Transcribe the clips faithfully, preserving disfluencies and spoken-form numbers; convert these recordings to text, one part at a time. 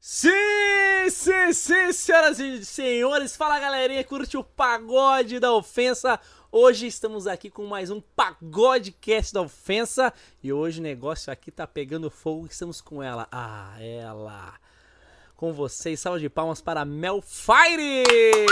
Sim, sim, sim, senhoras e senhores, fala galerinha, curte o Pagode da Ofensa. Hoje estamos aqui com mais um Pagodecast da Ofensa e hoje o negócio aqui tá pegando fogo, estamos com ela, ah, ela, com vocês, salva de palmas para Mel Fire!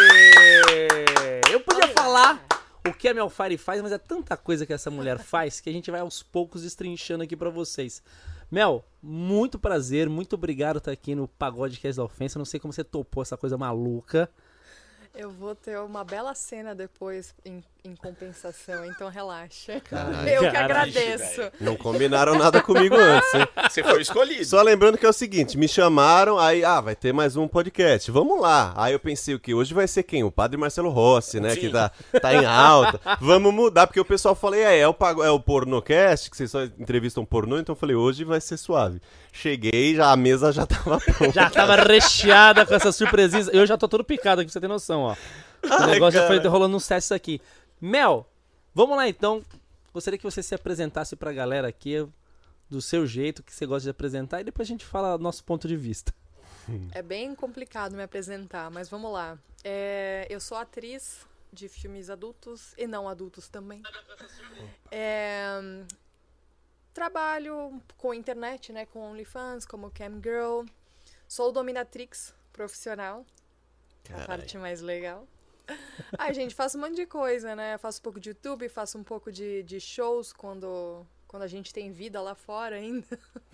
Eu podia falar o que a Mel Fire faz, mas é tanta coisa que essa mulher faz que a gente vai aos poucos destrinchando aqui pra vocês. Mel, muito prazer, muito obrigado por estar aqui no Pagodecast da Ofensa. Não sei como você topou essa coisa maluca. Eu vou ter uma bela cena depois em, em compensação, então relaxa. Caralho, eu que caralho, agradeço. velho. Não combinaram nada comigo antes, hein? Você foi escolhido. Só lembrando que é o seguinte, me chamaram, aí, ah, vai ter mais um podcast, vamos lá. Aí eu pensei o quê? Hoje vai ser quem? O Padre Marcelo Rossi, né? Sim. Que tá, tá em alta. Vamos mudar, porque o pessoal falei, é, é o, pago- é o pornocast, que vocês só entrevistam pornô, então eu falei, hoje vai ser suave. Cheguei, já, a mesa já tava pronta. Já tava recheada com essas surpresinhas. Eu já tô todo picado aqui, pra você ter noção, ó. O Ai, negócio já cara. foi rolando uns testes aqui. Mel, vamos lá então. Gostaria que você se apresentasse pra galera aqui, do seu jeito, que você gosta de apresentar, e depois a gente fala nosso ponto de vista. É bem complicado me apresentar, mas vamos lá. É, eu sou atriz de filmes adultos e não adultos também. É, trabalho com internet, né, com OnlyFans, como Camgirl. Sou dominatrix profissional, a Caralho. parte mais legal. Ai, gente, faço um monte de coisa, né? Faço um pouco de YouTube, faço um pouco de, de shows quando, quando a gente tem vida lá fora ainda.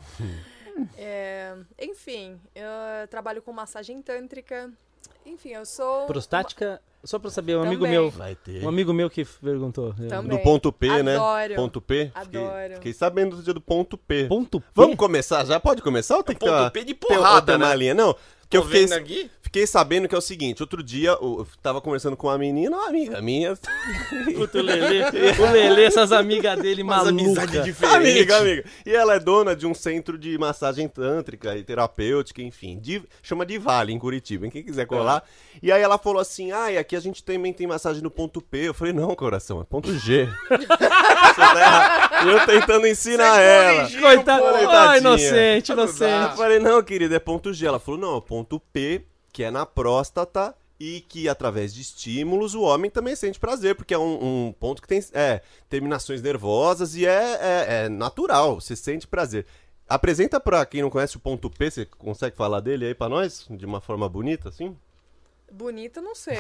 É, enfim, eu trabalho com massagem tântrica. Enfim, eu sou... Prostática, só pra saber, um Também. amigo meu, Vai ter. um amigo meu que perguntou. Também. Do ponto P, né? Adoro. Ponto P. Fiquei, Adoro. fiquei sabendo do dia do ponto P. Ponto P? Vamos começar já? Pode começar ou tem que ter ponto uma, P de ter- ou porrada, ter uma né? linha? Não, que eu Tô fiquei, vendo aqui. fiquei sabendo que é o seguinte, outro dia eu eu tava conversando com uma menina, uma amiga minha, Puta, o Lelê, o Lelê, essas amigas dele Umas amizades malucas. diferentes. amiga, amiga. E ela é dona de um centro de massagem tântrica e terapêutica, enfim, Div- chama de Vale, em Curitiba, quem quiser colar. E aí ela falou assim, ah, e aqui a gente também tem massagem no ponto P. Eu falei, não, coração, é ponto G. Você tá errado. E eu tentando ensinar Você ela. corrigiu, Coitado, pô. ai, Coitadinha. inocente, Não inocente. dá. Eu falei, não, querida, é ponto G. Ela falou, não, é ponto P, que é na próstata, e que através de estímulos o homem também sente prazer, porque é um, um ponto que tem é, terminações nervosas e é, é, é natural, você sente prazer. Apresenta pra quem não conhece o ponto P, você consegue falar dele aí pra nós, de uma forma bonita, assim? Bonita, não sei.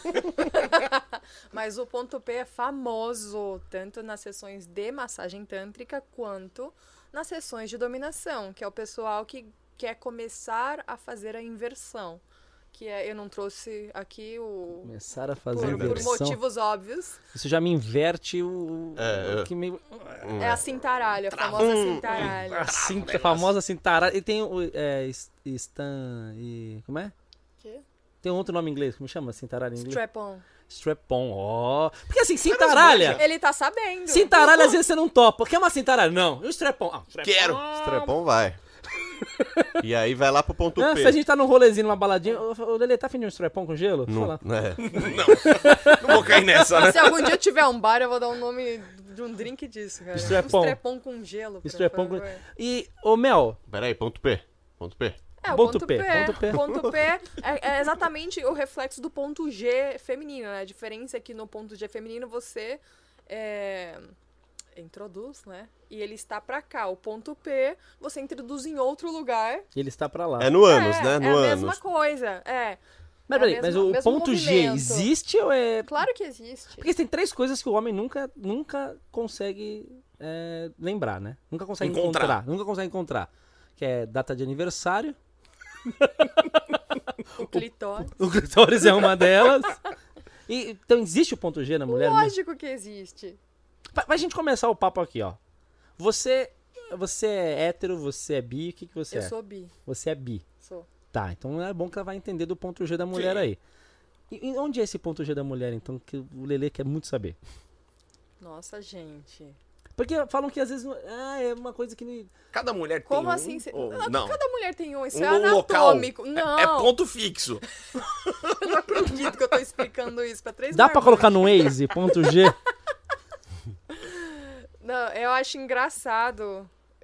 Mas o ponto P é famoso, tanto nas sessões de massagem tântrica, quanto nas sessões de dominação, que é o pessoal que quer começar a fazer a inversão. Que é, eu não trouxe aqui o... Começaram a Por, fazer por inversão. motivos óbvios. Isso já me inverte o... É, o que me... É a cintaralha, a famosa cintaralha. A cinta, a famosa cintaralha. E tem o... É, s- Stan... E, como é? Quê? Tem um outro nome em inglês, como chama cintaralha em inglês? Strap-on. Strap-on, ó. Porque assim, cintaralha... Ele tá sabendo. Cintaralha às vezes você não topa. Quer uma cintaralha? Não. E o strap-on? Ah, strap-on. Quero. Strepon vai. E aí vai lá pro ponto Ah, P. se a gente tá num rolezinho, numa baladinha... Ô, ô, Lelê, tá afim de um strap-on com gelo? Deixa eu Não, falar. é. Não vou cair nessa, né? Se algum dia eu tiver um bar, eu vou dar um nome de um drink disso, cara. Strap-on. Um strap-on com gelo, por Strap-on com... favor. E, ô Mel... Peraí, ponto P. Ponto P. É, o Ponto ponto, P, P. ponto P. Ponto P é, é exatamente o reflexo do ponto G feminino, né? A diferença é que no ponto G feminino você é, introduz, né? E ele está pra cá. O ponto P você introduz em outro lugar. Ele está pra lá. É no ânus, é, né? é No a ânus. mesma coisa, é. Mas É peraí, a mas mesma- o mesmo ponto G movimento. existe ou é... Claro que existe. Porque tem três coisas que o homem nunca, nunca consegue é, lembrar, né? Nunca consegue encontrar. Encontrar. Nunca consegue encontrar. Que é data de aniversário. O clitóris. O clitóris é uma delas. E, então existe o ponto G na mulher? mesmo? Lógico que existe. Pra, pra gente começar o papo aqui, ó. Você, você é hétero, você é bi, o que, que você Eu é? sou bi. Você é bi. Sou. Tá, então é bom que ela vai entender do ponto G da mulher Sim. aí. E, e onde é esse ponto G da mulher, então, que o Lelê quer muito saber? Nossa, gente. Porque falam que às vezes não- ah, é uma coisa que... não- Cada mulher tem Como um, assim? Cê... ou Não, não. Cada mulher tem um. Isso Um é local. anatômico. Não. É, é ponto fixo. Eu não acredito que eu tô explicando isso pra três Dá pra marmanjos. colocar no Waze, ponto G? Não, eu acho engraçado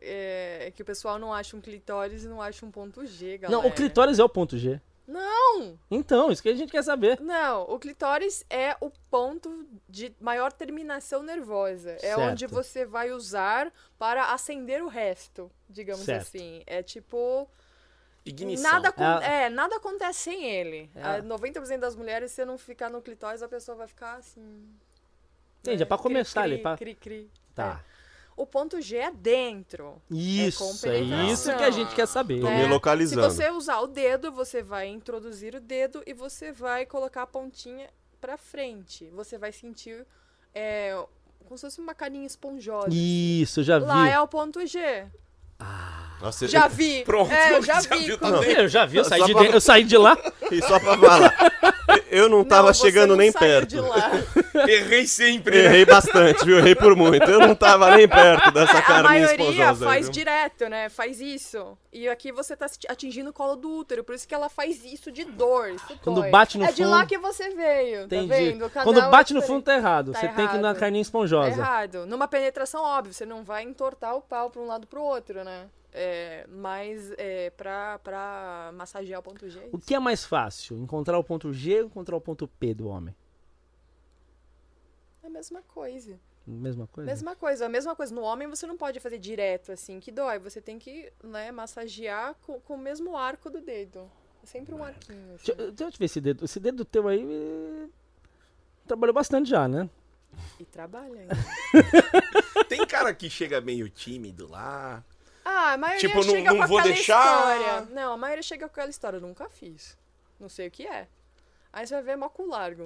é, que o pessoal não acha um clitóris e não acha um ponto G, galera. Não, o clitóris é o ponto G. Não! Então, isso que a gente quer saber. Não, o clitóris é o ponto de maior terminação nervosa. É Certo. onde você vai usar para acender o resto, digamos Certo. assim. É tipo... Ignição. Nada, acon- É. é, nada acontece sem ele. É. A noventa por cento das mulheres, se você não ficar no clitóris, a pessoa vai ficar assim... Entendi, é pra cri, começar cri, ali. Pra... Cri, cri. Tá. É. O ponto G é dentro. Isso, com é penetração. isso que a gente quer saber. Tô É, me localizando. Se você usar o dedo, você vai introduzir o dedo e você vai colocar a pontinha pra frente. Você vai sentir é, como se fosse uma carinha esponjosa. Isso, eu já vi. Lá é o ponto G. Nossa, Já vi. Pronto, É, eu já já vi. viu quando- também. Eu já vi, eu saí, Só de, pra- de- eu saí de lá. E só pra falar, eu não tava Não, você chegando não nem saiu perto. de lá. Errei sempre, né? Errei bastante, viu? Errei por muito. Eu não tava nem perto dessa A carninha maioria esponjosa. faz viu? direto, né? Faz isso. E aqui você tá atingindo o colo do útero, por isso que ela faz isso de dor. Isso Quando dói. bate no É de fundo- lá que você veio, Entendi. tá vendo? Cada Quando um é bate no diferente. fundo tá errado. Tá Você tem que ir na errado. carninha Tá esponjosa. errado. Numa penetração, óbvio, você não vai entortar o pau pra um lado pro outro, né? É, mas é, pra, pra massagear o ponto G. é O isso. que é mais fácil? Encontrar o ponto G ou encontrar o ponto P do homem? É a mesma coisa. Mesma coisa? Mesma coisa. A mesma coisa. No homem você não pode fazer direto assim, que dói. Você tem que, né, massagear com, com o mesmo arco do dedo. É sempre um arquinho. assim. Deixa, eu- deixa eu te ver esse dedo. Esse dedo teu aí eh, trabalhou bastante já, né? E trabalha ainda. Tem cara que chega meio tímido lá. Ah, a maioria Tipo, não- chega não com vou aquela deixar. história. Não, a maioria chega com aquela história. Eu nunca fiz. Não sei o que é. Aí você vai ver moco largo.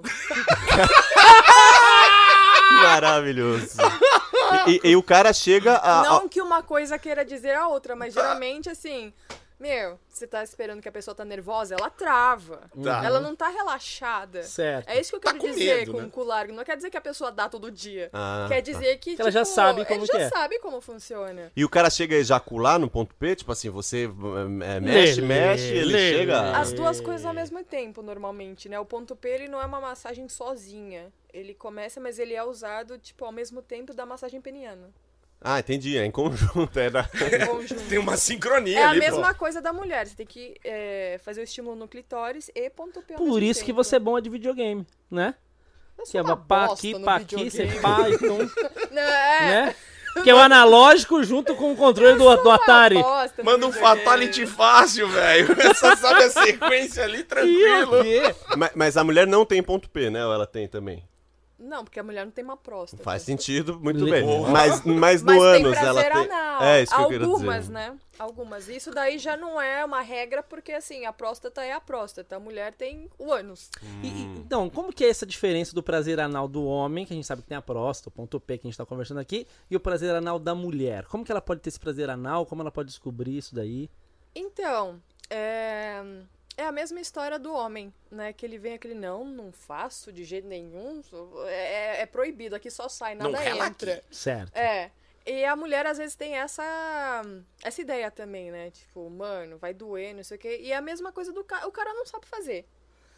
Maravilhoso. E, e- e o cara chega a. a- Não que uma coisa queira dizer a outra, mas geralmente, assim... Meu, você tá esperando que a pessoa tá nervosa, ela trava. Tá. Ela não tá relaxada. Certo. É isso que eu Tá quero com dizer medo, com né? o cu largo. Não quer dizer que a pessoa dá todo dia. Ah, Quer tá. dizer que, Que ela já tipo, sabe como ele que já é. sabe como funciona. E o cara chega a ejacular no ponto P? Tipo assim, você é, mexe, Lê, mexe, ele lê, chega. lê. As duas coisas ao mesmo tempo, normalmente, né? O ponto P, ele não é uma massagem sozinha. Ele começa, mas ele é usado, tipo, ao mesmo tempo da massagem peniana. Ah, entendi. É em conjunto. É da... Em conjunto. Tem uma sincronia É a ali, mesma pô. coisa da mulher. Você tem que é, fazer o estímulo no clitóris e ponto P ao Por mesmo isso que tempo. você é bom de videogame, né? Eu Que sou é uma pá bosta aqui, no pá aqui, você videogame. pá, então, Não, é. né? Que é o analógico junto com o controle do, do Atari. Bosta no Manda um videogame. fatality fácil, velho. Só sabe a sequência ali, E o tranquilo. quê? mas, mas a mulher não tem ponto P, né? Ou ela tem também? Não, porque a mulher não tem uma próstata. Faz sentido, muito Le- bem. Porra. Mas, mas no Mas tem ânus ela prazer tem. anal. É isso que eu quero Algumas, dizer. né? Algumas. Isso daí já não é uma regra, porque assim, a próstata é a próstata. A mulher tem o ânus. E- e- então, como que é essa diferença do prazer anal do homem, que a gente sabe que tem a próstata, o ponto P que a gente tá conversando aqui, e o prazer anal da mulher? Como que ela pode ter esse prazer anal? Como ela pode descobrir isso daí? Então, é... é a mesma história do homem, né? Que ele vem aquele, não, não faço de jeito nenhum, é, é proibido, aqui só sai, nada Não rela entra. aqui. Certo. É. E a mulher, às vezes, tem essa, essa ideia também, né? Tipo, mano, vai doer, não sei o quê. E é a mesma coisa do cara. O cara não sabe fazer.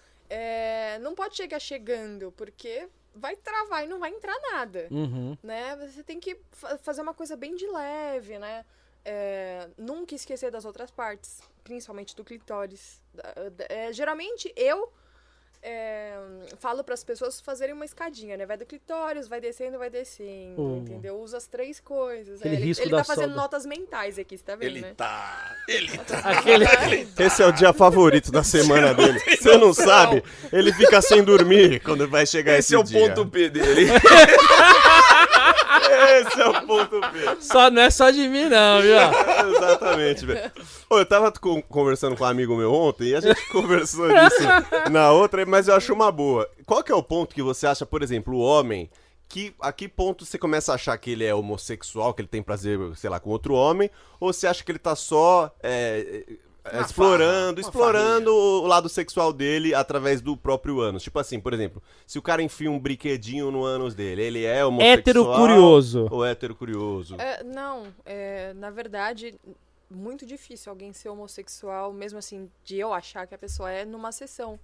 É, não pode chegar chegando, porque vai travar e não vai entrar nada, Uhum. né? Você tem que fa- fazer uma coisa bem de leve, né? É, nunca esquecer das outras partes, principalmente do clitóris. Da- da- é, geralmente, eu... é, falo para as pessoas fazerem uma escadinha, né? Vai do clitóris, vai descendo, vai descendo, Hum. entendeu? Usa as três coisas. Aquele É, ele risco ele da tá fazendo solda. notas mentais aqui, você tá vendo, Ele né? tá. Ele tá. Aquele... Esse é o dia favorito da semana dele. Você não sabe? Ele fica sem dormir quando vai chegar esse, Esse é o dia. ponto P dele. Esse é o ponto P. Só, não é só de mim não, viu? Exatamente, velho. Ô, eu tava com- conversando com um amigo meu ontem e a gente conversou disso na outra, mas eu acho uma boa. Qual que é o ponto que você acha, por exemplo, o homem, que a que ponto você começa a achar que ele é homossexual, que ele tem prazer, sei lá, com outro homem, ou você acha que ele tá só é, é, Uma explorando, farra, uma explorando o lado sexual dele através do próprio ânus? Tipo assim, por exemplo, se o cara enfia um brinquedinho no ânus dele, ele é homossexual Hétero curioso. ou hétero curioso? É, não, é, na verdade, muito difícil alguém ser homossexual, mesmo assim, de eu achar que a pessoa é numa sessão.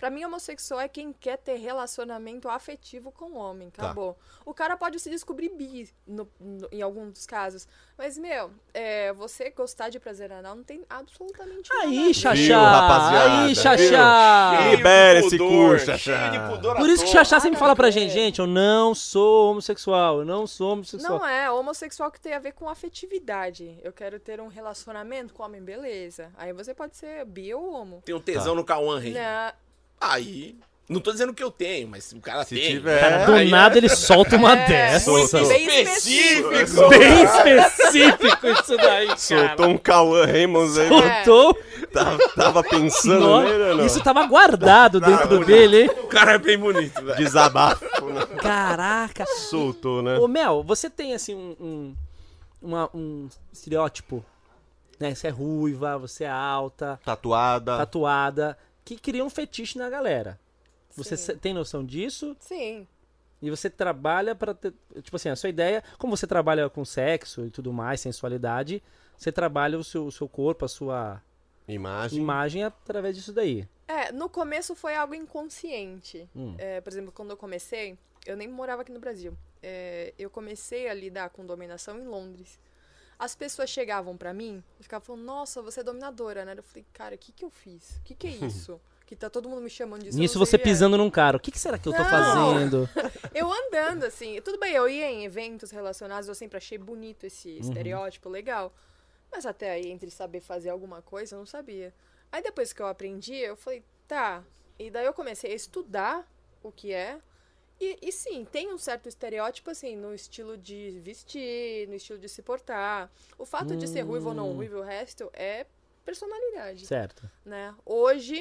Pra mim, homossexual é quem quer ter relacionamento afetivo com o homem. Acabou. Tá. O cara pode se descobrir bi no, no, em alguns dos casos. Mas, meu, é, você gostar de prazer anal não tem absolutamente nada. Aí, Xaxá! Viu, rapaziada? Aí, Xaxá! Libera esse curso, Xaxá. Por isso que o Xaxá sempre fala pra gente, gente, eu não sou homossexual, eu não sou homossexual. Não é, homossexual que tem a ver com afetividade. Eu quero ter um relacionamento com homem, beleza. Aí você pode ser bi ou homo. Tem um tesão tá. no Cauã, Rei. Não. Aí... Não tô dizendo que eu tenho, mas o cara Se tem. Tiver, cara, do nada é... ele solta uma é, dessa. Bem específico. Bem específico isso daí, cara. Soltou um Cauã Raymond aí. Soltou. É. Tava, tava pensando Nossa, nele, não? isso tava guardado tá, dentro tá, dele, hein? O cara é bem bonito, velho. Desabafo, né? Caraca. Soltou, né? Ô, Mel, você tem, assim, um, um, uma, um estereótipo, né? Você é ruiva, você é alta, Tatuada. tatuada, que cria um fetiche na galera. Você Sim. tem noção disso? Sim. E você trabalha pra ter... Tipo assim, a sua ideia... Como você trabalha com sexo e tudo mais, sensualidade, você trabalha o seu, o seu corpo, a sua Imagem. imagem através disso daí. É, no começo foi algo inconsciente. Hum. É, por exemplo, quando eu comecei, eu nem morava aqui no Brasil. É, eu comecei a lidar com dominação em Londres. As pessoas chegavam pra mim e ficavam falando, nossa, você é dominadora, né? Eu falei, cara, o que que eu fiz? O que que é isso? Que tá todo mundo me chamando disso. Nisso você pisando num cara. O que, que será que eu tô Não. fazendo? Eu andando, assim. Tudo bem, eu ia em eventos relacionados, eu sempre achei bonito esse Uhum. estereótipo, legal. Mas até aí, entre saber fazer alguma coisa, eu não sabia. Aí depois que eu aprendi, eu falei, tá. E daí eu comecei a estudar o que é. E, e sim, tem um certo estereótipo, assim, no estilo de vestir, no estilo de se portar. O fato hum. de ser ruivo ou não ruivo, o resto é personalidade. Certo. Né? Hoje...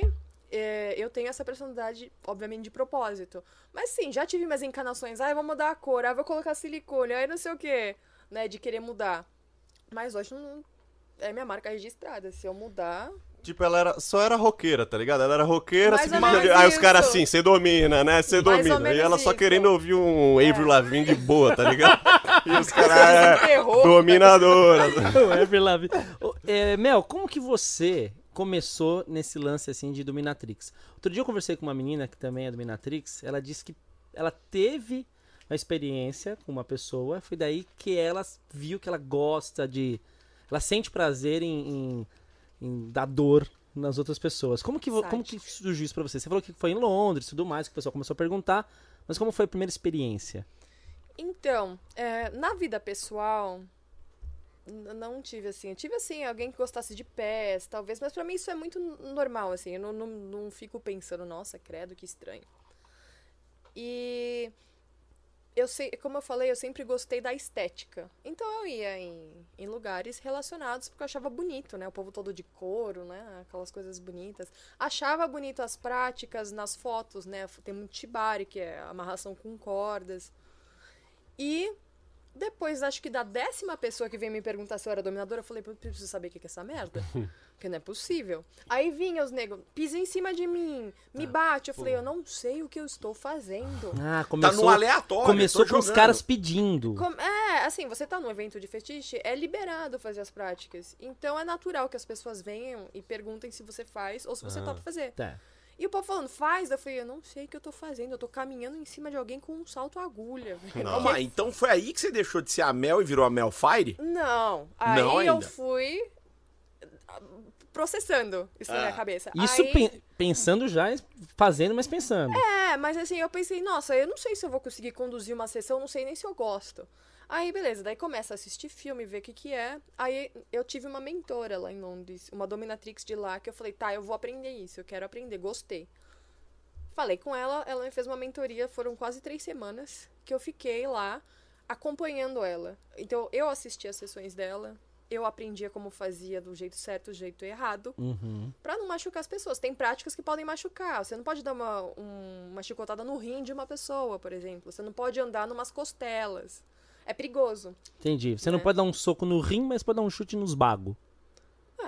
É, eu tenho essa personalidade, obviamente, de propósito. Mas sim, já tive minhas encarnações. Ah, eu vou mudar a cor, ah, vou colocar silicone, aí não sei o quê, né, de querer mudar. Mas hoje não é minha marca registrada. Se eu mudar... Tipo, ela era, só era roqueira, tá ligado? Ela era roqueira, Mais se ou menos aí os isso. caras assim, você domina, né? Você Mais ou domina. menos E ela só isso. querendo ouvir um Avril Lavigne de boa, tá ligado? E os Você caras, desenterrou. é, dominadora. O Avril Lavigne. Ô, é, Mel, como que você começou nesse lance assim de dominatrix? Outro dia eu conversei com uma menina que também é dominatrix, ela disse que ela teve uma experiência com uma pessoa, foi daí que ela viu que ela gosta de... Ela sente prazer em, em, em dar dor nas outras pessoas. Como que, vo- como que surgiu isso pra você? Você falou que foi em Londres e tudo mais, que o pessoal começou a perguntar, mas como foi a primeira experiência? Então, é, na vida pessoal... Não tive, assim. Eu tive, assim, alguém que gostasse de pés, talvez. Mas pra mim isso é muito normal, assim. Eu não, não, não fico pensando, nossa, credo, que estranho. E... Eu sei, como eu falei, eu sempre gostei da estética. Então eu ia em, em lugares relacionados porque eu achava bonito, né? O povo todo de couro, né? Aquelas coisas bonitas. Achava bonito as práticas nas fotos, né? Tem muito shibari, que é amarração com cordas. E... Depois, acho que da décima pessoa que veio me perguntar se eu era dominadora, eu falei, eu preciso saber o que é essa merda. Porque não é possível. Aí vinha os negros, pisa em cima de mim, me bate. Eu falei, eu não sei o que eu estou fazendo. Ah, começou, Tá no aleatório. começou tô com os jogando. caras pedindo. Com- é, assim, você tá num evento de fetiche, é liberado fazer as práticas. Então é natural que as pessoas venham e perguntem se você faz ou se você Ah. topa fazer. Tá. E o povo falando, faz? Eu falei, eu não sei o que eu tô fazendo. Eu tô caminhando em cima de alguém com um salto agulha. Calma aí, então foi aí que você deixou de ser a Mel e virou a Mel Fire? Não. Aí Não eu ainda. fui processando isso na Ah. minha cabeça. Isso Aí, pen- pensando já, fazendo, mas pensando. É, mas assim, eu pensei, nossa, eu não sei se eu vou conseguir conduzir uma sessão, não sei nem se eu gosto. Aí, beleza, daí começa a assistir filme, ver o que que é. Aí eu tive uma mentora lá em Londres, uma dominatrix de lá, que eu falei, tá, eu vou aprender isso, eu quero aprender, gostei. Falei com ela, ela me fez uma mentoria, foram quase três semanas que eu fiquei lá acompanhando ela. Então, eu assisti as sessões dela, eu aprendia como fazia do jeito certo, do jeito errado, Uhum. pra não machucar as pessoas. Tem práticas que podem machucar. Você não pode dar uma, um- uma chicotada no rim de uma pessoa, por exemplo. Você não pode andar numas costelas. É perigoso. Entendi. Você não É. pode dar um soco no rim, mas pode dar um chute nos bagos. É.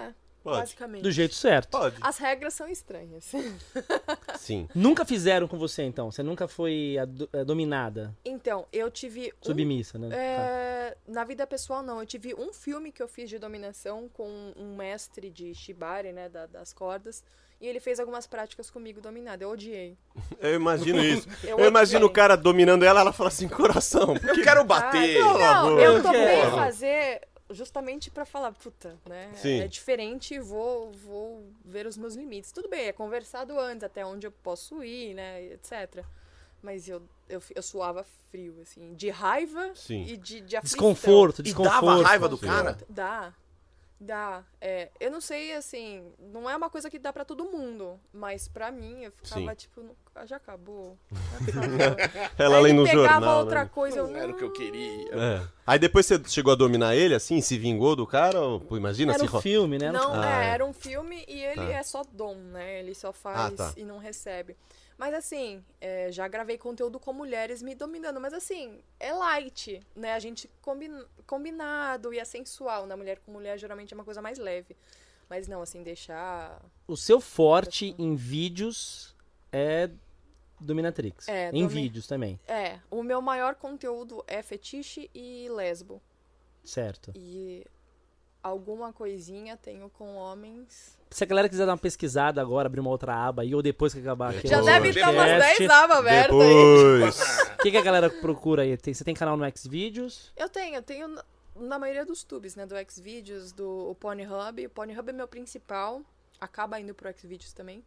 Pode. basicamente. Do jeito certo. Pode. As regras são estranhas. Sim. Nunca fizeram com você, então? Você nunca foi ado- eh, dominada, Então, eu tive um submissa, né? Tá. É, na vida pessoal, não. Eu tive um filme que eu fiz de dominação com um mestre de shibari, né, da- das cordas. E ele fez algumas práticas comigo dominada. Eu odiei. Eu imagino isso. Eu Eu, imagino odiei. o cara dominando ela, ela fala assim, coração. Eu quero bater. Ah, não, amor. eu topei Porra. fazer justamente pra falar, puta, né? Sim. É diferente, vou, vou ver os meus limites. Tudo bem, é conversado antes, até onde eu posso ir, né, etcétera. Mas eu, eu, eu suava frio, assim, de raiva Sim. e de, de aflição. Desconforto, E desconforto. dava raiva do Sim. cara? Dá. Dá. É, eu não sei, assim, não é uma coisa que dá pra todo mundo, mas pra mim eu ficava Sim. tipo, "Não- ah, já acabou. Já acabou." Ela Aí lê ele no pegava jornal, outra né? coisa, eu Não era o que eu queria. É. Aí depois você chegou a dominar ele, assim, se vingou do cara? Ou, pô, imagina Era se... um ro- filme, né? Não, Ah, é, é. era um filme e ele Tá. é só dom, né? Ele só faz Ah, tá. e não recebe. Mas assim, é, já gravei conteúdo com mulheres me dominando, mas assim, é light, né? A gente combina, combinado e é sensual, né? Mulher com mulher geralmente é uma coisa mais leve. Mas não, assim, deixar... O seu forte em vídeos é dominatrix. É, em domi- vídeos também, É, o meu maior conteúdo é fetiche e lesbo. certo. E alguma coisinha tenho com homens. Se a galera quiser dar uma pesquisada agora, abrir uma outra aba aí, ou depois que acabar aqui Já Pô, deve estar umas podcast, dez abas abertas aí. Depois... O que, que a galera procura aí? Tem- você tem canal no Xvideos? Eu tenho, eu tenho na- na maioria dos tubes, né? Do Xvideos, do o Pornhub. O Pornhub é meu principal. Acaba indo pro Xvideos também.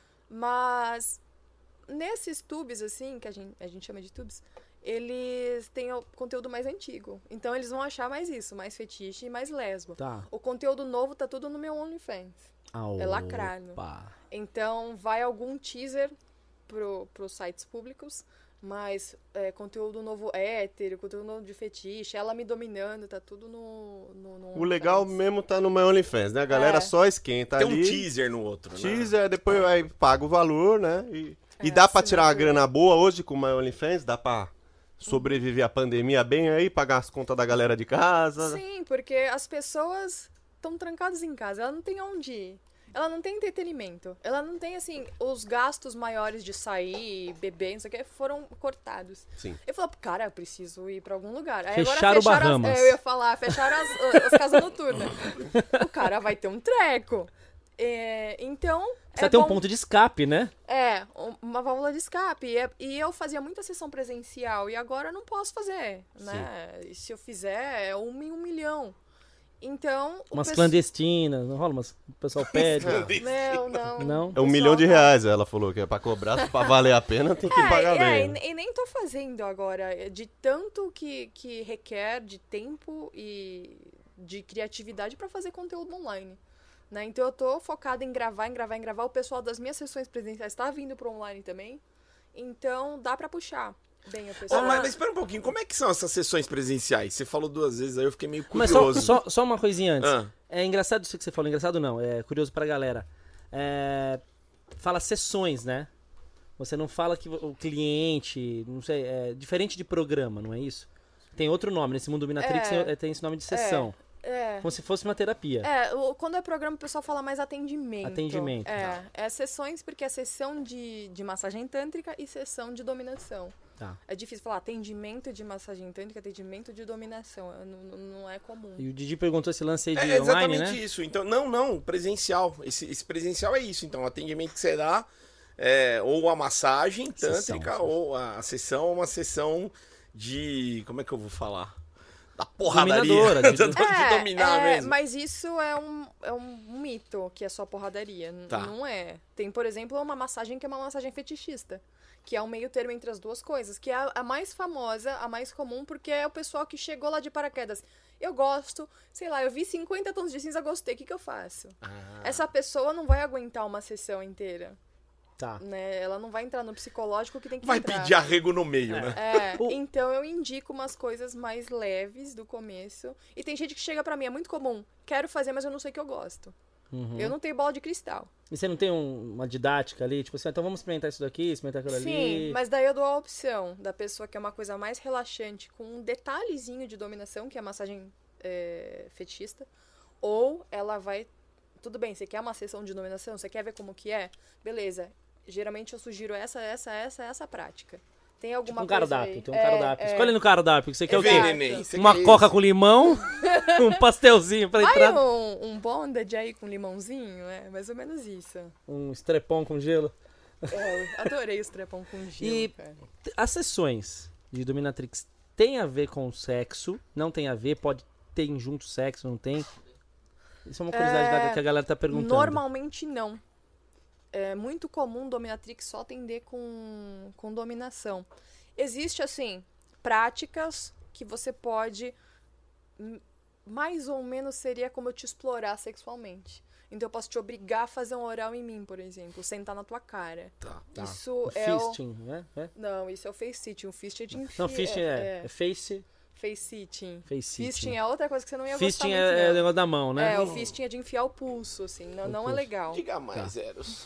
Mas nesses tubes, assim, que a gente, a gente chama de tubes, eles têm o conteúdo mais antigo. Então eles vão achar mais isso, mais fetiche e mais lesbo. Tá. O conteúdo novo tá tudo no meu OnlyFans. É lacrado. Opa. Então vai algum teaser pro, pros sites públicos, mas é, conteúdo novo hétero, conteúdo novo de fetiche, ela me dominando, tá tudo no, no, no O legal OnlyFans. mesmo tá no My OnlyFans, né? A galera É. só esquenta Tem ali. um teaser no outro, né? Teaser, depois aí paga o valor, né? E, e É, dá pra tirar uma assinatura. grana boa hoje com o My OnlyFans? Dá pra sobreviver à pandemia bem aí, pagar as contas da galera de casa? Sim, porque as pessoas estão trancadas em casa, ela não tem onde ir. Ela não tem entretenimento. Ela não tem, assim, os gastos maiores de sair, beber, não sei o que, foram cortados. Sim. Eu falei, cara, eu preciso ir pra algum lugar. Aí Fecharam agora fecharam Bahamas. as, é, eu ia falar, fecharam as, as casas noturnas. O cara vai ter um treco. É, então. Precisa é ter um bom- ponto de escape, né? É, um- uma válvula de escape. E, é- e eu fazia muita sessão presencial e agora eu não posso fazer, né? E se eu fizer, é um em um milhão. Então, o Umas pesso- clandestinas, não rola? Mas o pessoal pede. Não, não. Não? É um Pessoal, milhão de não. reais, ela falou que é pra cobrar, pra valer a pena, tem que pagar É, é, bem. e, e nem tô fazendo agora. é De tanto que, que requer de tempo e de criatividade pra fazer conteúdo online. Né? Então eu tô focada em gravar, em gravar, em gravar. O pessoal das minhas sessões presenciais tá vindo pro online também. Então dá pra puxar bem o Ó, pessoal. mas, mas espera um pouquinho, como é que são essas sessões presenciais? Você falou duas vezes, aí eu fiquei meio Mas só, curioso. só, só uma coisinha antes. Ah. É engraçado isso que você falou. Engraçado não, é curioso pra galera. É, fala sessões, né? Você não fala que o cliente, não sei, é diferente de programa, não é isso? Tem outro nome, nesse mundo Dominatrix É. tem, tem esse nome de sessão. É. Como se fosse uma terapia. É, o- quando é programa o pessoal fala mais atendimento. Atendimento, É, é sessões porque é sessão de, de massagem tântrica e sessão de dominação. Tá. É difícil falar atendimento de massagem tântrica, atendimento de dominação. É, Não, não é comum. E o Didi perguntou esse lance aí de É online, exatamente né? isso. Então, não, não, presencial. Esse, esse presencial é isso. Então, o atendimento que você dá, é, ou a massagem tântrica, Sessão. ou a sessão, ou uma sessão de. Como é que eu vou falar? Da porradaria. Dominadora, de- de, de dominar é, mesmo. mas isso é um, é um mito, que é só porradaria. N- Tá. Não é. Tem, por exemplo, uma massagem que é uma massagem fetichista. Que é um meio termo entre as duas coisas. Que é a, a mais famosa, a mais comum, porque é o pessoal que chegou lá de paraquedas. Eu gosto, sei lá, eu vi cinquenta tons de cinza, gostei, o que, que eu faço? Ah. Essa pessoa não vai aguentar uma sessão inteira. Tá. Né? Ela não vai entrar no psicológico que tem que Vai entrar. pedir arrego no meio, né? É, O- então eu indico umas coisas mais leves do começo. E tem gente que chega pra mim, é muito comum. Quero fazer, mas eu não sei o que eu gosto. Uhum. Eu não tenho bola de cristal. E você não tem um- uma didática ali? Tipo assim, ah, então vamos experimentar isso daqui, experimentar aquilo Sim, ali. mas daí eu dou a opção da pessoa que é uma coisa mais relaxante, com um detalhezinho de dominação, que é a massagem é, fetichista. Ou ela vai tudo bem, você quer uma sessão de dominação? Você quer ver como que é? Beleza. Geralmente eu sugiro essa, essa, essa, essa prática. Tem alguma Tipo um coisa cardápio, aí? tem um É, cardápio. é. Escolhe no cardápio, que você quer É o quê? ver, neném. Você Uma quer coca isso? com limão, um pastelzinho pra Ai, entrar, um, um bondage aí com limãozinho, é mais ou menos isso. um estrepão com gelo. É, eu adorei os trepão com gelo, E- cara. As sessões de dominatrix tem a ver com sexo? Não tem a ver? Pode ter junto sexo, não tem? Isso é uma curiosidade É, que a galera tá perguntando. Normalmente não. É muito comum dominatrix só atender com, com dominação. Existe, assim, práticas que você pode... hum, Mais ou menos seria como eu te explorar sexualmente. Então eu posso te obrigar a fazer um oral em mim, por exemplo. Sentar na tua cara. Tá. Tá. Isso O é o... fisting, né? É? Não, isso é o face sitting. O fist é de enfiar. Não, fisting é, é, é face, Face sitting. face sitting. Fisting é outra coisa que você não ia Fisting gostar muito, é, é o não. negócio da mão, né? É, o fisting é de enfiar o pulso, assim. Não, O não é pulso. legal. Diga mais, Eros.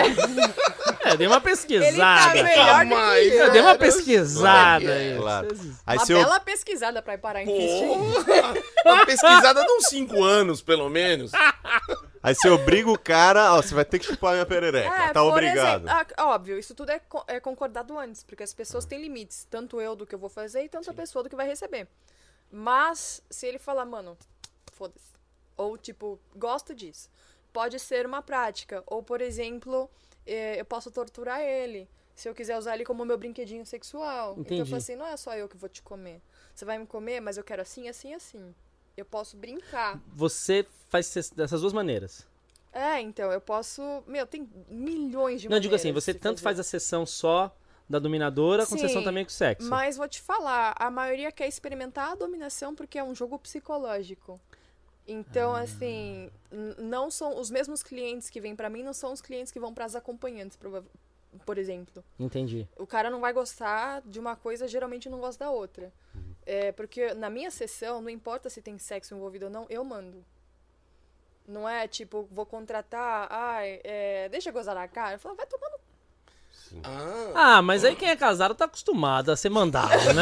É, dei uma Ele tá pesquisada. melhor do Jamais. que Eu eu. dei uma Eros. pesquisada Vai, aí. é, claro. Vocês- Aí Uma se eu, bela pesquisada pra ir parar em fisting. Porra! Uma pesquisada de uns cinco anos, pelo menos. aí se eu obrigo o cara, ó, você vai ter que chupar minha perereca. É, tá por obrigado. exemplo, ah, óbvio, isso tudo é, co- é concordado antes, porque as pessoas têm limites. Tanto eu do que eu vou fazer e tanto a pessoa do que vai receber. Mas, se ele falar, mano, foda-se. Ou, tipo, gosto disso. Pode ser uma prática. Ou, por exemplo, eh, eu posso torturar ele. Se eu quiser usar ele como meu brinquedinho sexual. Então eu Entendi. falo assim, não é só eu que vou te comer. Você vai me comer, mas eu quero assim, assim, assim. Eu posso brincar. Você faz ces- dessas duas maneiras. É, então, eu posso... Meu, tem milhões de Não, eu digo assim, maneiras você de tanto fazer. faz a sessão só da dominadora, com Sim, sessão também com sexo. Mas vou te falar, a maioria quer experimentar a dominação porque é um jogo psicológico. Então, Ah. assim, n- não são os mesmos clientes que vêm pra mim, não são os clientes que vão pras acompanhantes, prova- por exemplo. Entendi. O cara não vai gostar de uma coisa, geralmente não gosta da outra. Uhum. É, porque na minha sessão, não importa se tem sexo envolvido ou não, eu mando. Não é tipo, vou contratar, ai, é, deixa eu gozar na cara. Eu falo, vai tomar no... Ah, Ah, mas aí quem é casado tá acostumado a ser mandado, né?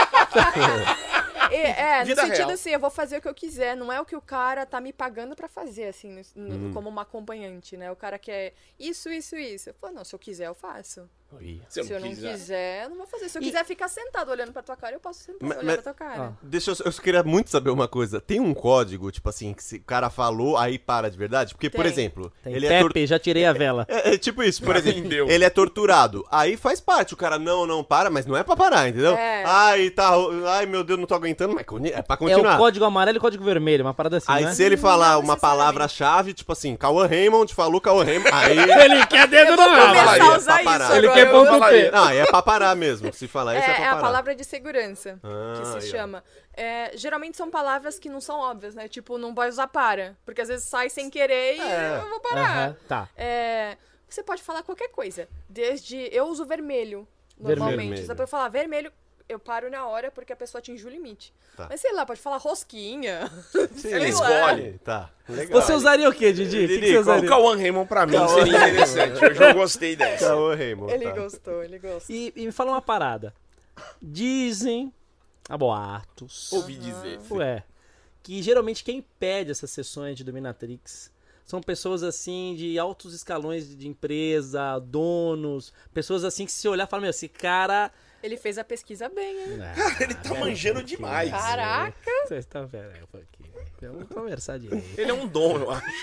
É, é, no Vida sentido real. assim, eu vou fazer o que eu quiser, não é o que o cara tá me pagando pra fazer, assim, no- no- Uhum. como uma acompanhante, né? O cara quer isso, isso, isso. Eu falo, não, se eu quiser, eu faço. se eu Se não eu não quiser. quiser, eu não vou fazer. Se eu E- quiser ficar sentado olhando pra tua cara, eu posso sentar Ma- olhando mas- pra tua cara. Deixa eu, eu só queria muito saber uma coisa. Tem um código, tipo assim, que se o cara falou, aí para de verdade? Porque, por Tem. exemplo, Tem ele é, tor- Pepe, já tirei a vela. é, é tipo isso, por exemplo, Entendeu? ele é torturado. Aí faz parte, o cara não, não para, mas não é pra parar, entendeu? É. Ai, tá, ai meu Deus, não tô aguentando, mas con- é pra É continuar. o código amarelo e o código vermelho, uma parada assim, Aí né? se ele falar Não uma necessariamente. palavra-chave, tipo assim, Cauã Raymond, falou Cauã Raymond, aí... Ele quer dedo Eu no vou rabo. começar aí a é usar pra parar. isso Ele agora. quer eu ponto vou- P. Não, aí é pra parar mesmo, se falar isso é, É, pra é a parar. palavra de segurança Ah, que se aí, ó. chama. É, geralmente são palavras que não são óbvias, né? Tipo, não vai usar para. Porque às vezes sai sem querer e É. eu vou parar. Aham, tá. É, você pode falar qualquer coisa. Desde. Eu uso vermelho, Vermelho. normalmente. Vermelho. Só pra eu falar vermelho, eu paro na hora porque a pessoa atingiu o limite. Tá. Mas sei lá, pode falar rosquinha. Sim, Ele escolhe. Tá, legal. Você usaria o quê, Didi? O que, que Didi, você O usaria? Cauã Raymond pra mim seria interessante. Eu já gostei dessa. Cauã Raymond, Ele tá. gostou, ele gostou. E, e me fala uma parada. Dizem, há boatos, Ouvi dizer. ué, que geralmente quem pede essas sessões de dominatrix são pessoas assim de altos escalões de, de empresa, donos, pessoas assim que se olhar falam, meu, esse cara... Ele fez a pesquisa bem, hein? Ele tá manjando demais. Caraca! Vocês estão vendo um pouquinho. Vamos conversar direito. Ele é um dom, eu acho.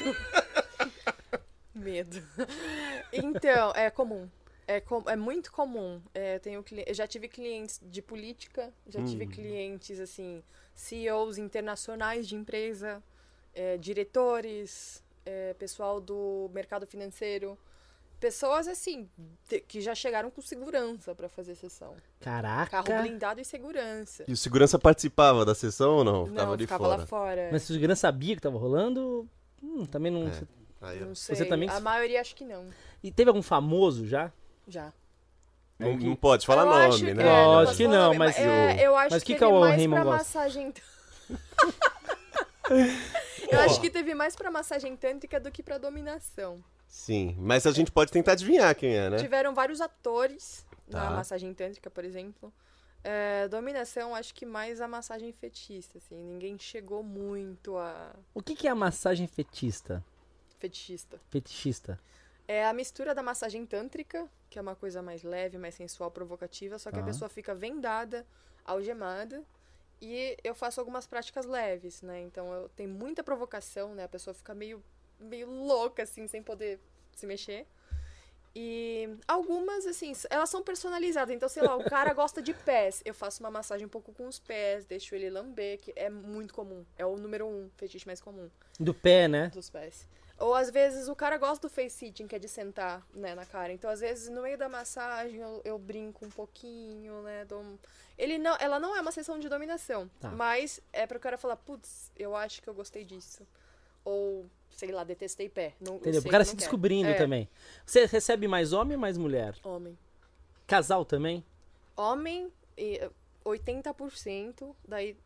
Medo. Então, é comum. É, com- é muito comum. É, tenho cli- eu já tive clientes de política, já tive clientes, assim, C E Os internacionais de empresa, é, diretores, é, pessoal do mercado financeiro. Pessoas, assim, de- que já chegaram com segurança pra fazer sessão. Caraca. Carro blindado e segurança. E o segurança participava da sessão ou não? Não, Tava de ficava fora. lá fora. Mas se o segurança sabia que tava rolando, hum, também não... É. Aí, ó. Não sei. Você também- A maioria acho que não. E teve algum famoso já? Já. não, não pode falar Eu nome, acho né? é, Lógico posso que falar não, nome, mas é, o- eu acho mas que que teve que o mais Raymond pra gosta? massagem. Eu acho que teve mais pra massagem tântrica do que pra dominação. Sim, mas a gente pode tentar adivinhar quem é, né? Tiveram vários atores Tá. na massagem tântrica, por exemplo. É, dominação, acho que mais a massagem fetista, assim. Ninguém chegou muito a... O que, que é a massagem fetista? Fetichista. Fetichista. É a mistura da massagem tântrica, que é uma coisa mais leve, mais sensual, provocativa, só que Tá. a pessoa fica vendada, algemada, e eu faço algumas práticas leves, né? Então eu tenho muita provocação, né? A pessoa fica meio, meio louca, assim, sem poder se mexer. E algumas, assim, elas são personalizadas. Então, sei lá, o cara gosta de pés. Eu faço uma massagem um pouco com os pés, deixo ele lamber, que é muito comum. É o número um fetiche mais comum Do pé, né? dos pés. Ou, às vezes, o cara gosta do face sitting, que é de sentar, né, na cara. Então, às vezes, no meio da massagem, eu, eu brinco um pouquinho, né, dou um... Ele não, ela não é uma sessão de dominação, Tá. mas é para o cara falar, putz, eu acho que eu gostei disso. Ou, sei lá, detestei pé. Não, eu Entendeu? sei O cara que se não quer. descobrindo É, também. Você recebe mais homem ou mais mulher? Homem. Casal também? Homem, e, eh, oitenta por cento, daí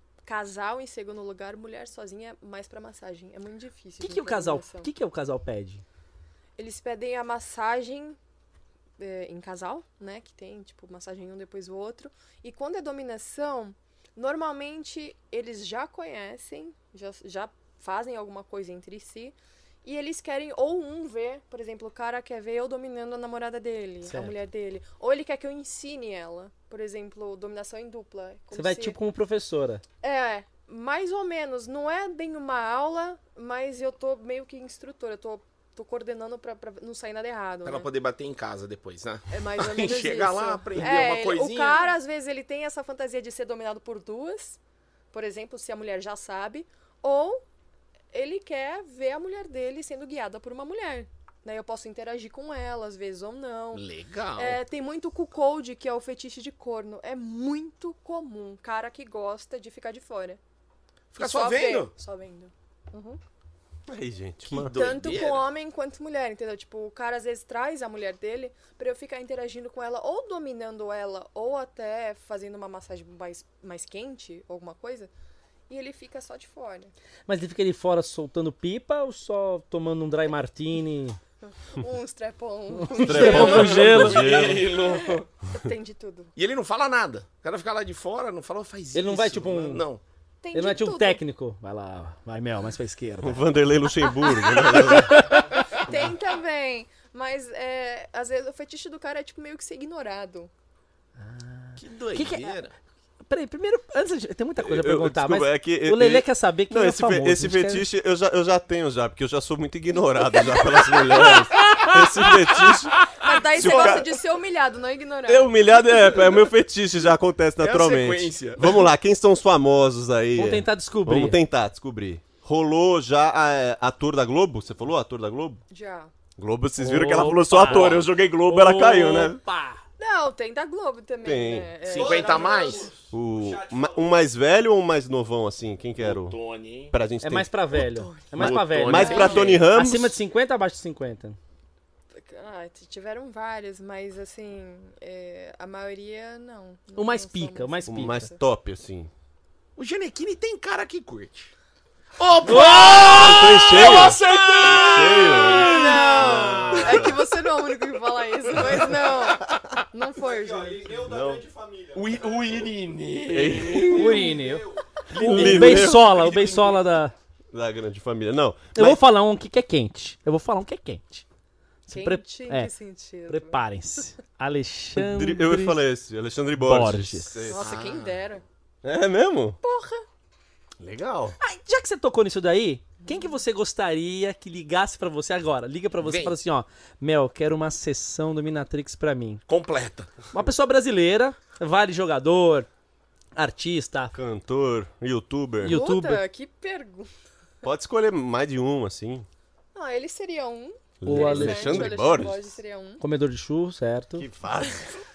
casal em segundo lugar, mulher sozinha mais pra massagem. É muito O difícil. que, gente, que o pra casal, dominação. que, que o casal pede? Eles pedem a massagem é, em casal, né? Que tem, tipo, massagem um depois o outro. E quando é dominação, normalmente eles já conhecem, já, já fazem alguma coisa entre si. E eles querem ou um ver, por exemplo, o cara quer ver eu dominando a namorada dele, Certo. a mulher dele. Ou ele quer que eu ensine ela. Por exemplo, dominação em dupla. Como Você vai se- tipo como professora. É, mais ou menos. Não é bem uma aula, mas eu tô meio que instrutora. Eu tô, tô coordenando pra, pra não sair nada errado. Pra ela né? poder bater em casa depois, né? É mais ou menos Chegar isso. lá, aprender É, uma ele- coisinha. O cara, às vezes, ele tem essa fantasia de ser dominado por duas. Por exemplo, se a mulher já sabe. Ou ele quer ver a mulher dele sendo guiada por uma mulher. Né? Eu posso interagir com ela, às vezes, ou não. Legal. É, tem muito cuckold, que é o fetiche de corno. É muito comum. Cara que gosta de ficar de fora. Fica E só vê, vendo? Só vendo. Uhum. Aí, gente, Que mano. Tanto doideira. com homem quanto mulher, entendeu? Tipo, o cara às vezes traz a mulher dele pra eu ficar interagindo com ela, ou dominando ela, ou até fazendo uma massagem mais, mais quente, alguma coisa, e ele fica só de fora. Mas ele fica ali fora soltando pipa ou só tomando um dry martini? Um strap-on, Trepão com gelo. Gelo. tem de tudo. E ele não fala nada. O cara fica lá de fora, não fala, faz isso. Ele não vai, tipo, um- Não. Tem Ele de não é tipo um tudo. técnico. Vai lá, vai Mel, mais pra esquerda. O Vanderlei Luxemburgo. né? Tem também, mas é, às vezes o fetiche do cara é tipo meio que ser ignorado. Que Que que é- doideira. Peraí, primeiro, antes de... Tem muita coisa pra Eu- perguntar, desculpa, mas é que- o Lelê e- quer saber quem Não, é esse, fe- famoso. esse A gente quer- fetiche eu já, eu já tenho já, porque eu já sou muito ignorado já pelas mulheres. Esse fetiche, Mas daí Se você o gosta cara- de ser humilhado, não ignorado. é humilhado, é, é o meu fetiche, já acontece É a naturalmente. sequência. Vamos lá, quem são os famosos aí? Vamos tentar descobrir. Vamos tentar descobrir. Rolou já a, ator da Globo? Você falou ator da Globo? Já. Globo, vocês viram que ela falou só Opa. ator. Eu joguei Globo, ela caiu, né? Opa! Não, tem da Globo também, Tem. né? É, cinquenta a mais? O, ma- um mais velho ou um mais novão, assim? Quem que era o... Tony, hein? Pra gente É ter- mais pra velho. É mais O pra velho. Tony. Mais né? pra Tony Ramos. Acima de cinquenta ou abaixo de cinquenta? Ah, t- tiveram vários, mas assim, é, a maioria não. O mais Não pica, são o mais O pica. mais top, assim. O Gianecchini tem cara que curte. Foi cheio. Eu acertei! Não! É que você não é o único que fala isso, mas não. Não foi, gente. Não. O, I- o Irineu. O Urine. O Linneu. Beisola, o Beisola da... Da grande família. Não. Eu mas- vou falar um que que é quente. Eu vou falar um que é quente. Se pre- Quente em é, que sentido? Preparem-se. Alexandre... Eu ia falar esse, Alexandre Borges. Borges. Esse. Nossa, quem dera. É mesmo? Porra. Legal. Ah, já que você tocou nisso daí, quem que você gostaria que ligasse pra você agora? Liga pra você e Vem. fala assim, ó. Mel, quero uma sessão Dominatrix pra mim. Completa. Uma pessoa brasileira, vale jogador, artista, Cantor, youtuber. You- YouTuber. Puta, que pergunta. Pode escolher mais de um, assim. Não, ele seria um. O Interessante, Alexandre o Borges. seria um. comedor de churro, certo? Que fácil.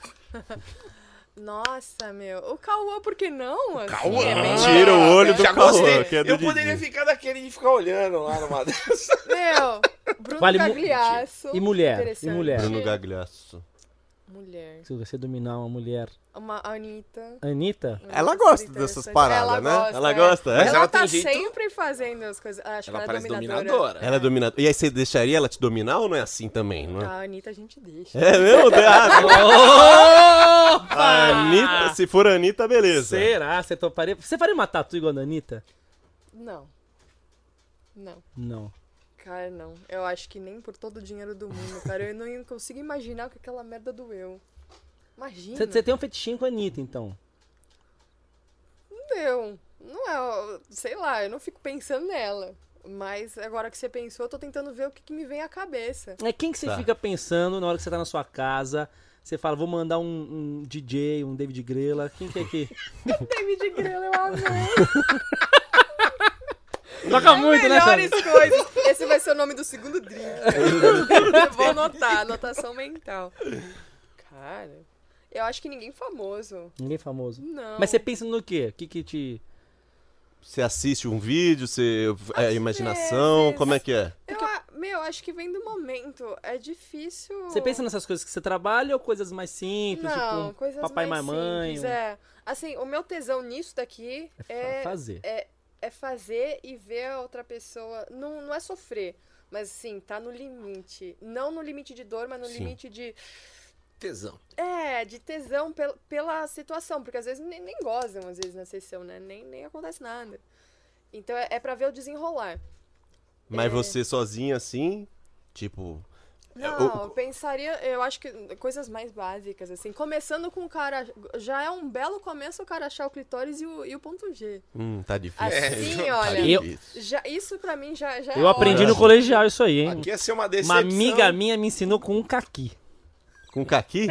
Nossa, meu. O Cauã, por que não? Assim, Cauã? é bem- Tira o olho do Já Cauã, gostei. que é do Eu Didi. poderia ficar daquele de ficar olhando lá numa dessa. Meu, Bruno Vale mu- Gagliasso. E mulher, e Interessante. mulher. Bruno Gagliasso. Mulher. Se você dominar uma mulher. Uma Anitta. Anitta? Ela Anitta gosta seria dessas interessante. paradas, ela né? Gosta, Ela é. gosta, é? Mas Ela, ela tá tem jeito- sempre fazendo as coisas. Acho Ela que ela parece é dominadora. dominadora. Ela é dominadora. E aí você deixaria ela te dominar ou não é assim também, não é? A Anitta a gente deixa. É mesmo? Ah, Opa! a Anitta, se for a Anitta, beleza. Será? Você toparia? Você faria uma tatu igual a da Anitta? Não. Não. Não. Cara, não. Eu acho que nem por todo o dinheiro do mundo, cara. Eu não consigo imaginar que aquela merda doeu. Imagina. Você tem um fetichinho com a Anitta, então. Não deu. Não é, sei lá, eu não fico pensando nela. Mas agora que você pensou, eu tô tentando ver o que, que me vem à cabeça. É quem que você Tá. fica pensando na hora que você tá na sua casa, você fala, vou mandar um, um D J, um David Grella, quem que é que... David Grella, eu amei. Toca muito, né, Melhores Sandra? coisas. Esse vai ser o nome do segundo drink. Eu vou anotar, anotação mental. Cara, eu acho que ninguém famoso. Ninguém famoso. Não. Mas você pensa no quê? O que que te... Você assiste um vídeo, você é imaginação, vezes. como é que é? Eu, a- meu, acho que vem do momento. É difícil. Você pensa nessas coisas que você trabalha ou coisas mais simples, Não, tipo coisas papai e mais mamãe? simples, um- é. Assim, o meu tesão nisso daqui É é, fazer. é, é fazer e ver a outra pessoa. Não, não é sofrer, mas assim, tá no limite. Não no limite de dor, mas no Sim. limite de. Tesão. É, de tesão pel, pela situação, porque às vezes nem, nem gozam, às vezes, na sessão, né? Nem, nem acontece nada. Então é, é pra ver o desenrolar. Mas É. você sozinha assim, tipo... Não, o- eu pensaria, eu acho que coisas mais básicas, assim. Começando com o cara. Já é um belo começo o cara achar o clitóris e o, e o ponto G. Hum, tá difícil. Assim, Tá olha. Eu- difícil. Já, isso pra mim já, já é Eu aprendi ótimo. no colegial isso aí, hein? Aqui ia ser uma Uma decepção. amiga minha me ensinou com um caqui. Com caqui?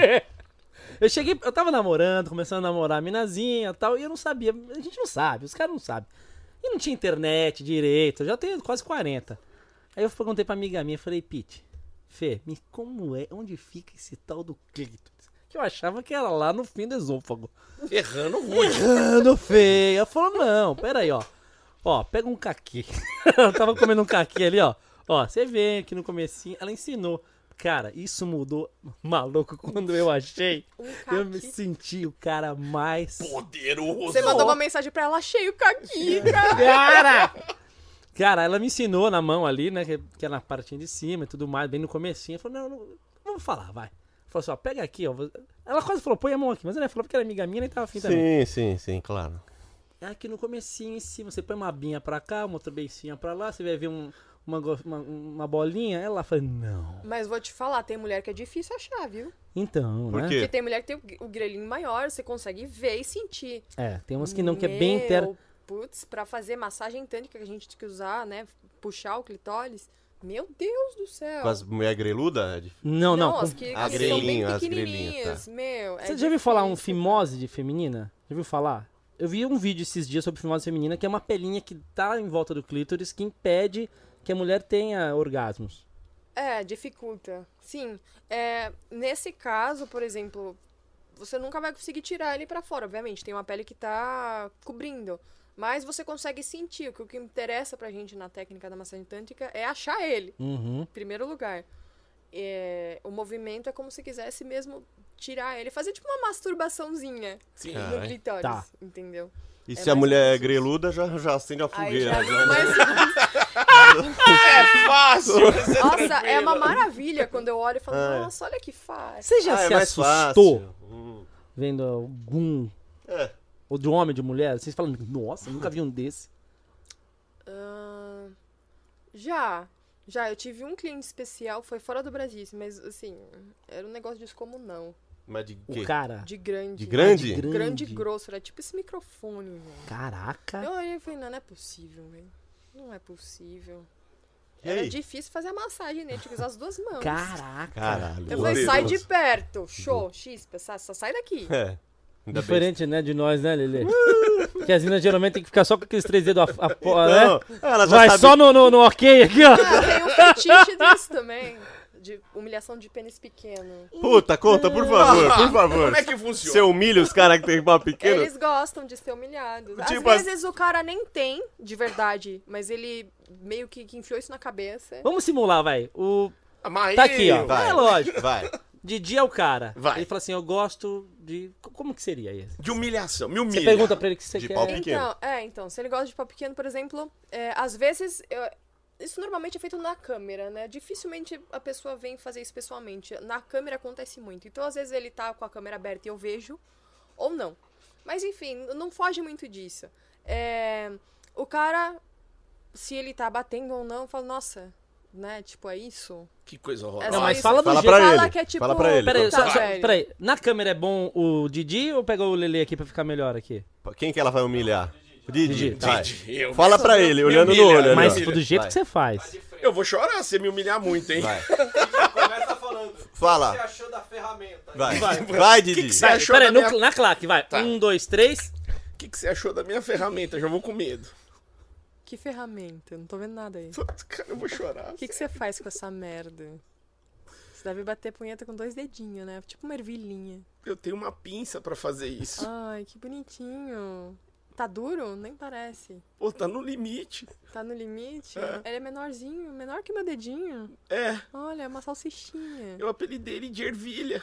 Eu cheguei, eu tava namorando, começando a namorar a minazinha e tal, e eu não sabia, a gente não sabe, os caras não sabem. E não tinha internet direito, eu já tenho quase quarenta. Aí eu perguntei pra amiga minha, falei, Pete, Fê, me- como é, onde fica esse tal do clítoris? Que eu achava que era lá no fim do esôfago. Errando ruim. Errando feio. Ela falou, não, peraí, ó. Ó, pega um caqui. Eu tava comendo um caqui ali, ó. Ó, você vê aqui no comecinho, ela ensinou. Cara, isso mudou, maluco, quando eu achei. Um Eu me caqui. senti o cara mais... Poderoso. Você mandou uma mensagem pra ela, achei o caqui, cara. Cara! Cara, ela me ensinou na mão ali, né, que, que é na partinha de cima e tudo mais, bem no comecinho. Ela falou, não, não, vamos falar, vai. Falou assim, ó, pega aqui, ó. Ela quase falou, põe a mão aqui, mas ela falou porque era amiga minha, nem tava afim também. Sim, sim, sim, claro. Aqui no comecinho, em cima, você põe uma abinha pra cá, uma outra beicinha pra lá, você vai ver um, uma, go- uma, uma bolinha. Ela falou, não. Mas vou te falar, tem mulher que é difícil achar, viu? Então, Por né? quê? Porque tem mulher que tem o, o grelhinho maior, você consegue ver e sentir. É, tem umas que não, que é bem Meu, inter... Putz, pra fazer massagem tântrica que a gente tem que usar, né? Puxar o clitóris. Meu Deus do céu. Com as mulher greluda? é difícil. Não, não. as com- que, As que são bem grelhinhas, as pequenininhas. grelhinhas, tá. Meu, é Você já ouviu falar um difícil. fimose de feminina? Já ouviu falar? Eu vi um vídeo esses dias sobre fimose feminina, que é uma pelinha que tá em volta do clítoris que impede que a mulher tenha orgasmos. É, dificulta. Sim. É, nesse caso, por exemplo, você nunca vai conseguir tirar ele pra fora, obviamente. Tem uma pele que tá cobrindo. Mas você consegue sentir. O que interessa pra gente na técnica da massagem tântrica é achar ele, Uhum. em primeiro lugar. É, o movimento é como se quisesse mesmo tirar ele. Fazer tipo uma masturbaçãozinha Sim. Cara. no Caralho. clitóris, Tá. entendeu? E É se a mais mulher ou é menos greluda, já, já acende a Aí fogueira. já, já, né? mas, É fácil. nossa, é uma maravilha quando eu olho e falo, É. nossa, olha que fácil. Você já Ah, é se mais assustou fácil. Hum. vendo algum... É. Ou de homem, de mulher? Vocês falam, nossa, nunca vi um desse. Ahn, já, já. Eu tive um cliente especial, foi fora do Brasil, mas assim, era um negócio descomunal. Mas de O quê? cara... De grande. De grande? de Grande e grosso, era tipo esse microfone, velho. Caraca. Eu olhei e falei, não, não é possível, velho. Não é possível. E Era aí? difícil fazer a massagem nele, tinha que usar as duas mãos. Caraca. Caralho. Eu falei, sai de poderoso. perto, show, chispa, sa- sa- sai daqui. É. Ainda bem. Diferente, né, de nós, né, Lelê? Porque as meninas geralmente tem que ficar só com aqueles três dedos a, a, Não, né? ela já Vai sabe... só no, no, no ok aqui, ó. Ah, tem um fetiche disso também, de humilhação de pênis pequeno. Puta, conta, por favor, por favor. Como é que funciona? Você humilha os caras que tem pau pequeno? Eles gostam de ser humilhados. Às Tipo as- vezes o cara nem tem, de verdade, mas ele meio que, que enfiou isso na cabeça. Vamos simular, vai. O... Mas Tá aqui, ó. Vai. É lógico. Vai. Didi é o cara. Vai. Ele fala assim, eu gosto de... Como que seria isso? De humilhação. Me Você humilha. pergunta pra ele o que você De quer. pau pequeno. Então, é, então, se ele gosta de pau pequeno, por exemplo, é, às vezes, eu- isso normalmente é feito na câmera, né? Dificilmente a pessoa vem fazer isso pessoalmente. Na câmera acontece muito. Então, às vezes, ele tá com a câmera aberta e eu vejo, ou não. Mas, enfim, não foge muito disso. É, o cara, se ele tá batendo ou não, fala, nossa, né? Tipo, é isso? Que coisa horrorosa. É Não, só mas isso. fala do Fala jeito. pra Fala ele. que é tipo... Fala pra ele. Peraí, Tá, só, só- velho. peraí. Na câmera é bom o Didi ou pegar o Lelê aqui pra ficar melhor aqui? Quem que ela vai humilhar? O Didi. Didi, vai. Didi, eu Fala me- pra ele, me olhando no humilha, olho. ali, Mas ó. humilha. do jeito Vai. que você faz. Eu vou chorar se me humilhar muito, hein? Vai. Começa falando. Fala. achou da ferramenta? Vai. Vai. Vai, que Didi. você Vai, achou peraí, da no- minha- na claque, vai. Tá. Um, dois, três. O que, que você achou da minha ferramenta? Já vou com medo. Que ferramenta? Eu não tô vendo nada aí. Cara, eu vou chorar. O que, que você faz com essa merda? Você deve bater punheta com dois dedinhos, né? Tipo uma ervilhinha. Eu tenho uma pinça pra fazer isso. Ai, que bonitinho. Tá duro? Nem parece. Pô, tá no limite. Tá no limite? É. Ele é menorzinho, menor que meu dedinho. É, Olha, é uma salsichinha. eu apelidei ele de ervilha.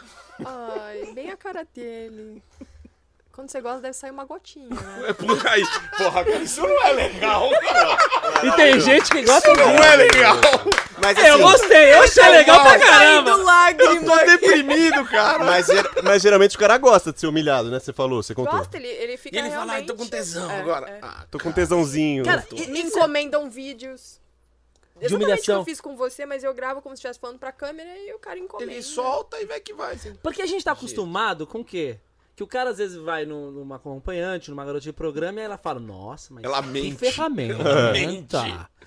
Ai, bem a cara dele. Quando você gosta, deve sair uma gotinha, né? É por aí. Porra, cara, isso não é legal, cara. E tem gente que gosta Isso não é legal. Mas Eu assim, gostei, eu achei legal pra caramba. Caindo lágrima. Tô deprimido, cara. mas, ger- mas geralmente o cara gosta de ser humilhado, né? Você falou, você contou. Gosta, ele, ele fica E ele fala, realmente... ai, tô com tesão É, agora. é. Ah, Tô com tesãozinho. Cara, Tô- e- me encomendam vídeos. Exatamente o que humilhação. eu fiz com você, mas eu gravo como se estivesse falando pra câmera e o cara encomenda. ele solta e vai que vai. Assim. Porque a gente tá acostumado com o quê? Que o cara às vezes vai no- numa acompanhante, numa garota de programa, e ela fala, nossa, mas Ela que mente. ferramenta. Ela mente.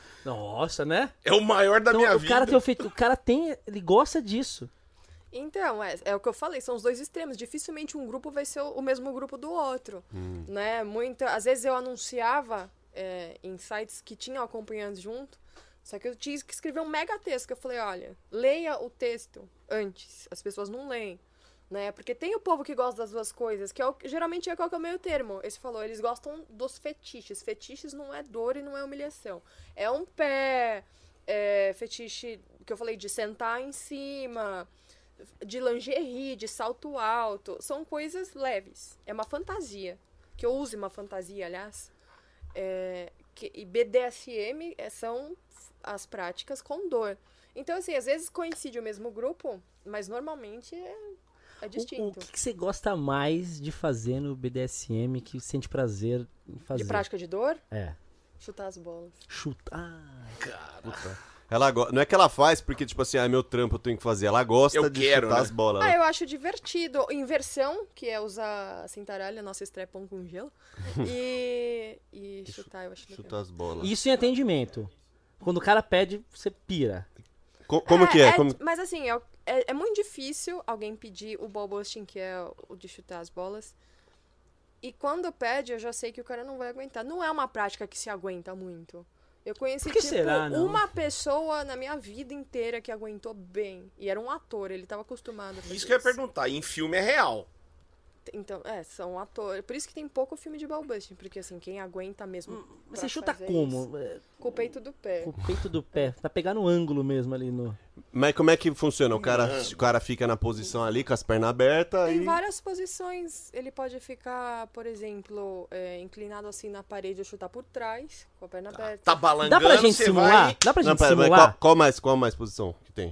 Nossa, né? É o maior da Então, minha o vida. cara tem o feito, o cara tem, ele gosta disso. Então, é, é o que eu falei, são os dois extremos. Dificilmente um grupo vai ser o, o mesmo grupo do outro, né? Muita, às vezes eu anunciava é, em sites que tinham acompanhantes junto, só que eu tinha que escrever um mega texto, que eu falei, olha, leia o texto antes, as pessoas não leem, né? Porque tem o povo que gosta das duas coisas, que é o, geralmente é qual que é o meio termo. Esse falou, eles gostam dos fetiches. Fetiches não é dor e não é humilhação. É um pé, é, fetiche que eu falei de sentar em cima, de lingerie, de salto alto. São coisas leves. É uma fantasia. Que eu use uma fantasia, aliás. É, que, e B D S M é, são as práticas com dor. Então, assim, às vezes coincide o mesmo grupo, mas normalmente é, é O, distinto. o que, que você gosta mais de fazer no B D S M que sente prazer em fazer? De prática de dor, É. chutar as bolas. Chuta. Ah, Ela go- Não é que ela faz porque, tipo assim, ah, é meu trampo, eu tenho que fazer. Ela gosta Eu de quero, chutar né? as bolas. Ah, né? eu acho divertido. Inversão, que é usar a cintaralha, nossa strap-on com gelo. E, e chutar, eu acho legal. Chutar as bolas. isso em atendimento. Quando o cara pede, você pira. Co- como que é? Como- Mas assim, é, é, é muito difícil alguém pedir o ball busting, que é o de chutar as bolas. E quando pede, eu já sei que o cara não vai aguentar. Não é uma prática que se aguenta muito. Eu conheci, Por que tipo, será, não? uma pessoa na minha vida inteira que aguentou bem. E era um ator, ele tava acostumado a fazer Isso que eu ia perguntar. Em filme é real. Então, é, são atores. Por isso que tem pouco filme de ball busting, porque assim, quem aguenta mesmo. Mas pra você chuta fazer como? isso, É, com o peito do pé. Com o peito do pé. Pra pegar no ângulo mesmo ali no. Mas como é que funciona? O cara, o cara fica na posição ali com as pernas abertas Tem e... várias posições. Ele pode ficar, por exemplo, é, inclinado assim na parede ou chutar por trás, com a perna aberta. Tá balangando, Dá pra gente você simular? vai... Dá pra Não, gente pera, mas simular? qual, qual mais, qual mais posição que tem?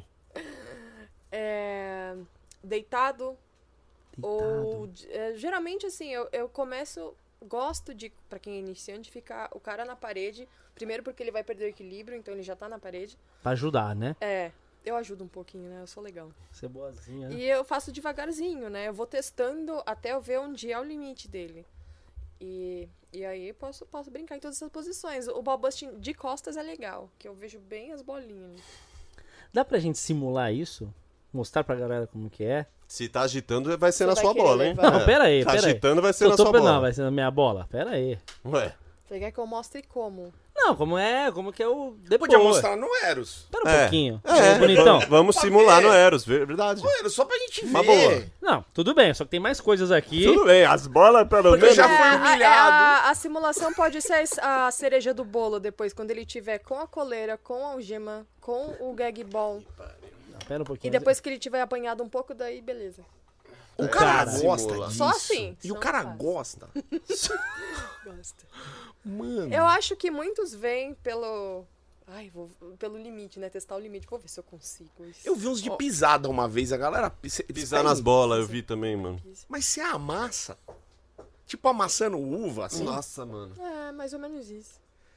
É, deitado. Ou Deitado. de- é, geralmente assim, eu, eu começo, gosto de, pra quem é iniciante, ficar o cara na parede, primeiro porque ele vai perder o equilíbrio, então ele já tá na parede. Pra ajudar, né? É, eu ajudo um pouquinho, né? Eu sou legal. Ser boazinha, né? E eu faço devagarzinho, né? Eu vou testando até eu ver onde é o limite dele. E, e aí posso, posso brincar em todas essas posições. O ball busting de costas é legal, que eu vejo bem as bolinhas. Dá pra gente simular isso? Mostrar pra galera como que é? Se tá agitando, vai ser Você na vai sua querer bola, hein? levar. Não, pera aí, Tá pera aí. agitando, vai ser Se eu na tô sua pe- bola. Não, vai ser na minha bola. Pera aí. Ué. Você quer que eu mostre como? Não, como é, como que é o... Depois. Podia mostrar no Eros. Pera um É. pouquinho. É, Bonitão. v- Vamos Pra simular ver. no Eros, ver- verdade. Ô, Eros, só pra gente ver. Uma boa. Não, tudo bem, só que tem mais coisas aqui. Tudo bem, as bolas, pelo Porque eu menos... já fui É, a- humilhado. A, a simulação pode ser a cereja do bolo depois, quando ele tiver com a coleira, com a algema, com o gag ball. Não, pera um E pouquinho. depois que ele tiver apanhado um pouco, daí beleza. O cara, Cara, gosta simula. disso. Só assim, E o só cara fácil. gosta. Gosta. Mano. Eu acho que muitos vêm pelo... Ai, vou, pelo limite, né? Testar o limite. Vou ver se eu consigo isso. Eu vi uns de pisada uma vez, a galera... pisa- Pisar nas bolas, eu vi também, mano. Mas você amassa. Tipo amassando uva, assim. Nossa, mano. É, mais ou menos isso.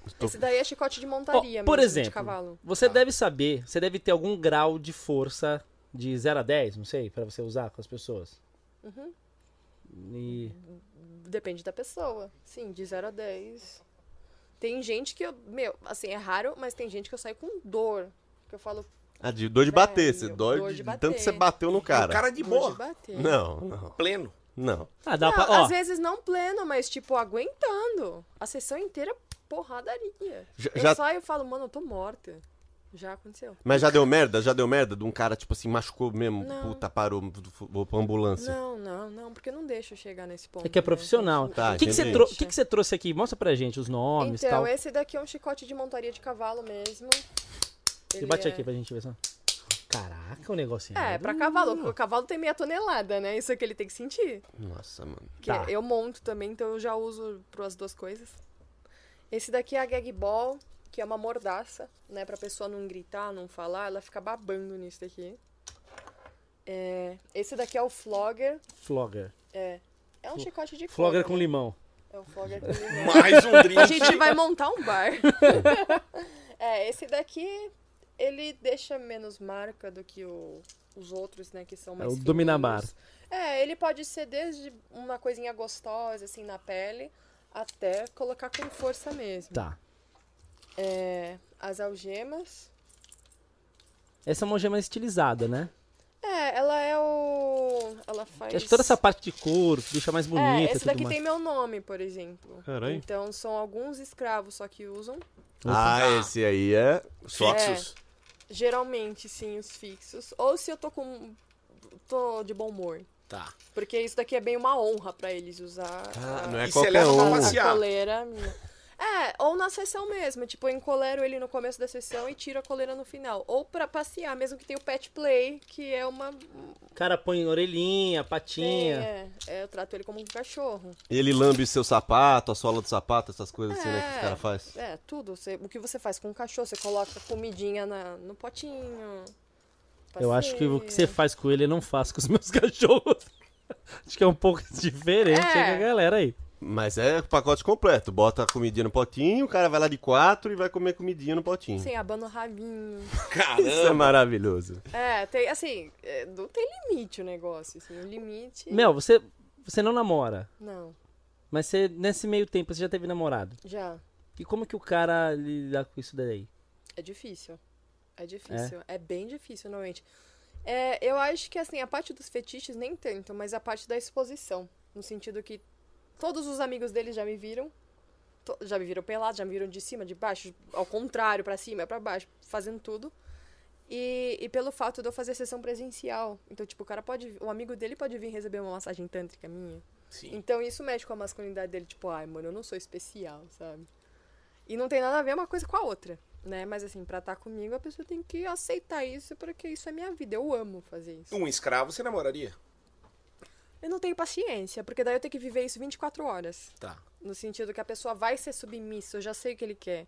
Tô- Esse daí é chicote de montaria, Ó, por mesmo, exemplo, de cavalo. Você Tá. deve saber, você deve ter algum grau de força de zero a dez, não sei, pra você usar com as pessoas. Uhum. E... Depende da pessoa. Sim, de zero a dez. Tem gente que eu. Meu, assim, é raro, mas tem gente que eu saio com dor. Que eu falo. Ah, de dor de Velho, bater. Você dói dor de, de de bater. tanto que você bateu no O cara. cara de dor boa, de bater. Não, não, pleno. não. Ah, dá Não, pra... Ó, às vezes não pleno, mas tipo, aguentando. A sessão inteira, porradaria. Já- eu já- saio e falo, mano, eu tô morta. Já aconteceu. Mas já deu merda? Já deu merda de um cara, tipo assim, machucou mesmo? Não. Puta, parou, vou pra ambulância. Não, não, não, porque eu não deixo eu chegar nesse ponto. é que é né? profissional. Tá, O que, que, você entendi. trou- que, que você trouxe aqui? Mostra pra gente os nomes e Então, tal. esse daqui é um chicote de montaria de cavalo mesmo. E Ele bate é... aqui pra gente ver só. Caraca, o negocinho. É, pra cavalo. O cavalo tem meia tonelada, né? Isso é que ele tem que sentir. Nossa, mano. Que Tá. eu monto também, então eu já uso para as duas coisas. Esse daqui é a gag ball, que é uma mordaça, né? Pra pessoa não gritar, não falar, ela fica babando nisso daqui. É, esse daqui é o flogger. Flogger. É, é um chicote de Flogger couro, com né? limão. É o flogger com limão. Mais um drink. A gente vai montar um bar. É, esse daqui, ele deixa menos marca do que o- os outros, né? Que são É mais o Dominabar. fininhos. É, ele pode ser desde uma coisinha gostosa, assim, na pele, até colocar com força mesmo. Tá. É, as algemas. Essa é uma gema estilizada, né? É, ela é o... Ela faz... Acho que toda essa parte de couro deixa mais bonita É, e esse tudo daqui mais. tem meu nome, por exemplo. Caralho. Então, são alguns escravos só que usam. Ah, Tá. esse aí é... Só... Fixos. Geralmente, sim, os fixos. Ou se eu tô com... tô de bom humor. Tá. Porque isso daqui é bem uma honra pra eles usar. Ah, a- não é E você qualquer leva pra um. passear. A coleira minha. É, ou na sessão mesmo. Tipo, eu encolero ele no começo da sessão e tiro a coleira no final. Ou pra passear, mesmo que tenha o pet play, que é uma... O cara põe orelhinha, patinha. É, é, eu trato ele como um cachorro. Ele lambe seu sapato, a sola do sapato, essas coisas assim, né, que os É. caras fazem. É, tudo. Você- o que você faz com o cachorro, você coloca comidinha na, no potinho. Eu acho que o que você passeia. faz com ele, eu não faço com os meus cachorros. Acho que é um pouco diferente É. aí com a galera aí. Mas é pacote completo. Bota a comidinha no potinho, o cara vai lá de quatro e vai comer comidinha no potinho. Sim, abana o rabinho. Isso é Caramba. maravilhoso. É, tem, assim, é, não tem limite o negócio, assim, o limite... Mel, você, você não namora, Não, mas você, nesse meio tempo você já teve namorado. já, E como que o cara lida com isso daí? é difícil, é difícil, é, bem difícil, normalmente. É, eu acho que, assim, a parte dos fetiches nem tanto, mas a parte da exposição, no sentido que todos os amigos dele já me viram, to- já me viram pelado, já me viram de cima, de baixo, ao contrário, pra cima, pra baixo, fazendo tudo. E, e pelo fato de eu fazer sessão presencial. Então, tipo, o cara pode. O amigo dele pode vir receber uma massagem tântrica minha. Sim. Então isso mexe com a masculinidade dele, tipo, ai, mano, eu não sou especial, sabe? E não tem nada a ver uma coisa com a outra, né? Mas assim, pra estar comigo, a pessoa tem que aceitar isso, porque isso é minha vida. Eu amo fazer isso. Um escravo você namoraria? Eu não tenho paciência, porque daí eu tenho que viver isso vinte e quatro horas. Tá. No sentido que a pessoa vai ser submissa, eu já sei o que ele quer.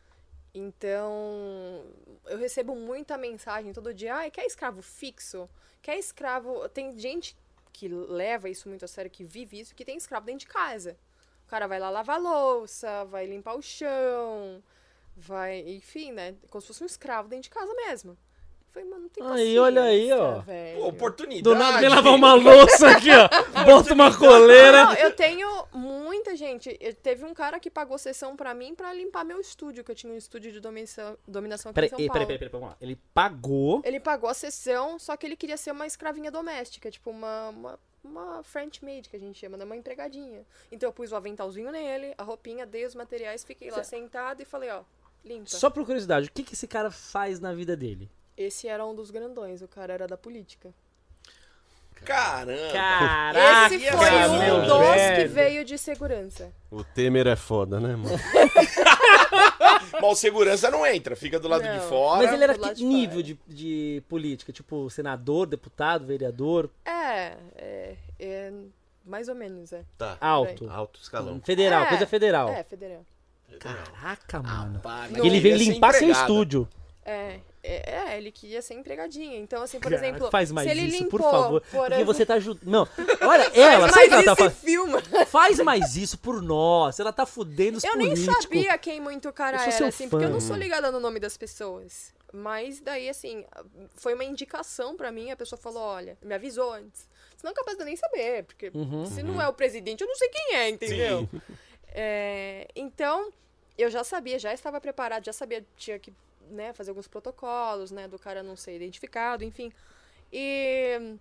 Então, eu recebo muita mensagem todo dia. Ai, quer escravo fixo? Quer escravo... Tem gente que leva isso muito a sério, que vive isso, que tem escravo dentro de casa. O cara vai lá lavar a louça, vai limpar o chão, vai... Enfim, né? Como se fosse um escravo dentro de casa mesmo. Eu falei, mano, não tem Aí, paciência, olha aí, ó. velho. Pô, oportunidade. Do nada vem lavar uma louça aqui, ó. Bota uma coleira. Não, eu tenho muita gente. Eu- teve um cara que pagou sessão pra mim pra limpar meu estúdio, que eu tinha um estúdio de dominação, dominação aqui Peraí, em São peraí, Paulo. peraí, peraí, vamos lá. Ele pagou. Ele pagou a sessão, só que ele queria ser uma escravinha doméstica, tipo uma, uma, uma French maid, que a gente chama, né? Uma empregadinha. Então eu pus o aventalzinho nele, a roupinha, dei os materiais, fiquei lá sentada e falei, ó, limpa. Só por curiosidade, o que, que esse cara faz na vida dele? Esse era um dos grandões, o cara era da política. Caramba. Caraca, Esse foi meu um dos que velho. veio de segurança. O Temer é foda, né, mano? Mas o segurança não entra, fica do lado Não. de fora. Mas ele era do lado que de nível fora. de, de política? Tipo, senador, deputado, vereador? É, é, é mais ou menos, é. Tá. Alto. Alto escalão. Federal, É, coisa federal. É, federal. Caraca, mano. Pá, E ele veio ia ser limpar seu empregada. estúdio. É, É, é, ele queria ser empregadinha. Então, assim, por Cara, exemplo, faz mais se ele isso, limpou... por favor. por Porque exemplo- você tá ajudando. Não, olha, ela, sabe o Mas que ela tá isso fazendo? filma. Faz mais isso por nós. Ela tá fudendo os Eu nem políticos. sabia quem muito o cara Eu sou era, seu assim, porque eu não fã. sou ligada no nome das pessoas. Mas daí, assim, foi uma indicação pra mim, a pessoa falou, olha, me avisou antes. Senão é capaz de eu nem saber, porque Uhum. se não é o presidente, eu não sei quem é, entendeu? É, então, eu já sabia, já estava preparado, já sabia, tinha que, né, fazer alguns protocolos, né, do cara não ser identificado, enfim. E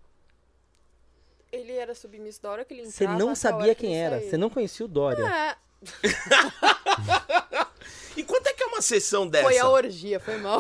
ele era submisso da hora que ele entrava. Você não até a sabia hora que quem ele era. saía. Você não conhecia o Dória. É, E quanto é que é uma sessão dessa? foi a orgia, foi mal.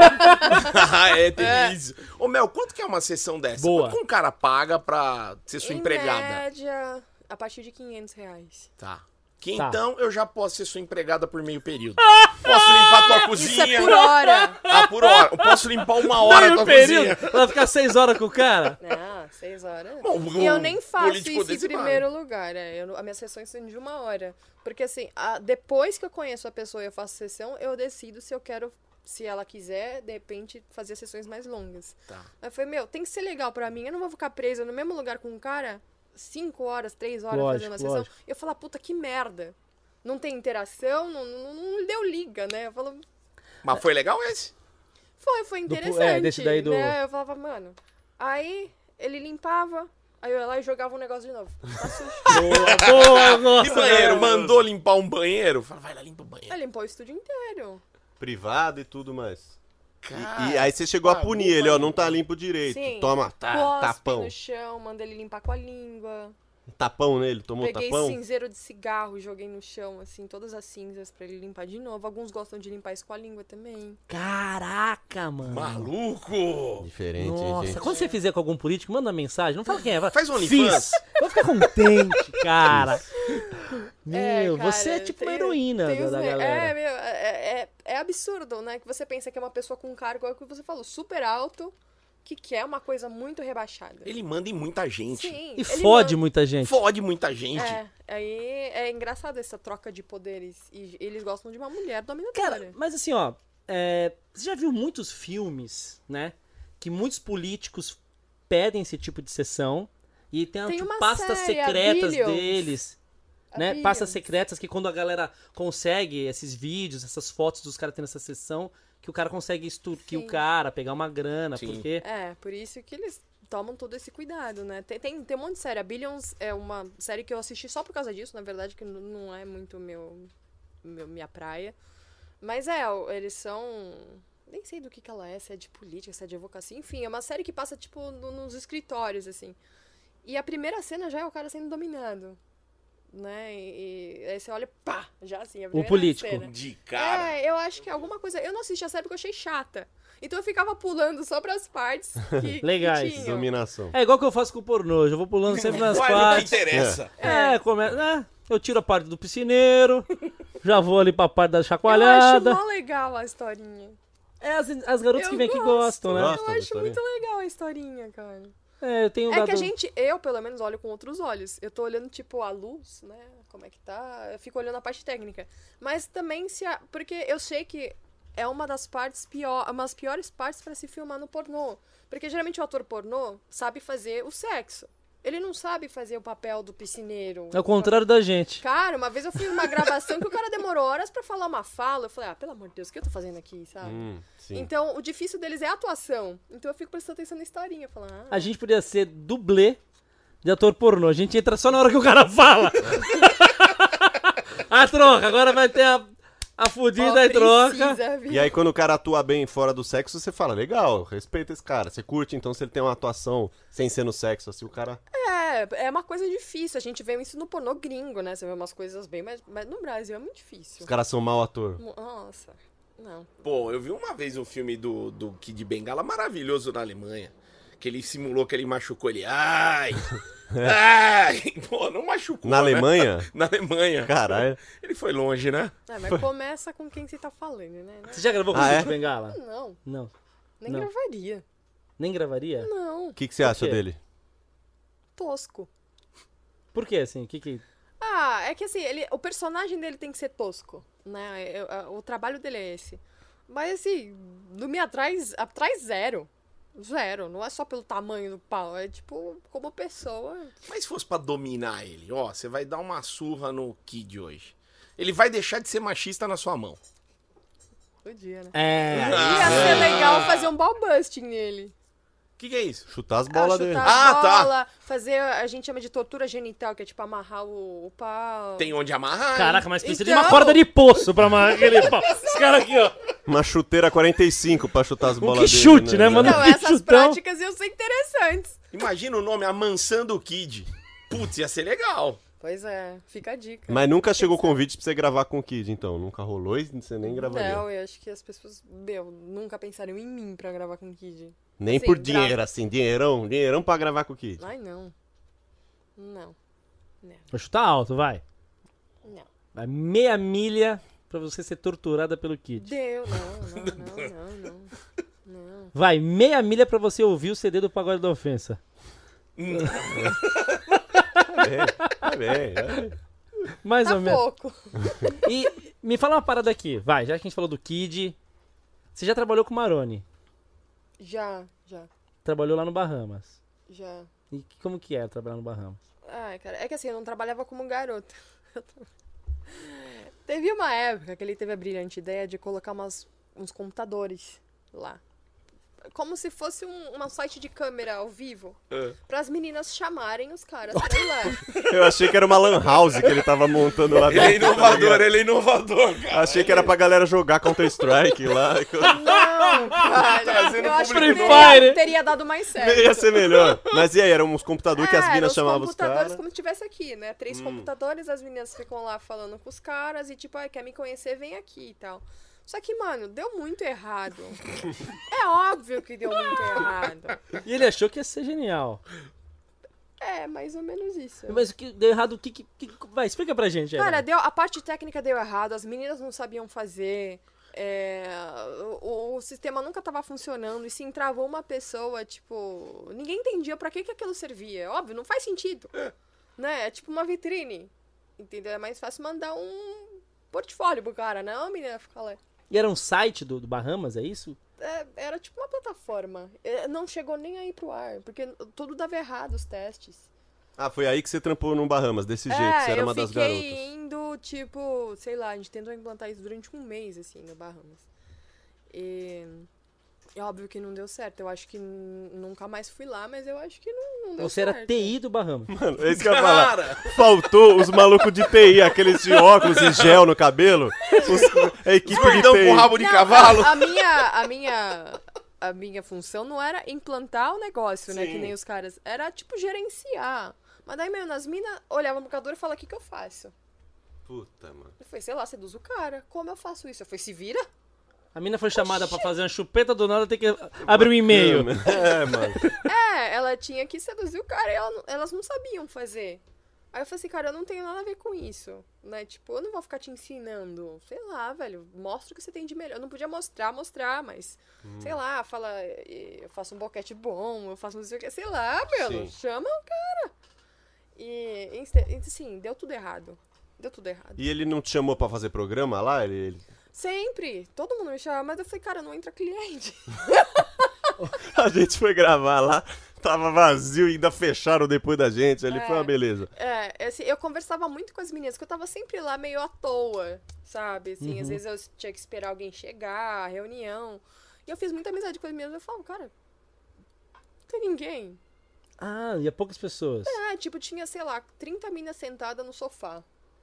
Ah, é, tem isso. Ô, Mel, quanto que é uma sessão dessa? Boa. Quanto que um cara paga pra ser sua Em empregada? média, a partir de quinhentos reais. Tá. Que Tá. então eu já posso ser sua empregada por meio período. Posso limpar tua cozinha. Isso é por hora. Ah, por hora. Eu posso limpar uma hora Meio tua período. cozinha. Ela ficar seis horas com o cara. Não, seis horas. Bom, E eu o nem faço político isso em desse primeiro lugar. É, eu, as minhas sessões são de uma hora. Porque assim, a- depois que eu conheço a pessoa e eu faço sessão, eu decido se eu quero, se ela quiser, de repente, fazer sessões mais longas. Tá. Aí foi, meu, tem que ser legal pra mim. Eu não vou ficar presa no mesmo lugar com um cara cinco horas, três horas Lógico, fazendo a sessão. lógico. E eu falar, puta, que merda. Não tem interação, não, não, não deu liga, né? Eu falo, Mas foi legal esse? foi, foi Do- é, interessante. desse daí do- Né? Eu falava, mano. Aí ele limpava, aí eu ia lá e jogava um negócio de novo. Tá sujo. Boa, boa, nossa. E banheiro? cara. Mandou limpar um banheiro? Fala, vai lá, limpa o banheiro. Ele limpou o estúdio inteiro. Privado e tudo mais. Cara, E, e aí você chegou a pagou punir ele, ó, pra não tá limpar. limpo direito. Sim. Toma, tá, Cospe tapão. no chão, manda ele limpar com a língua. Tapão nele, tomou Peguei tapão? cinzeiro de cigarro, joguei no chão, assim, todas as cinzas pra ele limpar de novo. Alguns gostam de limpar isso com a língua também. Caraca, mano. Maluco! Diferente, hein, Nossa, gente? quando você fizer com algum político, manda uma mensagem. Não fala quem é. Fala, Faz um Fiz. OnlyFans. Vou ficar contente, cara. É, Meu, cara, você é tipo uma tem- heroína tem da, os da ne- galera. É, meu, é, é, é absurdo, né? Que você pensa que é uma pessoa com um cargo, é o que você falou, super alto, que quer uma coisa muito rebaixada. Ele manda em muita gente. Sim. E ele fode manda- muita gente. Fode muita gente. É, aí é engraçado essa troca de poderes. E eles gostam de uma mulher dominadora. Cara, mas assim, ó, é, você já viu muitos filmes, né? Que muitos políticos pedem esse tipo de sessão e tem, Tem tipo, uma pastas série, a secretas Billions. deles. A Né? Billions. Pastas secretas que quando a galera consegue esses vídeos, essas fotos dos caras tendo essa sessão, que o cara consegue extorquir Sim. o cara, pegar uma grana, Sim. porque... É, por isso que eles tomam todo esse cuidado, né? Tem, tem, tem um monte de série. A Billions é uma série que eu assisti só por causa disso, na verdade, que n- não é muito meu, meu minha praia. Mas é, o- eles são... Nem sei do que, que ela é, se é de política, se é de advocacia. Enfim, é uma série que passa, tipo, no- nos escritórios, assim. E a primeira cena já é o cara sendo dominado. Né? E, e aí você olha, pá, já assim, a primeira político. cena. De cara. É, eu acho que alguma coisa... Eu não assisti a série porque eu achei chata. Então eu ficava pulando só pras partes que, Legais. que tinham. Dominação. É igual que eu faço com o pornô, eu vou pulando sempre nas Vai no que partes. interessa. É, come... é, eu tiro a parte do piscineiro, já vou ali pra parte da Eu acho chacoalhada. mó legal a historinha. É as, as garotas Eu que vêm aqui gosto. gostam, né? Gosta Eu da acho historinha? muito legal a historinha, cara. É, eu tenho É dado... que a gente, eu pelo menos olho com outros olhos. Eu tô olhando, tipo, a luz, né? Como é que tá? Eu fico olhando a parte técnica. Mas também se. A... Porque eu sei que é uma das partes pior, uma das piores partes pra se filmar no pornô. Porque geralmente o ator pornô sabe fazer o sexo. Ele não sabe fazer o papel do piscineiro. É o contrário da gente. Cara, uma vez eu fui numa gravação que o cara demorou horas pra falar uma fala. Eu falei, ah, pelo amor de Deus, o que eu tô fazendo aqui, sabe? Hum, sim. Então, o difícil deles é a atuação. Então eu fico prestando atenção na historinha. Falando, ah, A gente podia ser dublê de ator pornô. A gente entra só na hora que o cara fala. Ah, troca, agora vai ter a, a fudida ó, e troca. precisa vir. E aí quando o cara atua bem fora do sexo, você fala, legal, respeita esse cara. Você curte, então, se ele tem uma atuação sem ser no sexo, assim, o cara... É, é uma coisa difícil. A gente vê isso no pornô gringo, né? Você vê umas coisas bem, mas, mas no Brasil é muito difícil. Os caras são mau ator. Nossa, não. Pô, eu vi uma vez um filme do, do Kid Bengala maravilhoso na Alemanha. Que ele simulou que ele machucou ele. Ai! Ai! Pô, não machucou. Na né? Alemanha? Na Alemanha. Caralho. Ele foi longe, né? É, mas começa com quem você tá falando, né? Você já gravou com Ah, o é? Kid Bengala? Não, Não. nem Não. gravaria. Nem gravaria? Não, O que, que você acha quê? dele? tosco. Por que, assim? O que que... Ah, é que assim, ele, o personagem dele tem que ser tosco, né? Eu- eu- O trabalho dele é esse. Mas assim, não me atrai, atrai zero. Zero. Não é só pelo tamanho do pau, é tipo, como pessoa. Mas se fosse pra dominar ele, ó, você vai dar uma surra no Kid hoje. Ele vai deixar de ser machista na sua mão. Podia, né? É. Ia ser legal fazer um ball busting nele. O que, que é isso? Chutar as Ah, bolas chutar dele. as Ah, tá. bola, fazer, a gente chama de tortura genital, que é tipo amarrar o, o pau. Tem onde amarrar. hein? Caraca, mas precisa de Então- uma corda de poço pra amarrar aquele pau. Esse cara aqui, ó. Uma chuteira quarenta e cinco pra chutar as Um bolas que dele. chute, né, mano? Então, Que essas chutão. práticas iam ser interessantes. Imagina o nome Amansando o Kid. Putz, ia ser legal. Pois é, fica a dica. Mas nunca chegou o convite pra você gravar com o Kid, então. Nunca rolou e você nem gravaria. Não, eu acho que as pessoas, meu, nunca pensaram em mim pra gravar com o Kid. Nem Assim, por gra- dinheiro, assim, dinheirão, dinheirão pra gravar com o Kid. Ai, não. Não. Não. Vou chutar alto, vai. Não. Vai meia milha pra você ser torturada pelo Kid. Deu, não, não, não, não, não. Não. Vai, meia milha pra você ouvir o C D do Pagode da Ofensa. Tá bem, tá bem. Mais Tá ou menos. pouco. E me fala uma parada aqui, vai, já que a gente falou do Kid. Você já trabalhou com o Maroni. Já, já, Trabalhou lá no Bahamas. já. E como que é trabalhar no Bahamas? Ai, cara, é que assim, eu não trabalhava como garota. Eu tra- Teve uma época que ele teve a brilhante ideia de colocar umas, uns computadores lá. Como se fosse um, uma site de câmera ao vivo. É. Para as meninas chamarem os caras pra ir lá. Eu achei que era uma lan house que ele tava montando lá Ele é dentro. inovador, ele é inovador, cara. Achei que era pra galera jogar Counter-Strike lá. Não, cara. Trazendo Eu acho que público teria, novo. teria dado mais certo. Ia ser melhor. Mas e aí, eram uns computadores que as É, minas os chamavam os computadores caras. como se tivesse aqui, né? Três Hum. computadores, as meninas ficam lá falando com os caras e tipo, ah, quer me conhecer, vem aqui e tal. Só que, mano, deu muito errado. É óbvio que deu muito errado. E ele achou que ia ser genial. É, mais ou menos isso. Mas o que deu errado, o que, que, que- Vai, explica pra gente. Cara, Evan. deu, a parte técnica deu errado, as meninas não sabiam fazer, é, o, o sistema nunca tava funcionando, e se entravou uma pessoa, tipo, ninguém entendia pra que, que aquilo servia. Óbvio, não faz sentido. Né? É tipo uma vitrine. Entendeu? É mais fácil mandar um portfólio pro cara, não a menina ficar lá. E era um site do, do Bahamas, é isso? É, era tipo uma plataforma. É, não chegou nem aí pro ar, porque tudo dava errado os testes. Ah, foi aí que você trampou no Bahamas, desse jeito. É, Você era eu uma das fiquei garotas. indo, tipo, sei lá, a gente tentou implantar isso durante um mês, assim, no Bahamas. E é óbvio que não deu certo. Eu acho que n- nunca mais fui lá, mas eu acho que não, não deu Você certo. era T I do Bahamas. Mano, é isso que eu ia falar. Cara, Faltou os malucos de T I, aqueles de óculos e gel no cabelo. Os, a equipe de gordão T I. com rabo de Não, cavalo. A, a minha, a minha, a minha função não era implantar o negócio, né? Sim. Que nem os caras. Era, tipo, gerenciar. Mas daí, meu, nas minas, olhava no computador e falava, o que que eu faço? Puta, mano. Eu falei, sei lá, seduz o cara. Como eu faço isso? Eu falei, se vira. A mina foi chamada pra fazer uma chupeta do nada, tem que abrir um e-mail. É, mano. É, ela tinha que seduzir o cara e ela não- elas não sabiam fazer. Aí eu falei assim, cara, eu não tenho nada a ver com isso, né? Tipo, eu não vou ficar te ensinando. Sei lá, velho, mostra o que você tem de melhor. Eu não podia mostrar, mostrar, mas... Sei lá, fala, eh, eu faço um boquete bom, eu faço não sei o que. Sei lá, meu, Sim. chama o cara. E, insta- e, assim, deu tudo errado. Deu tudo errado. E ele não te chamou pra fazer programa lá? Ele, ele- Sempre, todo mundo me chamava, mas eu falei, cara, não entra cliente. A gente foi gravar lá, tava vazio e ainda fecharam depois da gente. Ali É. foi uma beleza. É, assim, eu conversava muito com as meninas, porque eu tava sempre lá meio à toa, sabe? Assim, Uhum. às vezes eu tinha que esperar alguém chegar, reunião. E eu fiz muita amizade com as meninas, eu falava, cara, não tem ninguém. Ah, e a poucas pessoas. É, tipo, tinha, sei lá, trinta minas sentadas no sofá.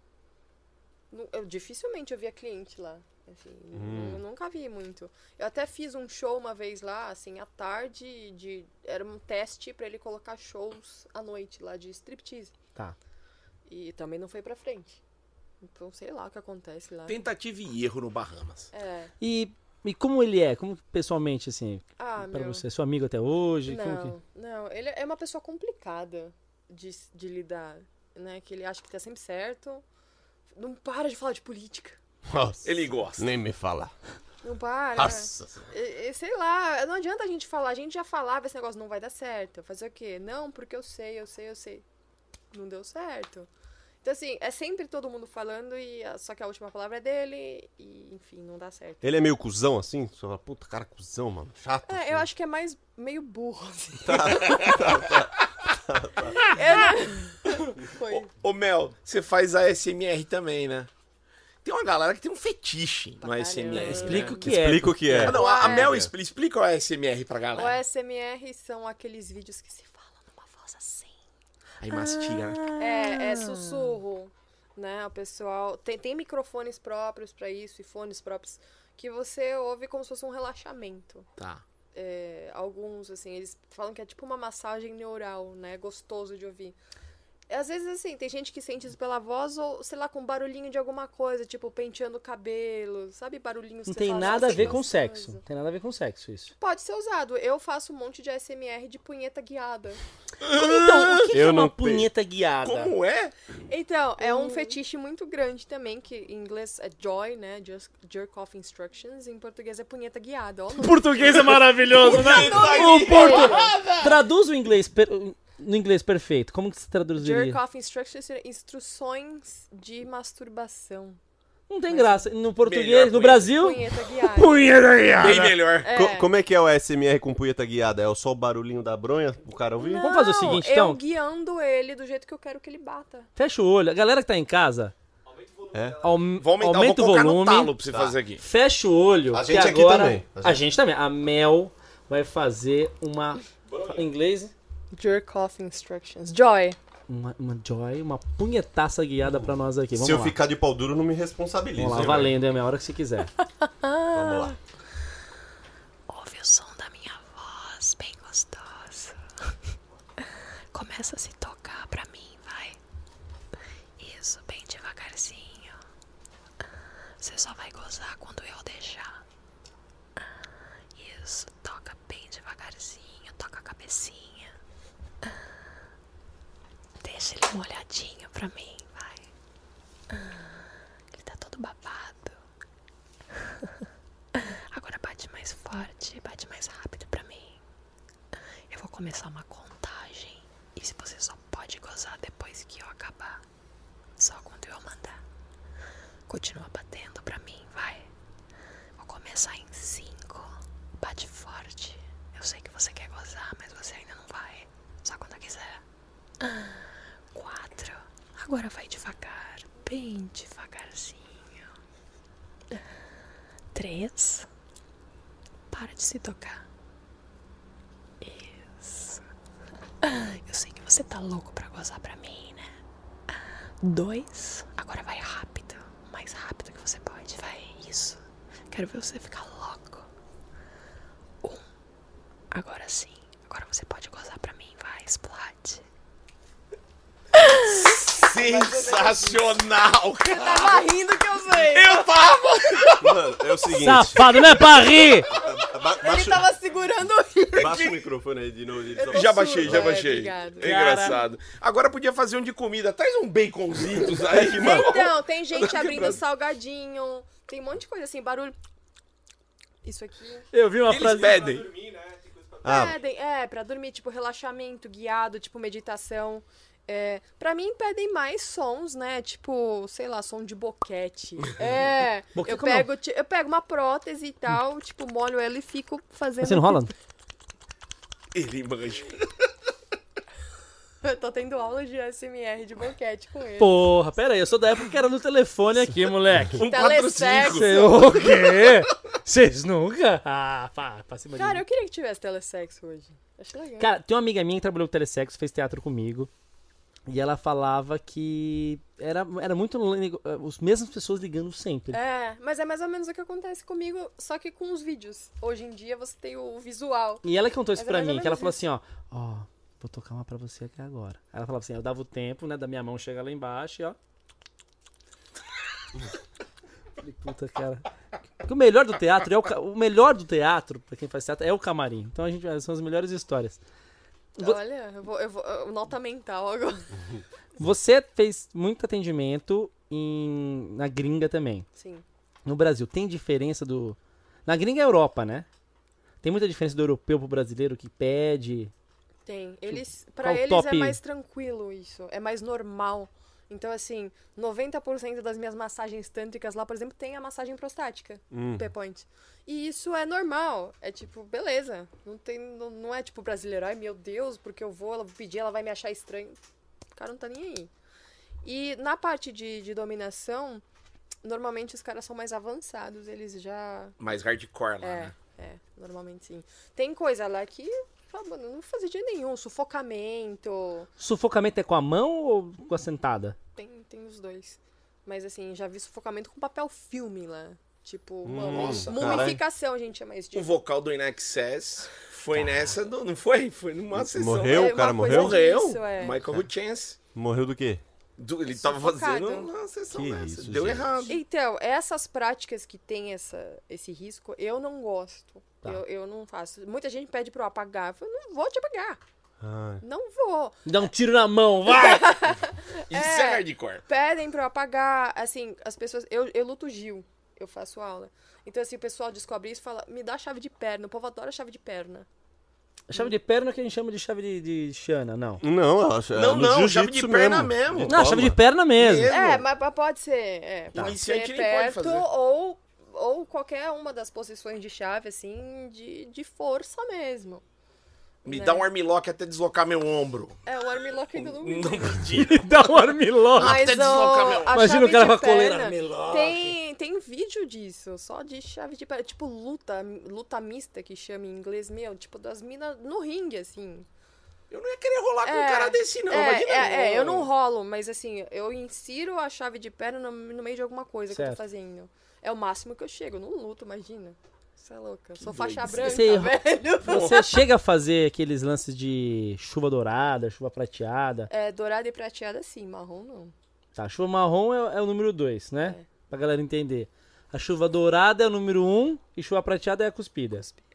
Nu- Eu, dificilmente eu via cliente lá. Assim, Hum. eu nunca vi muito. Eu até fiz um show uma vez lá, assim, à tarde, de, era um teste pra ele colocar shows à noite lá de striptease. Tá. E também não foi pra frente. Então, sei lá o que acontece lá. Tentativa e erro no Bahamas. É. E, e como ele é? Como pessoalmente, assim, Ah, pra meu. você? Seu amigo até hoje? Como que... Não, não. Ele é uma pessoa complicada de, de lidar, né? Que ele acha que tá sempre certo. Não para de falar de política. Nossa, Ele gosta. nem me falar. Não para. Nossa. E- e sei lá, não adianta a gente falar. A gente já falava, esse negócio não vai dar certo. Fazer o quê? Não, porque eu sei, eu sei, eu sei. Não deu certo. Então, assim, é sempre todo mundo falando, e a- só que a última palavra é dele, e, enfim, não dá certo. Ele é meio cuzão, assim? Você fala, puta, cara cuzão, mano. Chato. É, assim. eu acho que é mais meio burro, assim. Tá, tá, tá. Eu não... Foi. Ô, Mel, você faz A S M R também, né? Tem uma galera que tem um fetiche Pra no A S M R. caramba. Explica o né? que é. Explica o que é. Ah, não, a, a Mel É. expli- explica o A S M R pra O galera. A S M R são aqueles vídeos que se falam numa voz assim. Aí mastiga, né? É, é sussurro, né? O pessoal... Tem, tem microfones próprios pra isso, e fones próprios, que você ouve como se fosse um relaxamento. Tá. É, alguns, assim, eles falam que é tipo uma massagem neural, né? Gostoso de ouvir. Às vezes, assim, tem gente que sente isso pela voz ou, sei lá, com barulhinho de alguma coisa, tipo penteando o cabelo, sabe? Barulhinhos Não que tem você fala, nada a "Nossa, ver que com gostoso." sexo. Não tem nada a ver com sexo, isso. Pode ser usado. Eu faço um monte de A S M R de punheta guiada. Então, o que, que Eu é uma não pe- punheta guiada? Como é? Então, é um fetiche muito grande também, que em inglês é joy, né? Just jerk off instructions. Em português é punheta guiada. Ó, o nome. Português é maravilhoso, né? O portu... Traduz o inglês per- no inglês perfeito. Como que se traduziria? Jerk off instructions, instruções de masturbação. Não tem graça. No português, Melhor no punheta. Brasil... Punheta guiada. Punheta guiada. Bem melhor. É. Co- como é que é o A S M R com punheta guiada? É só o barulhinho da bronha pro cara ouvir? Vamos fazer o Não, seguinte, eu então? guiando ele do jeito que eu quero que ele bata. Fecha o olho. A galera que tá em casa, É? aum- Vou aumentar, aumenta vou o colocar no volume. talo pra você Tá. fazer aqui. Fecha o olho. A que gente aqui agora... também. A A gente- gente também. A Mel vai fazer uma... Em inglês... Jerk off instructions. Joy. Uma, uma joy, uma punhetaça guiada pra nós aqui. Vamos Se eu lá. ficar de pau duro, não me responsabilizo. Vamos lá, hein, valendo, é a minha hora que você quiser. velho? Vamos lá. Ouve o som da minha voz, bem gostoso. Começa a se tocar pra mim, vai. Isso, bem devagarzinho. Você só vai gozar quando eu deixar. Isso, toca bem devagarzinho, toca a cabecinha. Deixa ele molhadinho pra mim, vai. Ele tá todo babado. Agora bate mais forte, bate mais rápido pra mim. Eu vou começar uma contagem. E se você só pode gozar depois que eu acabar. Só quando eu mandar. Continua batendo pra mim, vai. Vou começar em cinco. Bate forte. Eu sei que você quer gozar, mas você ainda não vai. Só quando quiser. Quatro. Agora vai devagar. Bem devagarzinho. Três. Para de se tocar. Isso. Eu sei que você tá louco pra gozar pra mim, né? Dois. Agora vai rápido. O mais rápido que você pode. Vai. Isso. Quero ver você ficar louco. Um. Agora sim. Agora você pode gozar pra mim. Vai. Explode. Sensacional! Tava rindo que eu sei. Eu tava! Mano, é o seguinte. Safado, não é pra rir! ba- Ele baixa, tava segurando o rir. baixa o microfone aí de novo. ele só- tô Já baixei, já surdo, é, baixei. obrigado. É engraçado. Agora podia fazer um de comida. Traz um baconzitos aí, mano. Então, tem gente abrindo salgadinho. Tem um monte de coisa assim, barulho. Isso aqui. Eu vi uma Eles frase... pedem. Ah, Pedem, é, pra dormir, tipo, relaxamento guiado, tipo, meditação. É, pra mim, pedem mais sons, né? Tipo, sei lá, som de boquete. É, Boquete eu como pego, ti- eu pego uma prótese e tal, tipo, molho ela e fico fazendo... Você não rola? Ele manja. Eu tô tendo aula de A S M R de boquete com ele. Porra, pera aí, eu sou da época que era no telefone aqui, moleque. Um quatro Telesexo. cinco. Cê- O quê? Vocês nunca? Ah, pá, pra cima de Cara, mim. eu queria que tivesse telesexo hoje. Acho legal. Cara, tem uma amiga minha que trabalhou com telesexo, fez teatro comigo. E ela falava que era, era muito... nego- As mesmas pessoas ligando sempre. É, mas é mais ou menos o que acontece comigo, só que com os vídeos. Hoje em dia você tem o visual. E ela contou isso Mas é pra mais ou mim, que ela menos falou assim, ó... Ó, vou tocar uma pra você aqui agora. Ela falava assim, eu dava o tempo, né, da minha mão chegar lá embaixo e ó... Falei, puta, cara... Porque o melhor do teatro é o... ca- O melhor do teatro, pra quem faz teatro, é o camarim. Então a gente... São as melhores histórias. Vo- Olha, eu vou, eu vou eu- nota mental agora. Você fez muito atendimento em, na gringa também. Sim. No Brasil, tem diferença do... Na gringa é Europa, né? Tem muita diferença do europeu pro brasileiro que pede... Tem. Eles, Qual pra o eles top? é mais tranquilo isso. É mais normal. Então, assim, noventa por cento das minhas massagens tântricas lá, por exemplo, tem a massagem prostática, Hum. P-point. E isso é normal. É tipo, beleza. Não, tem, não, não é tipo brasileiro. Ai, meu Deus, porque eu vou, ela vou pedir, ela vai me achar estranho. O cara não tá nem aí. E na parte de, de dominação, normalmente os caras são mais avançados. Eles já... Mais hardcore lá, É, né? é, normalmente sim. Tem coisa lá que... ah, mano, não vou fazer de nenhum. Sufocamento. Sufocamento é com a mão ou com a sentada? Tem, tem os dois. Mas assim, já vi sufocamento com papel filme lá. Tipo, mano, Nossa, mumificação, a gente chama isso de. O vocal do In Excess foi nessa, do, não foi? Foi numa sessão. Morreu? É O cara uma coisa morreu? disso, Morreu. é. Michael Hutchence. Morreu do quê? Do- ele tava Sufocado. fazendo uma sessão Que dessa. isso, Deu gente. errado. Então, essas práticas que tem essa, esse risco, eu não gosto. Tá. Eu, eu não faço. Muita gente pede pra eu apagar. Eu falo, não vou te apagar. Ah, Não vou. Dá um tiro na mão, vai! Isso é, hardcore. Pedem pra eu apagar. Assim, as pessoas. Eu, eu luto Gil. Eu faço aula. Então, assim, o pessoal descobre isso e fala, me dá chave de perna. O povo adora chave de perna. A chave de perna que a gente chama de chave de, de Xana, não. não, eu acho. é Não, no não, chave jiu-jitsu de perna mesmo. De Não, chave de toma. perna mesmo. Mesmo. É, mas mas pode ser. É, pode Iniciante ser nem pode perto fazer. ou, ou qualquer uma das posições de chave, assim, de, de força mesmo. Me né? dá um armlock até deslocar meu ombro. É, o armlock ainda não me Não dá. pedi. Dá um armlock. Mas até deslocar meu- o, a Imagina chave o cara de com a coleira, perna, armlock. tem, tem vídeo disso, só de chave de perna. Tipo, luta, luta mista, que chama em inglês, meu, tipo, das minas no ringue, assim. Eu não ia querer rolar com um É, cara desse, não. é, Imagina. é, é, eu não rolo, mas assim, eu insiro a chave de perna no, no meio de alguma coisa que eu Certo. tô fazendo. É o máximo que eu chego, eu não luto, imagina. Você é louca. Sou doido. faixa branca, Você- velho. Você chega a fazer aqueles lances de chuva dourada, chuva prateada. É, dourada e prateada sim, marrom não. Tá, chuva marrom é, é o número dois, né? É. Pra galera entender. A chuva dourada é o número um e chuva prateada é a cuspida. Cuspida.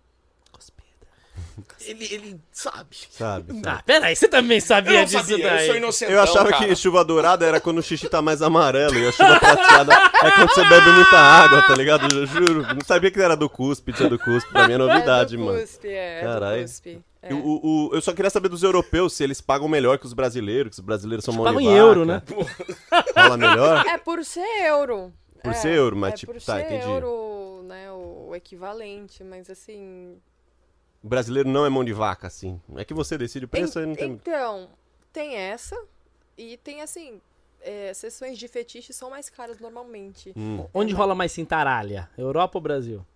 Ele, ele sabe. Sabe? Ah, peraí, você também Eu sabia não disso sabia, daí. eu sou inocentão, Eu achava cara. que chuva dourada era quando o xixi tá mais amarelo e a chuva prateada é quando você bebe muita água, tá ligado? Eu juro. Não sabia que era do cuspe, tinha do cuspe. Pra mim é novidade, é do mano. cuspe, é, é Caralho. do cuspe. É. O, o- o- eu só queria saber dos europeus se eles pagam melhor que os brasileiros, que os brasileiros são mão Pagam de em vaca. euro, né? Rola melhor? É por ser euro. Por É, ser euro, mas é tipo, por tá, ser entendi. euro, né, o equivalente, mas assim... O brasileiro não é mão de vaca, assim. É que você decide o preço, aí não tem... Então, tem essa e tem assim, é, sessões de fetiche são mais caras normalmente. Hum. Onde rola mais cintaralha? Europa ou Brasil?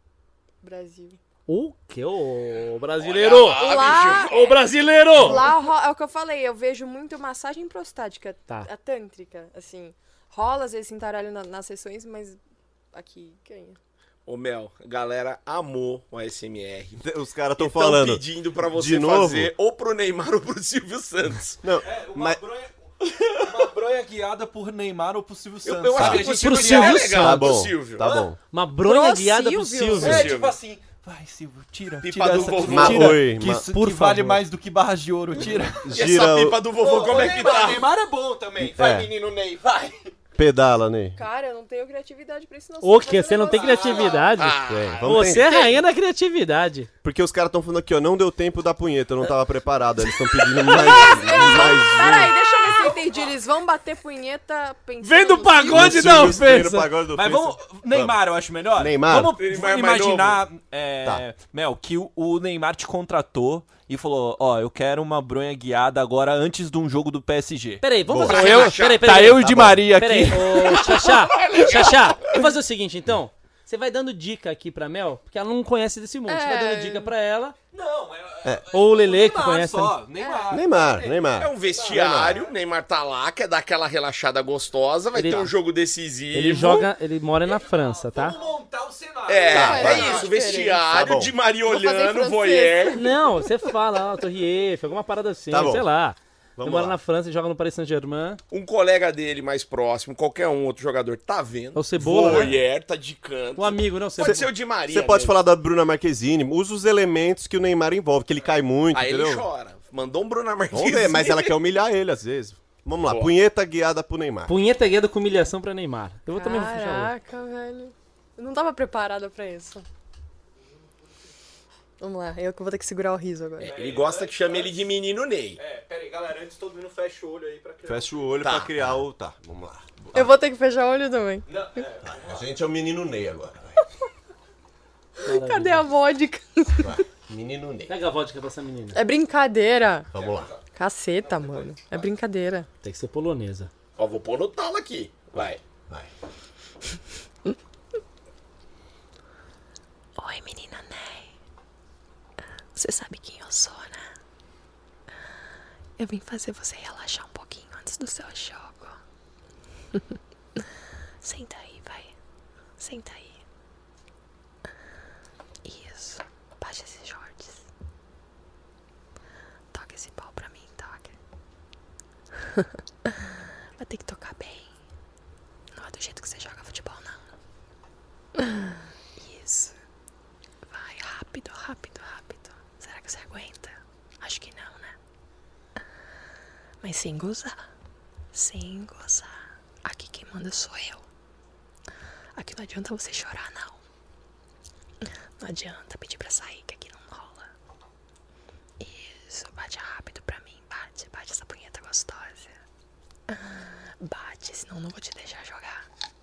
Brasil. O que? Ô, brasileiro! Olha Lá- bicho. Ô, brasileiro! Lá ro- é o que eu falei, eu vejo muito massagem prostática, Tá. a tântrica, assim. Rola às vezes cintaralho na- nas sessões, mas aqui ganha. Ô, Mel, a galera amou o A S M R. Os caras estão E tão falando. pedindo pra você de novo? fazer ou pro Neymar ou pro Silvio Santos. Não, É, uma, mas... bronha, uma bronha guiada por Neymar ou por Silvio Eu, Santos. eu acho sabe? que A o gente pro Silvio Silvio é Santos. legal, Tá pro bom, Silvio. tá bom. Uma bronha Pro guiada pro Silvio. Silvio. É, Silvio. tipo assim, vai Silvio, tira, Pipa tira do essa, vovô. Ma- tira, oi, que, ma- isso- por que vale favor. mais do que barras de ouro, tira. E Gira essa o- pipa do vovô, como é que Neymar, tá? Neymar é bom também. Vai, É. menino Ney, vai. Pedala, né? Cara, eu não tenho criatividade pra isso não. O Sei que? fazer Você não tem negócio. criatividade? Ah, É, vamos Você tentar. é rainha da criatividade. Porque os caras estão falando aqui, ó, não deu tempo da punheta, eu não tava preparado. Eles estão pedindo mais, mais um. Peraí, deixa eu ver se eu entendi. Eles vão bater punheta pensando... Vem do no pagode Silvio. da Silvio Silveira, ofensa. pagode do Mas ofensa. vamos. Neymar, eu acho melhor. Neymar? Vamos Neymar é mais imaginar, é, Tá. Mel, que o, o Neymar te contratou e falou: Ó, eu quero uma bronha guiada agora antes de um jogo do P S G. Peraí, vamos Boa. fazer... Eu- Eu, peraí, peraí. Tá eu e o Tá Di bom. Maria aqui. Peraí, ô, Xaxá, Xaxá, vamos fazer o seguinte, então. Você vai dando dica aqui pra Mel, porque ela não conhece desse mundo. Você vai É. dando dica pra ela. Não, é. Ou o Lele, que Neymar conhece. só, Neymar. Neymar, Neymar. É um vestiário, o Neymar tá lá, quer dar aquela relaxada gostosa, vai Ele- ter um jogo decisivo. Ele joga, ele mora na França, tá? Vamos montar o cenário. É, Tá, é vai. isso, Diferente. vestiário Tá bom. de Maria Vou fazer em olhando, francês. voyeur. Não, você fala, ó, Torre Eiffel, alguma parada assim, Tá bom. sei lá. Vamos Ele mora lá. na França e joga no Paris Saint-Germain. Um colega dele mais próximo, qualquer um outro jogador, tá vendo. É o Cebola, né? Voyeur, tá de canto. Um amigo, não sei. Pode ser o Di Maria. Você pode mesmo. falar da Bruna Marquezine, usa os elementos que o Neymar envolve, que ele cai muito, Aí entendeu? ele chora. Mandou um Bruna Marquezine. Vamos ver, mas ela quer humilhar ele às vezes. Vamos lá, Boa. punheta guiada pro Neymar. Punheta guiada com humilhação pra Neymar. Eu vou também vou fechar hoje. Caraca, velho. Eu não tava preparada pra isso. Vamos lá, eu que vou ter que segurar o riso agora. Ele gosta que chame ele de menino Ney. É, peraí, Galera, antes todo mundo fecha o olho aí pra criar. Fecha o olho Tá. pra criar o... Tá, vamos lá. Eu vou ter que fechar o olho também. Não, é, A gente é o menino Ney agora. Cadê a vodka? Vai. Menino Ney. Pega a vodka pra essa menina. É brincadeira. Vamos lá. Caceta, mano. É brincadeira. Tem que ser polonesa. Ó, vou pôr no talo aqui. Vai. Vai. Oi, menina Ney. Você sabe quem eu sou, né? Eu vim fazer você relaxar um pouquinho antes do seu jogo. Senta aí, vai. Senta aí. Isso. Baixa esses shorts. Toca esse pau pra mim, toca. Vai ter que tocar bem. Não é do jeito que você joga futebol, não. Isso. Vai, rápido, rápido, rápido. Será que você aguenta? Acho que não, né? Mas sem gozar. Sem gozar. Aqui quem manda sou eu. Aqui não adianta você chorar, não. Não adianta pedir pra sair, que aqui não rola. Isso, bate rápido pra mim. Bate, bate essa punheta gostosa. Bate, senão eu não vou te deixar jogar.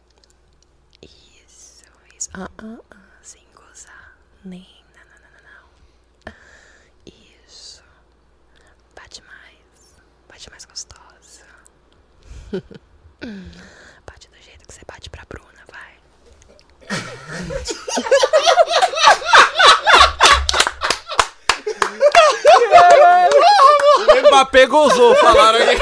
Isso, isso. Ah, ah, ah. Sem gozar. Nem, não, não, não, não, não. Isso. Bate mais. Bate mais gostosa. Bate do jeito que você bate pra Bruna, vai. O Mbappé gozou, falaram aí.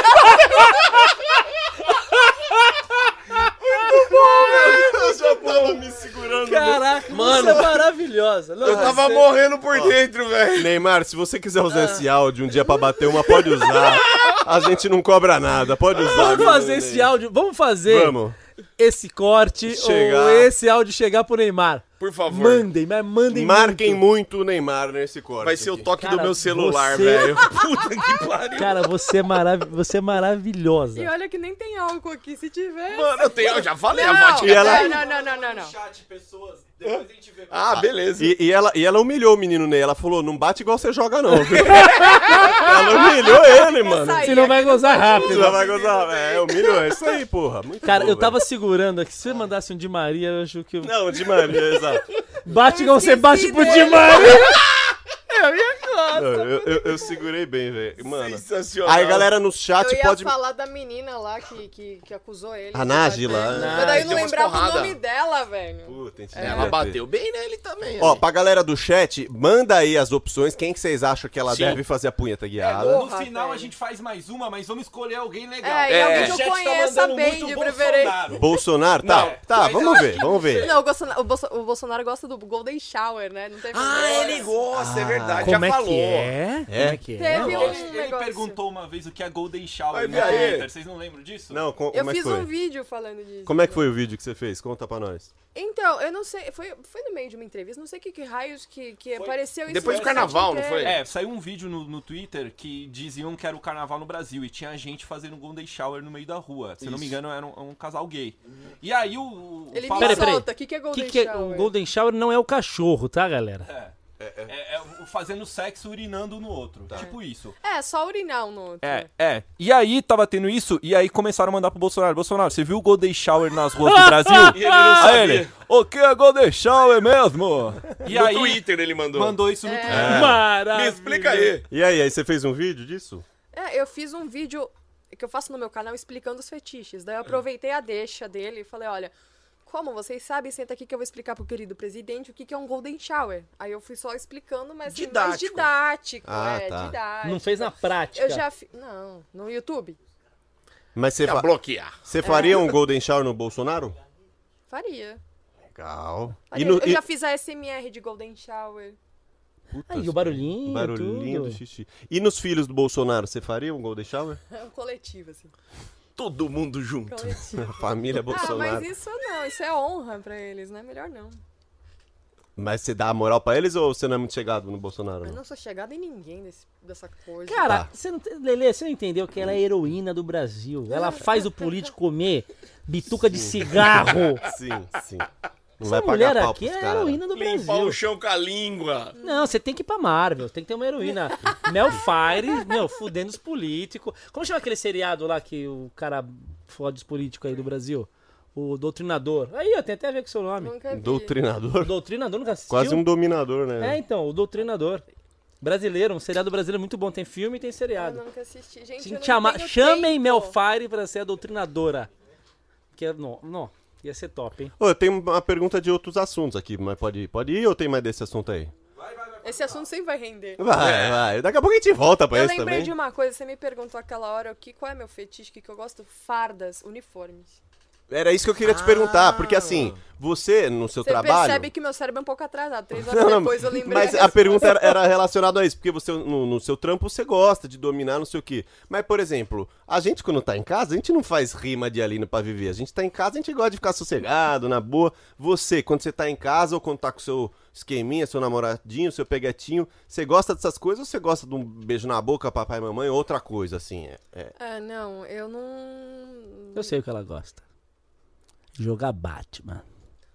Eu já tava me segurando. Caraca, Mano, você é maravilhosa. Não, Eu tava você- morrendo por dentro, velho. Neymar, se você quiser usar esse áudio um dia pra bater uma, pode usar. A gente não cobra nada, pode usar. Vamos menino fazer Ney. esse áudio, vamos fazer Vamos. esse corte Chegar. ou esse áudio chegar pro Neymar. Por favor. Mandem, mas mandem Marquem muito. muito o Neymar nesse corte. Vai ser o aqui. toque Cara, do meu celular, você- velho. Puta que pariu. Cara, você é, marav você é maravilhosa. E olha que nem tem álcool aqui, se tiver. Mano, eu tenho, eu já falei, a Não, vodka. E ela- não, não, não, não, não. Chat, pessoas, depois a gente vê. Ah, beleza. E, e ela, e ela humilhou o menino Ney. Ela falou, não bate igual você joga não, viu? Ela humilhou ele, mano. sair. Você não vai gozar Você rápido. já vai gozar. É, humilhou. É isso aí, porra. Muito Cara, bom, eu tava velho. segurando aqui. Se você mandasse um de Maria, eu acho que... eu- Não, de Maria, exato. Bate igual você bate esqueci pro dele. de Maria. Não, eu, eu, eu segurei bem, velho. Mano. Sensacional. Aí, galera, no chat Eu ia pode... falar da menina lá que, que, que acusou ele. A de Nájila, bater. né? Mas daí eu não Deu umas lembrava o porrada. nome dela, velho. Puta, entendi. Ela bateu bem nele também. Ó, ali. pra galera do chat, manda aí as opções. Quem que vocês acham que ela Sim. deve fazer a punheta guiada? É, No Porra, final velho. a gente faz mais uma, mas vamos escolher alguém legal. É, e É. alguém O que eu chat tá conheça mandando bem, muito de Bolsonaro. preferência. Bolsonaro? Tá, Não, tá, mas vamos ver, vamos ver. Não, o Bolsonaro, o Bolso- o Bolsonaro gosta do Golden Shower, né? Não teve Ah, ele gosta, é verdade. Como Já é falou. que é? Como é que é? Teve um Ele, ele negócio. perguntou uma vez o que é Golden Shower Vai no ver aí. Twitter, vocês não lembram disso? Não, com, Eu como é que fiz foi? um vídeo falando disso. Como é que foi o vídeo que você fez? Conta pra nós. Então, eu não sei, foi, foi no meio de uma entrevista, não sei que, que raios que, que apareceu isso. Depois no do carnaval, site não inteiro. foi? É, saiu um vídeo no, no Twitter que diziam que era o carnaval no Brasil e tinha gente fazendo Golden Shower no meio da rua. Se eu não me engano, era um, um casal gay. E aí o. o Ele fala- me Peraí, peraí. solta, o que, que é O Golden que, que é Shower? o Golden Shower? Não é o cachorro, tá, galera? É, é, é o fazendo sexo urinando no outro. Tipo isso. É, só urinar um no outro. É, é. E aí tava tendo isso, e aí começaram a mandar pro Bolsonaro. Bolsonaro, você viu o Golden Shower nas ruas do Brasil? E ele não Aí sabia. ele, o que é Golden Shower mesmo? E No aí Twitter ele mandou. mandou isso no É. Twitter. Me Maravilha. explica aí. E aí, aí você fez um vídeo disso? É, eu fiz um vídeo que eu faço no meu canal explicando os fetiches. Daí eu aproveitei a deixa dele e falei, olha, como vocês sabem, senta aqui que eu vou explicar pro querido presidente o que, que é um Golden Shower. Aí eu fui só explicando, mas assim, mais Didático. didático. Ah, é, tá. didático. Não fez na prática. Eu já fiz. Não, no YouTube. Mas você, Pra fa- bloquear. você faria um Golden Shower no Bolsonaro? Faria. Legal. E Faria. no, eu e- já fiz a S M R de Golden Shower. Aí, o barulhinho, barulhinho tudo. do xixi. E nos filhos do Bolsonaro, você faria um Golden Shower? É um coletivo, assim. Todo mundo junto. Coletivo. A família Ah, Bolsonaro. mas isso não, isso é honra pra eles, né? Melhor não. Mas você dá a moral pra eles ou você não é muito chegado no Bolsonaro? Eu não? não sou chegada em ninguém desse, dessa coisa. Cara, Tá. você não, tem- Lelê, você não entendeu que ela é a heroína do Brasil. Ela faz o político comer bituca de cigarro. Sim, sim. Não Essa vai mulher pagar pau aqui pros é a caras. heroína do Limpar Brasil. o chão com a língua. Não, você tem que ir pra Marvel, tem que ter uma heroína. Mel Fire, meu, fudendo os políticos. Como chama aquele seriado lá que o cara fode os políticos aí do Brasil? O Doutrinador. Aí, ó, tem até a ver com o seu nome. Nunca vi. O Doutrinador. Doutrinador nunca assistiu? Quase um dominador, né? É, então, o Doutrinador. Brasileiro, um seriado brasileiro muito bom. Tem filme e tem Eu seriado. nunca assisti. Gente, Tinha eu que não chamar, tenho chamem tempo. Mel Fire pra ser a doutrinadora. Que é, não, não, ia ser top, hein? Ô, eu tenho uma pergunta de outros assuntos aqui, mas pode, pode ir ou tem mais desse assunto aí? Esse assunto sempre vai render. Vai, vai. Daqui a pouco a gente volta pra Eu esse lembrei também. de uma coisa, você me perguntou aquela hora o que, qual é meu fetiche, o que, que eu gosto? Fardas, uniformes. Era isso que eu queria te perguntar, porque assim, você, no seu Você trabalho... percebe que meu cérebro é um pouco atrasado. Três horas Não, não, depois eu lembrei. mas da a pergunta resposta. era, era relacionada a isso, porque você no, no seu trampo você gosta de dominar, não sei o quê. Mas, por exemplo, a gente quando tá em casa, a gente não faz rima de Aline pra viver. A gente tá em casa, a gente gosta de ficar sossegado, na boa. Você, quando você tá em casa ou quando tá com seu esqueminha, seu namoradinho, seu peguetinho, você gosta dessas coisas ou você gosta de um beijo na boca, papai e mamãe, ou outra coisa, assim? É, é. Ah, não, eu não... Eu sei o que ela gosta. Jogar Batman.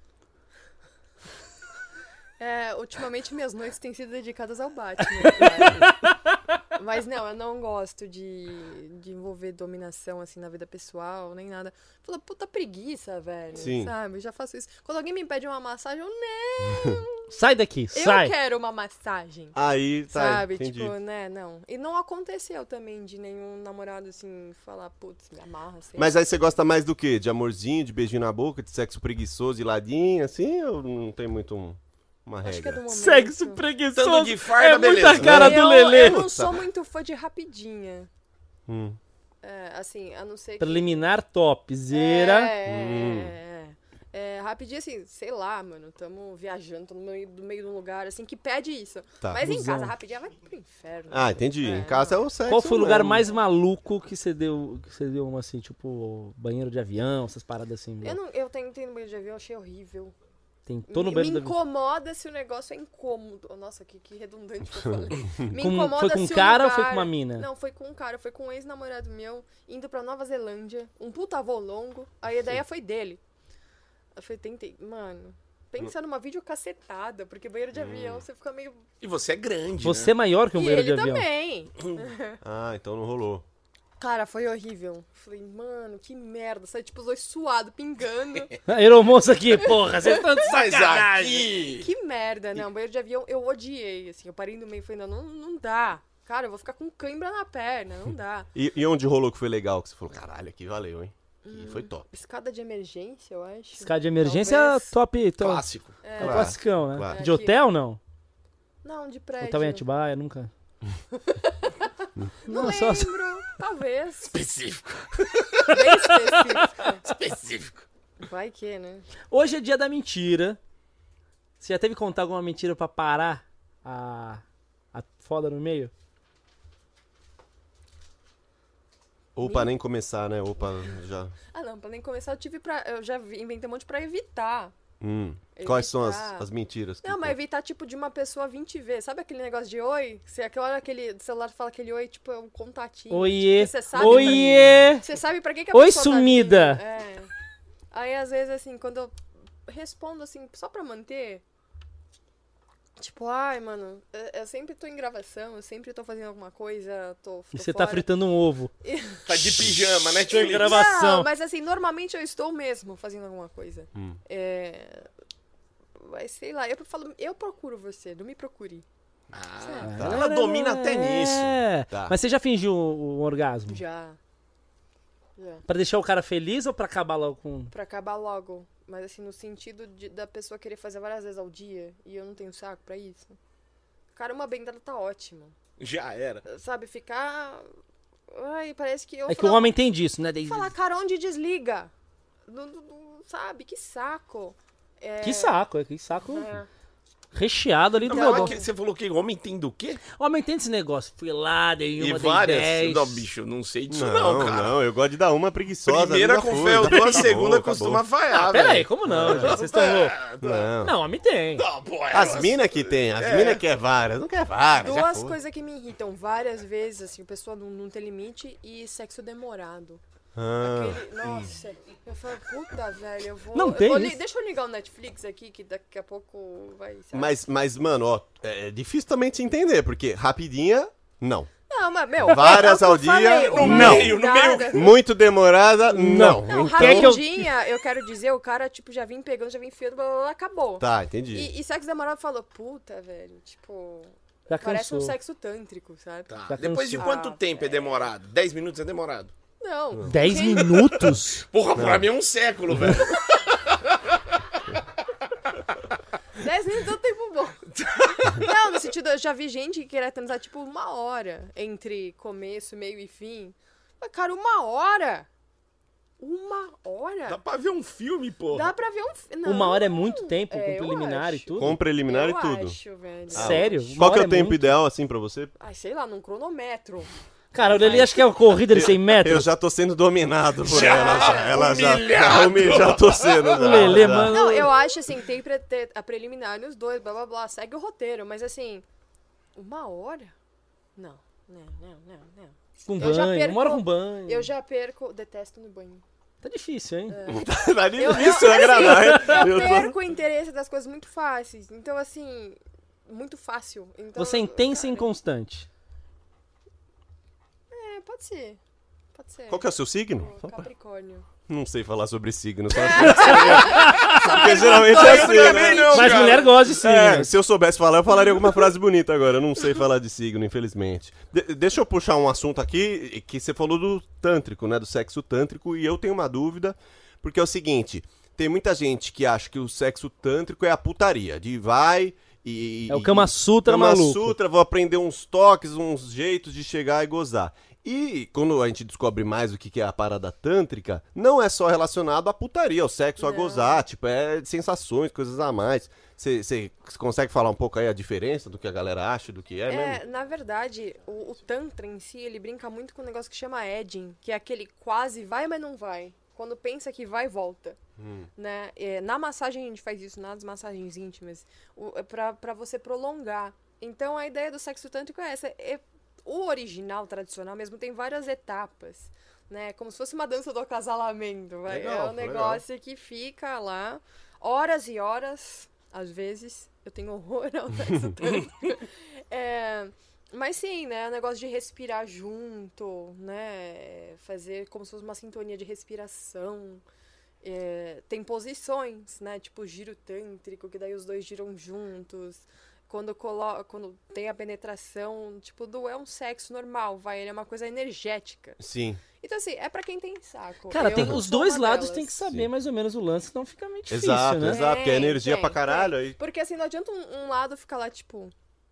É, ultimamente minhas noites têm sido dedicadas ao Batman. Mas, mas não, eu não gosto de, de envolver dominação assim na vida pessoal, nem nada. Fala, puta preguiça, velho. Sim. Sabe? Eu já faço isso. Quando alguém me pede uma massagem, eu não. Sai daqui, Eu sai. quero uma massagem. Aí, tá, Sabe? entendi. Tipo, né? Não. E não aconteceu também de nenhum namorado assim falar, putz, me amarra. Sei. Mas aí você gosta mais do quê? De amorzinho, de beijinho na boca, de sexo preguiçoso, de ladinho, assim? Ou não tem muito um, uma regra? Acho que é do momento. Sexo preguiçoso. Tanto de farda, é beleza. muita cara do eu, Lelê. eu não sou muito fã de rapidinha. Hum. É, assim, a não ser que... Preliminar topzera. É, Hum. é, é, rapidinho assim, sei lá, mano, tamo viajando, tamo no meio, no meio de um lugar, assim, que pede isso. Tá. Mas em Busão. casa, rapidinho, vai pro inferno. Ah, entendi. É, Em casa é não. o sexo. Qual foi o lugar mesmo. mais maluco que você deu, que você deu uma assim, tipo, banheiro de avião, essas paradas assim? Eu, não, eu tentei no banheiro de avião, achei horrível. Tentou no me, banheiro me de avião. incomoda se o negócio é incômodo. Nossa, que, que redundante que eu falei. Me Com- incomoda foi com um se o cara ou lugar... foi com uma mina? Não, foi com um cara, foi com um ex-namorado meu, indo pra Nova Zelândia, um puta voo longo, a ideia foi dele. Eu falei, tentei, mano, pensa numa videocacetada, porque banheiro de avião você fica meio... E você é grande, Você é né? maior que um E banheiro ele de avião. também. Ah, então não rolou. Cara, foi horrível. Falei, mano, que merda. Sai tipo os dois suados, pingando. Aeromoça aqui, porra, você tá de Mas sacanagem. aqui... Que merda, não. Banheiro de avião eu odiei, assim. Eu parei no meio e falei, não, não, não dá. Cara, eu vou ficar com cãibra na perna, não dá. E, e onde rolou que foi legal? Que você falou, caralho, aqui valeu, hein? E foi top. Escada de emergência, eu acho. Escada de emergência Talvez. top, top. Clássico. É Claro, o classicão, né? claro. De hotel, não? Não, de prédio. Hotel em Atibaia, nunca. Não, só- lembro. Talvez. Específico. Bem específico. Específico. Vai que, né? Hoje é dia da mentira. Você já teve que contar alguma mentira pra parar a, a foda no meio? Ou pra nem começar, né? Ou pra já... Ah, não, pra nem começar, eu tive pra... Eu já vi- inventei um monte pra evitar. Hum. Quais são as, Evitar. as mentiras? que Não, mas tem? evitar, tipo, de uma pessoa vinte vezes. Sabe aquele negócio de oi? Você, aquela hora aquele o celular fala aquele oi, tipo, é um contatinho. Oiê, Tipo, você sabe oiê. Pra... Você sabe pra que, que a Oi, pessoa tá sumida. vindo. É. Aí, às vezes, assim, quando eu respondo, assim, só pra manter... Tipo, ai, mano, eu, eu sempre tô em gravação, eu sempre tô fazendo alguma coisa, tô, E tô você tá fora. fritando um ovo. Tá de pijama, né? Tem gravação. Não, mas assim, normalmente eu estou mesmo fazendo alguma coisa. Hum. É... Mas sei lá, eu falo, eu procuro você, não me procure. Ah, Tá. ela domina até nisso. É. Tá. Mas você já fingiu um, um orgasmo? Já. Já. Pra deixar o cara feliz ou pra acabar logo com... Pra acabar logo. Mas assim, no sentido de, da pessoa querer fazer várias vezes ao dia e eu não tenho saco pra isso. Cara, uma bendada tá ótima. Já era. Sabe, ficar... Ai, parece que eu... É que o falar- homem tem disso, né? Daí- Falar, cara, onde desliga? Não- não- não- sabe, que saco. É... Que saco, é que saco É. recheado ali do Não, mas bodó. que- você falou que homem tem do quê? Homem tem esse negócio. Fui lá, dei E uma, dei várias? dez. Não, bicho, não sei disso Não, não, não, cara. eu gosto de dar uma preguiçosa. Primeira já com foi, fé, já eu dou a acabou, segunda, acabou. costuma falhar, Ah, velho. peraí, como não, gente? Vocês estão loucos? Não. Não, homem tem. Não, pô, é As uma- minas que tem, as minas quer várias, não quer várias. já Duas foi. coisas que me irritam várias vezes, assim, a pessoa não, não ter limite e sexo demorado. Ah. Aquele, nossa, eu falei, puta, velho, eu vou... Não eu tem vou li- isso? Deixa eu ligar o Netflix aqui, que daqui a pouco vai... sabe? Mas, mas, mano, ó, é difícil também te entender, porque rapidinha, não. Não, mas, meu... Várias é o ao que eu dia, falei, uma não. meio, no meio. ligada- Muito demorada, não. Não, Então- Quer que eu- rapidinha, eu... quero dizer, o cara, tipo, já vim pegando, já vim enfiando, blá, blá, blá, acabou. Tá, entendi. E, e sexo demorado falou, puta, velho, tipo... Já Parece um cansou. sexo tântrico, sabe? Tá. Já Depois de cansou. quanto Ah, tempo é demorado? dez minutos é demorado. Não. Dez Quem- minutos? Porra, pra mim é um século, velho. dez minutos é um tempo bom. Não, no sentido, eu já vi gente que queria transar, tipo, uma hora entre começo, meio e fim. Mas, cara, uma hora? Uma hora? Dá pra ver um filme, porra. Dá pra ver um filme. Uma hora é muito tempo, com É, eu preliminar e acho. tudo? Com preliminar eu e tudo. Acho, velho. Sério? Uma Qual que é hora o tempo muito? ideal, assim, pra você? Ai, sei lá, num cronômetro. Cara, ele acha que é uma corrida de cem metros. Eu já tô sendo dominado por Já, ela. Já, ela já, humilhado. já, já tô sendo. O Já, Lelê, já. mano. Não, eu acho assim, tem pra ter a preliminar nos dois, blá blá blá, segue o roteiro, mas assim, uma hora? Não, não, não, não, não. Com Eu já banho, perco- uma hora com banho. Eu já perco, detesto no banho. Tá difícil, hein? Tá Eu, eu, difícil assim, agradar, hein? eu Eu tô- perco o interesse das coisas muito fáceis. Então, assim, muito fácil. Então, Você é intensa e cara, inconstante. É, pode ser. Pode ser. Qual que é o seu signo? O Capricórnio. Não sei falar sobre signo, só acho que seria- Porque geralmente é assim, né? não, Mas cara. mulher gosta de signo. É, se eu soubesse falar, eu falaria alguma frase bonita agora. Eu não sei falar de signo, infelizmente. De- deixa eu puxar um assunto aqui, que você falou do tântrico, né? Do sexo tântrico, e eu tenho uma dúvida, porque é o seguinte, tem muita gente que acha que o sexo tântrico é a putaria, de vai e... É o Kama Sutra Kama maluco. Sutra, vou aprender uns toques, uns jeitos de chegar e gozar. E quando a gente descobre mais o que que é a parada tântrica, não é só relacionado à putaria, ao sexo, a Não. gozar, tipo, é sensações, coisas a mais. Você consegue falar um pouco aí a diferença do que a galera acha, do que é, É, mesmo? na verdade, o, o Tantra em si, ele brinca muito com um negócio que chama edging, que é aquele quase vai, mas não vai. Quando pensa que vai, volta. Hum. Né? É, na massagem a gente faz isso, nas massagens íntimas, o, é pra, pra você prolongar. Então a ideia do sexo tântrico é essa. É, o original, tradicional mesmo, tem várias etapas. Né? Como se fosse uma dança do acasalamento. Vai. Legal, é um negócio que fica lá horas e horas, às vezes. Eu tenho horror ao sexo tântrico. É, mas sim, né? O negócio de respirar junto, né? Fazer como se fosse uma sintonia de respiração. É, tem posições, né? Tipo giro tântrico, que daí os dois giram juntos. Quando, colo quando tem a penetração, tipo, do é um sexo normal, vai, ele é uma coisa energética. Sim. Então, assim, é pra quem tem saco. Cara, Eu tem, não os sou dois uma lados delas. tem que saber Sim. mais ou menos o lance, senão fica meio difícil, Exato, né? exato, porque é Tem, energia tem, pra caralho. tem. Aí... Porque, assim, não adianta um, um lado ficar lá, tipo...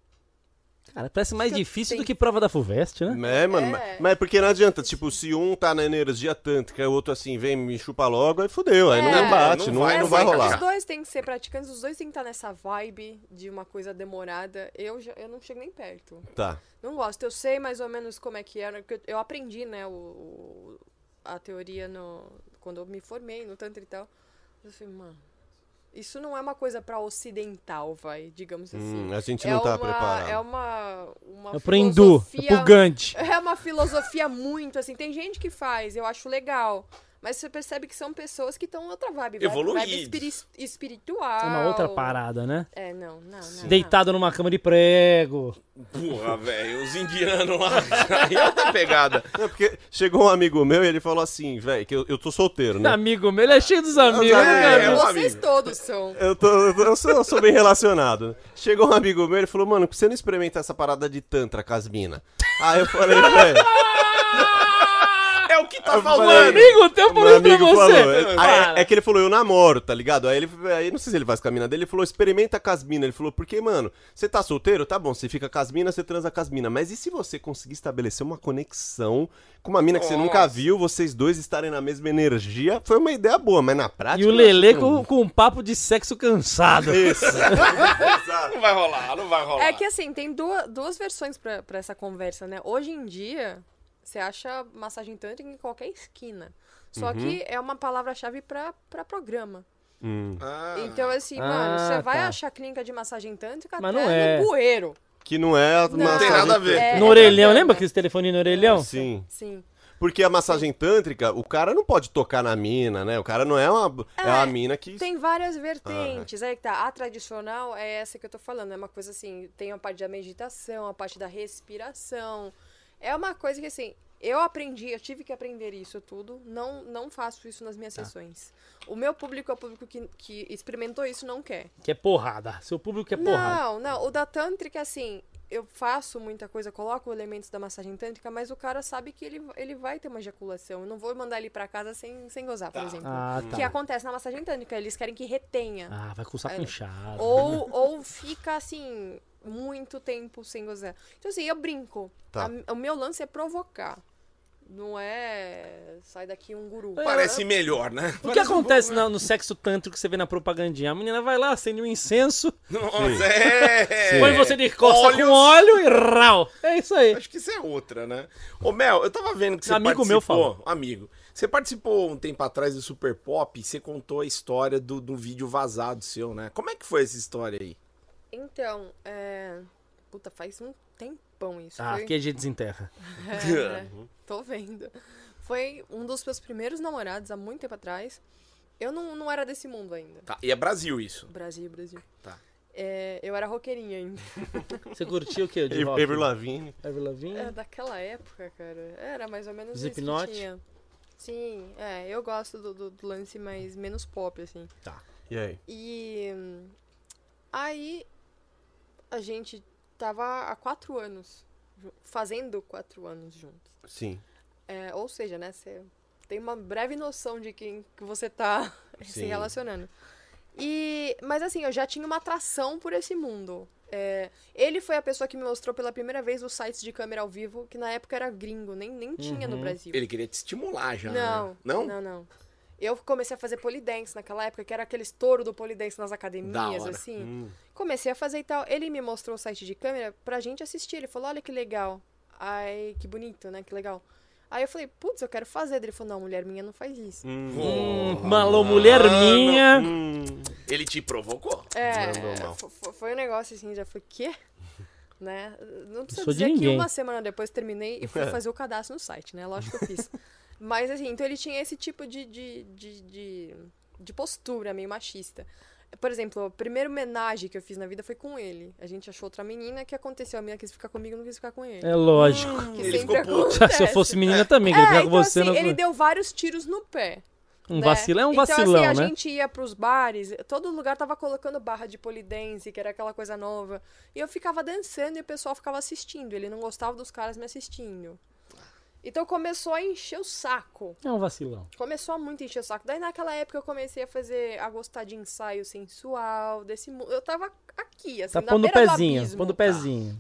Cara, parece mais Fica- difícil tem- do que prova da FUVEST, né? É, mano, É. mas- mas porque não adianta, tipo, se um tá na energia tântrica e o outro assim, vem me chupa logo, aí fudeu, aí não É. bate, Não não, vai, não não vai vai rolar. encaixar. Os dois têm que ser praticantes, os dois têm que estar nessa vibe de uma coisa demorada. Eu, já, eu não chego nem perto. Tá. Não gosto. Eu sei mais ou menos como é que era. Porque eu, eu aprendi, né, o, o- a teoria no, quando eu me formei no Tantra e tal. Eu falei, mano, isso não é uma coisa pra ocidental, vai, digamos assim. Hum, a gente é não tá uma, preparado. É uma, uma É pro hindu, é filosofia... pro Gandhi. É uma filosofia muito, assim, tem gente que faz, eu acho legal. Mas você percebe que são pessoas que estão em outra vibe. vibe- Evoluídos. Vibe espiri- espiritual. É uma outra parada, né? É, não, não, não. Deitado numa cama de prego. Porra, velho, os indianos lá. Aí é outra pegada. Não, porque chegou um amigo meu e ele falou assim, velho, que eu, eu tô solteiro, né? Amigo meu, ele é cheio dos amigos, É, né, é, cara? um Vocês amigo. todos são. Eu, tô, eu, tô- eu sou, eu sou bem relacionado. né? Chegou um amigo meu e ele falou, mano, por que você não experimenta essa parada de tantra com as minas? Aí eu falei, velho... É o que tá Eu falando. falei, Amigo teu Meu falando pra amigo você. falou. Aí, Para. é, é que ele falou, eu namoro, tá ligado? Aí ele, aí não sei se ele faz com a mina dele, ele falou, experimenta com as minas. Ele falou, porque, mano, você tá solteiro? Tá bom, você fica com as minas, você transa com as minas. Mas e se você conseguir estabelecer uma conexão com uma mina que você nunca Nossa. viu, vocês dois estarem na mesma energia? Foi uma ideia boa, mas na prática... E o eu Lelê acho que não- com, com um papo de sexo cansado. Isso. Não vai rolar, não vai rolar. É que assim, tem duas, duas versões pra, pra essa conversa, né? Hoje em dia, você acha massagem tântrica em qualquer esquina. Só Uhum. que é uma palavra-chave pra, pra programa. Hum, Ah, Então, assim, Ah, mano, você vai tá. achar clínica de massagem tântrica Mas até não é. no bueiro. que não é a Não massagem tem nada a ver. tântrica. É, No é orelhão, bacana. lembra aquele telefoninho no orelhão? Sim. Sim. Porque a massagem tântrica, o cara não pode tocar na mina, né? O cara não é uma, é, É, uma mina que... Tem várias vertentes, aí que tá. A tradicional é essa que eu tô falando, é uma coisa assim, tem a parte da meditação, a parte da respiração. É uma coisa que assim, eu aprendi, eu tive que aprender isso tudo, não, não faço isso nas minhas sessões. O meu público é o público que, que experimentou isso, não quer. Que é porrada. Seu público é porrada. Não, não, o da tântrica, assim, eu faço muita coisa, coloco elementos da massagem tântrica, mas o cara sabe que ele, ele vai ter uma ejaculação. Eu não vou mandar ele pra casa sem, sem gozar, por exemplo. Ah, Que tá. acontece na massagem tântrica, eles querem que retenha. Ah, vai com o saco É. inchado. Ou, ou fica, assim, muito tempo sem gozar. Então, assim, eu brinco. Tá. A- o meu lance é provocar. Não é sai daqui um guru. Parece melhor, né? O que acontece na- no sexo tântrico que você vê na propagandinha? A menina vai lá, acende um incenso, Nossa, é. põe você de costa Óleos. com óleo e rau. É isso aí. Acho que isso é outra, né? Ô, Mel, eu tava vendo que você Amigo participou... meu falou. Amigo. Você participou um tempo atrás do Super Pop e você contou a história do, do vídeo vazado seu, né? Como é que foi essa história aí? Então, é... Puta, faz um tempão isso. Ah, Foi... aqui a gente desenterra. É, né? Tô vendo. Foi um dos meus primeiros namorados há muito tempo atrás. Eu não, não era desse mundo ainda. Tá, e é Brasil isso. Brasil, Brasil. Tá. É, eu era roqueirinha ainda. Você curtiu o quê? De rock? Avril Lavigne. Avril Lavigne? É, daquela época, cara. Era mais ou menos isso Slipknot? que tinha. Sim, é, eu gosto do, do, do lance mais menos pop, assim. Tá. E aí? E hum, aí a gente tava há quatro anos, ju- fazendo quatro anos juntos. Sim. É, ou seja, né, você tem uma breve noção de quem que você tá se Sim. relacionando. E, mas assim, eu já tinha uma atração por esse mundo. É, ele foi a pessoa que me mostrou pela primeira vez os sites de câmera ao vivo, que na época era gringo, nem, nem tinha no Brasil. Ele queria te estimular já, Não, né? Não? não, não. Eu comecei a fazer polidense naquela época, que era aquele estouro do polidense nas Da academias, hora. assim. Hum. Comecei a fazer e tal. Ele me mostrou o site de câmera pra gente assistir. Ele falou, olha que legal. Ai, que bonito, né? Que legal. Aí eu falei, putz, eu quero fazer. Ele falou, não, mulher minha não faz isso. Hum, malô, mulher minha. Hum. Ele te provocou. É, Mandou mal. fo- fo- foi um negócio assim, já foi, quê? Né? Não precisa Sou de dizer que ninguém. uma semana depois terminei e fui fazer o cadastro no site, né? Lógico que eu fiz. Mas assim, então ele tinha esse tipo de, de, de, de, de postura meio machista. Por exemplo, a primeira homenagem que eu fiz na vida foi com ele. A gente achou outra menina, que aconteceu? A menina quis ficar comigo, não quis ficar com ele. É lógico. Que Ele sempre ficou puto. acontece. Se eu fosse menina também, queria É, ficar com então você. assim, não- ele deu vários tiros no pé. Um né? vacilo é um Então, vacilão, assim, a né? gente ia pros bares, todo lugar tava colocando barra de polidense, que era aquela coisa nova. E eu ficava dançando e o pessoal ficava assistindo. Ele não gostava dos caras me assistindo. Então começou a encher o saco. É um vacilão. Começou a muito encher o saco. Daí naquela época eu comecei a fazer, a gostar de ensaio sensual, desse mundo. Eu tava aqui, assim, Tá na pondo o beira do pezinho, abismo. pondo o pezinho.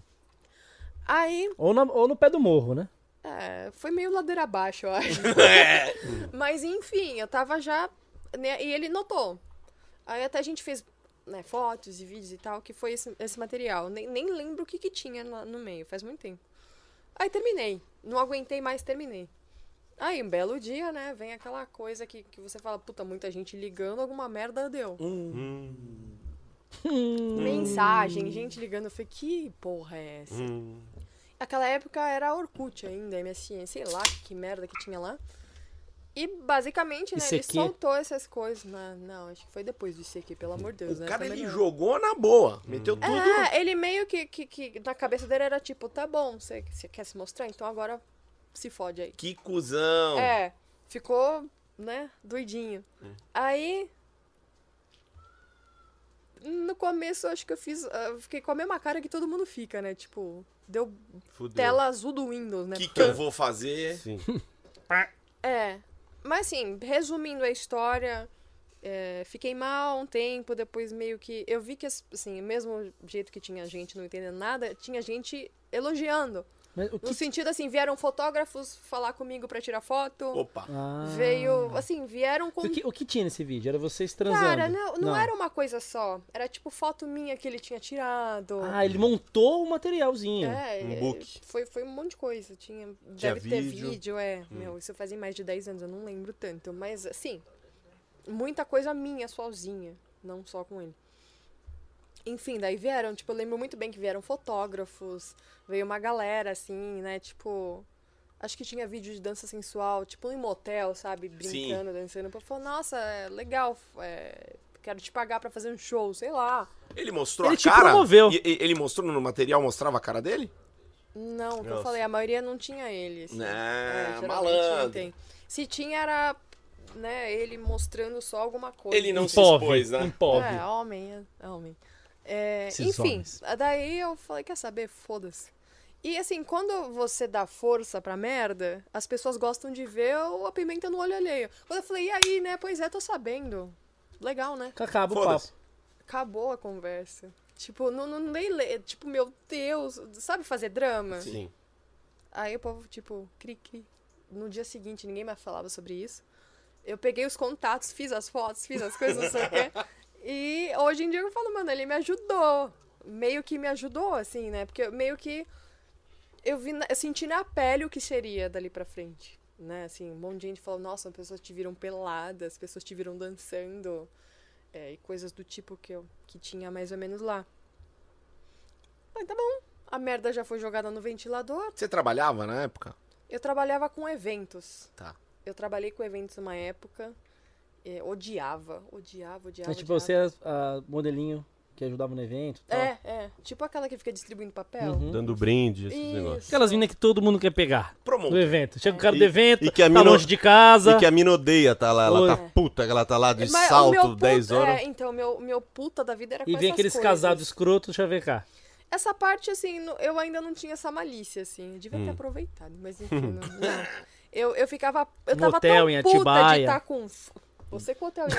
Aí, Ou, na- ou no pé do morro, né? é, foi meio ladeira abaixo, eu acho. É. Mas enfim, eu tava já. Né, e ele notou. Aí até a gente fez né, fotos e vídeos e tal, que foi esse, esse material. Nem, nem lembro o que, que tinha no, no meio, faz muito tempo. Aí terminei. Não aguentei mais, terminei. Aí um belo dia, né, vem aquela coisa que, que você fala, puta, muita gente ligando, alguma merda deu. Hum. Mensagem, gente ligando. Eu falei, que porra é essa? Hum. Aquela época era Orkut ainda, M S N, sei lá que merda que tinha lá. E basicamente, né, ele I C Q? soltou essas coisas. Não, não, acho que foi depois do I C Q, pelo amor de Deus, O né? cara, Também ele não. jogou na boa. Meteu tudo. É, ele meio que, que, que na cabeça dele era tipo, tá bom, você, você quer se mostrar? Então agora se fode aí. Que cuzão. É, ficou, né, doidinho. Aí, no começo, eu acho que eu fiz, eu fiquei com a mesma cara que todo mundo fica, né? Tipo, deu Fudeu. tela azul do Windows, né? O que, que eu vou fazer? Sim. É, mas assim, resumindo a história, é, fiquei mal um tempo, depois meio que... Eu vi que, assim, mesmo jeito que tinha gente não entendendo nada, tinha gente elogiando. Mas o que... No sentido, assim, vieram fotógrafos falar comigo pra tirar foto, Opa. Ah. veio, assim, vieram com... O que, o que tinha nesse vídeo? Era vocês transando? Cara, não, não, era uma coisa só, era tipo foto minha que ele tinha tirado. Ah, ele montou o materialzinho. É, Um é, book. Foi, foi um monte de coisa. Tinha, Tinha deve ter vídeo. vídeo, é. Meu, isso fazia mais de dez anos, eu não lembro tanto. Mas, assim, muita coisa minha sozinha, não só com ele. Enfim, daí vieram, tipo, eu lembro muito bem que vieram fotógrafos, veio uma galera, assim, né, tipo... Acho que tinha vídeo de dança sensual, tipo em motel, sabe? Brincando, Sim. dançando. Eu falei, nossa, é legal, é, quero te pagar pra fazer um show, sei lá. Ele mostrou ele a cara? Promoveu. E, ele mostrou no material, mostrava a cara dele? Não, o que eu falei, a maioria não tinha ele. Assim. É, é, malandro. Tem. Se tinha, era né, ele mostrando só alguma coisa. Ele não Impove, se expôs, né? Impove. É, homem, é homem. É, Esses enfim, homens. daí eu falei, quer saber? Foda-se. E assim, quando você dá força pra merda, as pessoas gostam de ver a pimenta no olho alheio. Quando eu falei, e aí, né? Pois é, tô sabendo. Legal, né? Acaba o papo. Acabou a conversa. Tipo, não, não nem ler. Tipo, meu Deus, sabe fazer drama? Sim. Aí o povo, tipo, cri, cri. No dia seguinte, ninguém mais falava sobre isso. Eu peguei os contatos, fiz as fotos, fiz as coisas, não sei o quê. E hoje em dia eu falo, mano, ele me ajudou. Meio que me ajudou, assim, né? Porque meio que eu, vi, eu senti na pele o que seria dali pra frente, né? Assim, um monte de gente falou, nossa, as pessoas te viram peladas, as pessoas te viram dançando. É, e coisas do tipo que eu que tinha mais ou menos lá. Mas tá bom. A merda já foi jogada no ventilador. Você trabalhava na época? Eu trabalhava com eventos. Tá. Eu trabalhei com eventos numa época. É, odiava, odiava, odiava. Mas, tipo, odiava. você era a modelinho que ajudava no evento e tal. É, é. Tipo aquela que fica distribuindo papel. Uhum. Dando brinde, esses Isso. negócios. Aquelas minas que todo mundo quer pegar Promotor. no evento. Chega o cara E- do evento, e que a tá mina- longe de casa. E que a mina odeia, tá lá. Ela Oi. tá puta, que ela tá lá de Mas o salto, meu puta- dez horas. É, então, meu, meu puta da vida era com E vem essas aqueles coisas. casados escrotos, deixa eu ver cá. Essa parte, assim, no- eu ainda não tinha essa malícia, assim. Eu devia ter Hum. aproveitado, mas enfim, não. não. Eu, eu ficava. Eu tava Motel tão em puta de Atibaia. estar com. Você com o hotel em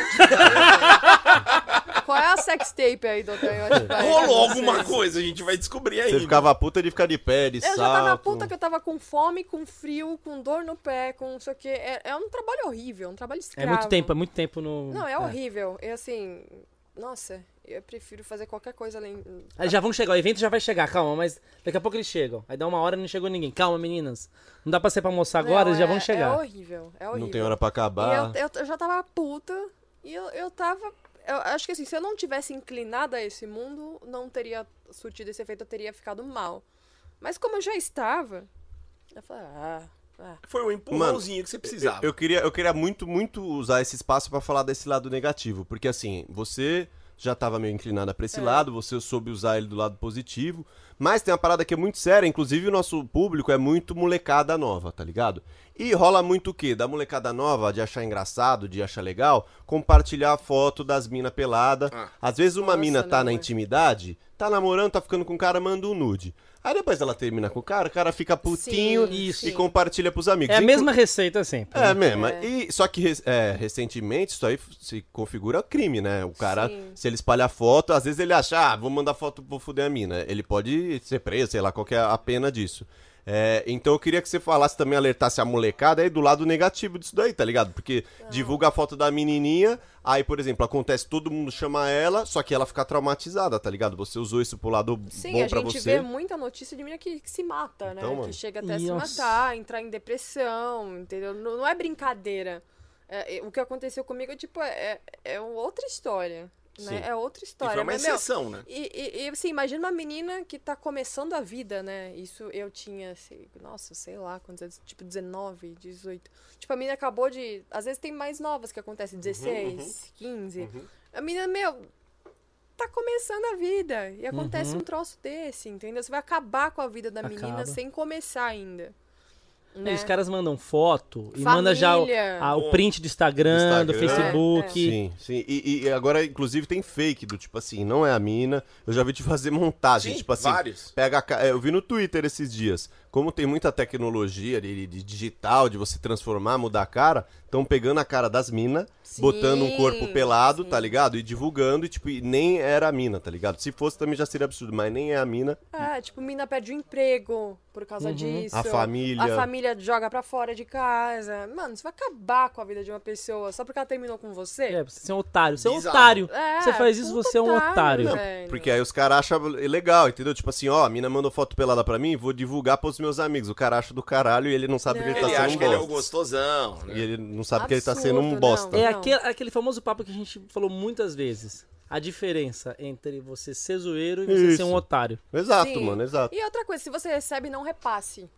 Atibaia. Qual é a sextape aí do hotel em Atibaia? Rolou Vocês? alguma coisa, a gente vai descobrir ainda. Você ficava puta de ficar de pé, de Eu salto. já tava puta que eu tava com fome, com frio, com dor no pé, com não sei o quê. É, é um trabalho horrível, um trabalho É escravo. muito tempo, é muito tempo no... Não, é horrível. Eu, assim, nossa, eu prefiro fazer qualquer coisa além... Aí já vão chegar, o evento já vai chegar, calma, mas daqui a pouco eles chegam. Aí dá uma hora e não chegou ninguém. Calma, meninas. Não dá pra ser pra almoçar agora, Não, eles já é- vão chegar. É horrível, é horrível. Não tem hora pra E acabar. eu, eu, eu já tava puta e eu, eu tava... Eu acho que assim, se eu não tivesse inclinada a esse mundo, não teria surtido esse efeito, eu teria ficado mal. Mas como eu já estava, eu falei, ah... ah. Foi um empurrãozinho que você precisava. Eu queria, eu queria muito, muito usar esse espaço pra falar desse lado negativo. Porque assim, você já tava meio inclinada pra esse É. lado, você soube usar ele do lado positivo. Mas tem uma parada que é muito séria, inclusive o nosso público é muito molecada nova, tá ligado? E rola muito o quê? Da molecada nova, de achar engraçado, de achar legal, compartilhar a foto das minas pelada. Ah. Às vezes uma Nossa, mina tá não, na é. intimidade, tá namorando, tá ficando com o cara, manda um nude. Aí depois ela termina com o cara, o cara fica putinho Sim, Isso. e sim. compartilha pros amigos. É a Inclu- mesma receita sempre. É né? mesmo. É. E, só que re- é, recentemente isso aí se configura crime, né? O cara, Sim. se ele espalhar foto, às vezes ele acha, ah, vou mandar foto, vou foder a mina. Ele pode ser preso, sei lá, qual que é a pena disso. É, então eu queria que você falasse também, alertasse a molecada aí do lado negativo disso daí, tá ligado? Porque divulga a foto da menininha, aí, por exemplo, acontece, todo mundo chama ela, só que ela fica traumatizada, tá ligado? Você usou isso pro lado Sim, bom a pra gente você. vê muita notícia de menina que, que se mata, né? Então, mano. Que chega até a se Nossa. matar, entrar em depressão, entendeu? Não, não é brincadeira. É, é, o que aconteceu comigo, tipo, é, é outra história, né? Sim. É outra E história. foi uma mas, meu, exceção, né? E, e, e, assim, imagina uma menina que tá começando a vida, né? Isso eu tinha, sei, nossa, sei lá, quantos anos, tipo dezenove, dezoito. Tipo, a menina acabou de... Às vezes tem mais novas que acontecem, dezesseis, quinze. A menina, meu, tá começando a vida. E acontece Uhum. um troço desse, entendeu? Você vai acabar com a vida da menina Acaba. sem começar ainda. E Né? os caras mandam foto e manda já o, Família. a- o print do Instagram, do, Do Instagram. Facebook. Sim, sim. E, e agora, inclusive, tem fake do tipo assim, não é a mina. Eu já vi te fazer montagem, Sim, tipo assim. vários. Pega a ca- é, eu vi no Twitter esses dias. Como tem muita tecnologia de, de digital, de você transformar, mudar a cara, estão pegando a cara das minas, Sim, botando um corpo pelado, sim. tá ligado? E divulgando, e tipo, e nem era a mina, tá ligado? Se fosse também já seria absurdo, mas nem é a mina. É, tipo, mina perde o emprego por causa disso. A família. A família joga pra fora de casa. Mano, você vai acabar com a vida de uma pessoa só porque ela terminou com você? É, você é um otário. Você é um Bizarro. otário. É, você faz isso, puta você é um otário. velho. Porque aí os caras acham legal, entendeu? Tipo assim, ó, a mina mandou foto pelada pra mim, vou divulgar pros meus amigos. O cara acha do caralho e ele não sabe que ele tá Não. Ele sendo acha um que ele é o bosta. gostosão, né? E ele não sabe que ele tá sendo um Absurdo, bosta. não. É aquele, aquele famoso papo que a gente falou muitas vezes. A diferença entre você ser zoeiro e você Isso. ser um otário. Exato, Sim. mano, exato. E outra coisa, se você recebe, não repasse.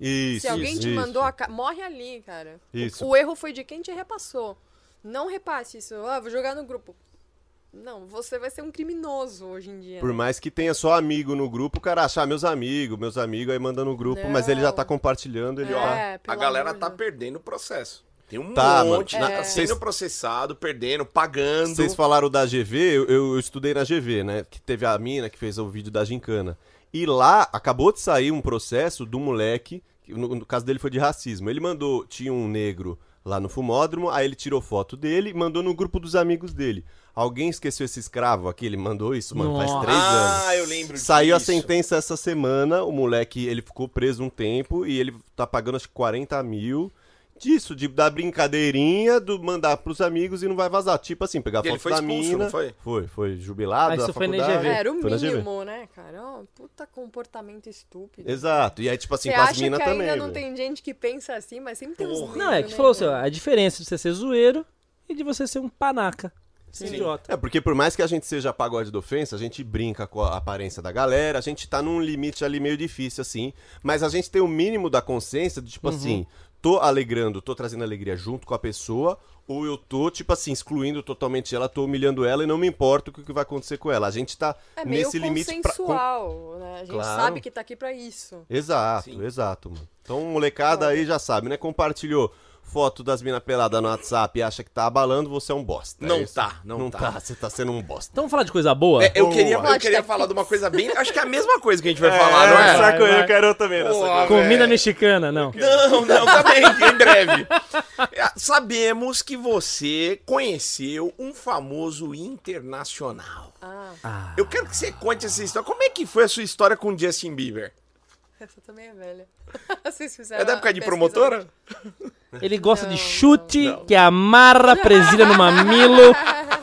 Isso, Se alguém isso, te mandou, isso. a ca... morre ali, cara. O- Isso. O, erro foi de quem te repassou. Não repasse isso. Ah, vou jogar no grupo. Não, você vai ser um criminoso hoje em dia. Por né? mais que tenha só amigo no grupo, o cara achar meus amigos, meus amigos, aí manda no grupo, mas ele já tá Não. compartilhando, ele É. tá... A pelo galera amor tá de Deus. perdendo o processo. Tem um Tá, monte mano. que Na- tá Vocês- sendo processado, perdendo, pagando. Vocês falaram da G V, eu, eu estudei na G V, né? Que teve a mina que fez o vídeo da gincana. E lá acabou de sair um processo do moleque, que no, no caso dele foi de racismo. Ele mandou, tinha um negro lá no fumódromo, aí ele tirou foto dele e mandou no grupo dos amigos dele. Alguém esqueceu esse escravo aqui? Ele mandou isso, mano, faz Nossa. três anos. Ah, eu lembro Saiu a disso. sentença essa semana, o moleque, ele ficou preso um tempo e ele tá pagando acho que quarenta mil disso, de dar brincadeirinha, do mandar pros amigos e não vai vazar. Tipo assim, pegar E ele foto foi da expulso, mina. não foi? Foi, foi jubilado Ah, isso da foi na faculdade. G V. É, era o Foi na G V. mínimo, né, cara? Ó, puta comportamento estúpido. Exato. E aí, tipo assim, Você com as acha minas que também. ainda não velho. tem gente que pensa assim, mas sempre tem uns Porra. Não, é que né, falou assim, ó, cara? a diferença de você ser zoeiro e de você ser um panaca. Ser Sim. idiota. É, porque por mais que a gente seja pagode da ofensa, a gente brinca com a aparência da galera, a gente tá num limite ali meio difícil, assim, mas a gente tem o mínimo da consciência de, tipo assim, tô alegrando, tô trazendo alegria junto com a pessoa, ou eu tô, tipo assim, excluindo totalmente ela, tô humilhando ela e não me importo com o que vai acontecer com ela. A gente tá É meio nesse limite pra... com- consensual, né? A gente Claro. sabe que tá aqui pra isso. Exato, Sim. exato, mano. Então, molecada aí já sabe, né? Compartilhou foto das minas peladas no WhatsApp e acha que tá abalando, você é um bosta. Não é isso? tá, não tá. Você tá sendo um bosta. Então vamos falar de coisa boa? É, eu Vamos queria, lá. eu queria Pode falar ter de uma coisa bem. Acho que é a mesma coisa que a gente vai falar, não é? saco, Vai, vai. eu quero também nessa Porra, coisa. Comida velho. mexicana, não. Não, não, também, em breve. É, Sabemos que você conheceu um famoso internacional. Ah, Ah, Eu quero que você conte essa história. Como é que foi a sua história com o Justin Bieber? essa também é velha. Vocês fizeram É da época a de pesquisa promotora? ele gosta de Não, chute, não, não. que amarra a presilha no mamilo.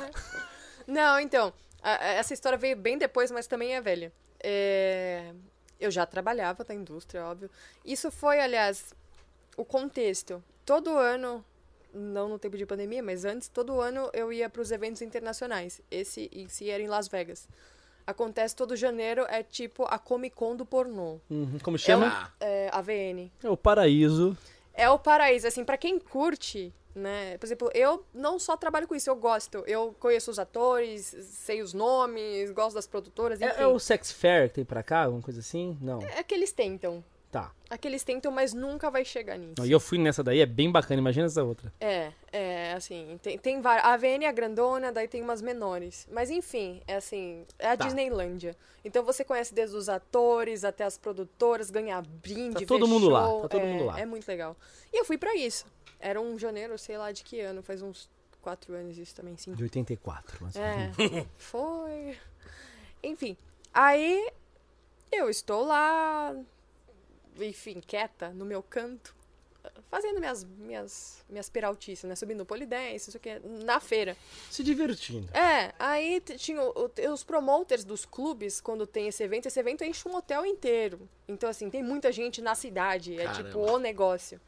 Não, então, a- a- essa história veio bem depois, mas também é velha. É, eu já trabalhava na indústria, óbvio. Isso foi, aliás, o contexto. Todo ano, não no tempo de pandemia, mas antes, todo ano eu ia para os eventos internacionais. Esse em si era em Las Vegas. Acontece todo janeiro, é tipo a Comic Con do pornô. Uhum, como chama? Ah, É, A V N. É o paraíso. É o paraíso, assim, pra quem curte, né? Por exemplo, eu não só trabalho com isso, eu gosto. Eu conheço os atores, sei os nomes, gosto das produtoras, enfim. É, é o Sex Fair que tem pra cá, alguma coisa assim? Não. É que eles tentam. Tá. Aqueles tentam, mas nunca vai chegar nisso. E eu fui nessa daí, é bem bacana, imagina essa outra. É, é, assim, tem, tem várias. A A V N é a grandona, daí tem umas menores. Mas enfim, é assim, é a Tá. Disneylândia. Então você conhece desde os atores até as produtoras, ganhar brinde, Tá todo ver mundo lá, show, tá todo é, mundo lá. É muito legal. E eu fui pra isso. Era um janeiro, sei lá de que ano, faz uns quatro anos isso também, sim. De oitenta e quatro. Mas... É, foi. Enfim, aí eu estou lá, enfim, quieta, no meu canto, fazendo minhas, minhas, minhas peraltices, né? Subindo polidense, isso aqui, na feira. Se divertindo. É, aí t- tinha o- o- os promoters dos clubes, quando tem esse evento, esse evento enche um hotel inteiro. Então, assim, tem muita gente na cidade, é Caramba. tipo o negócio.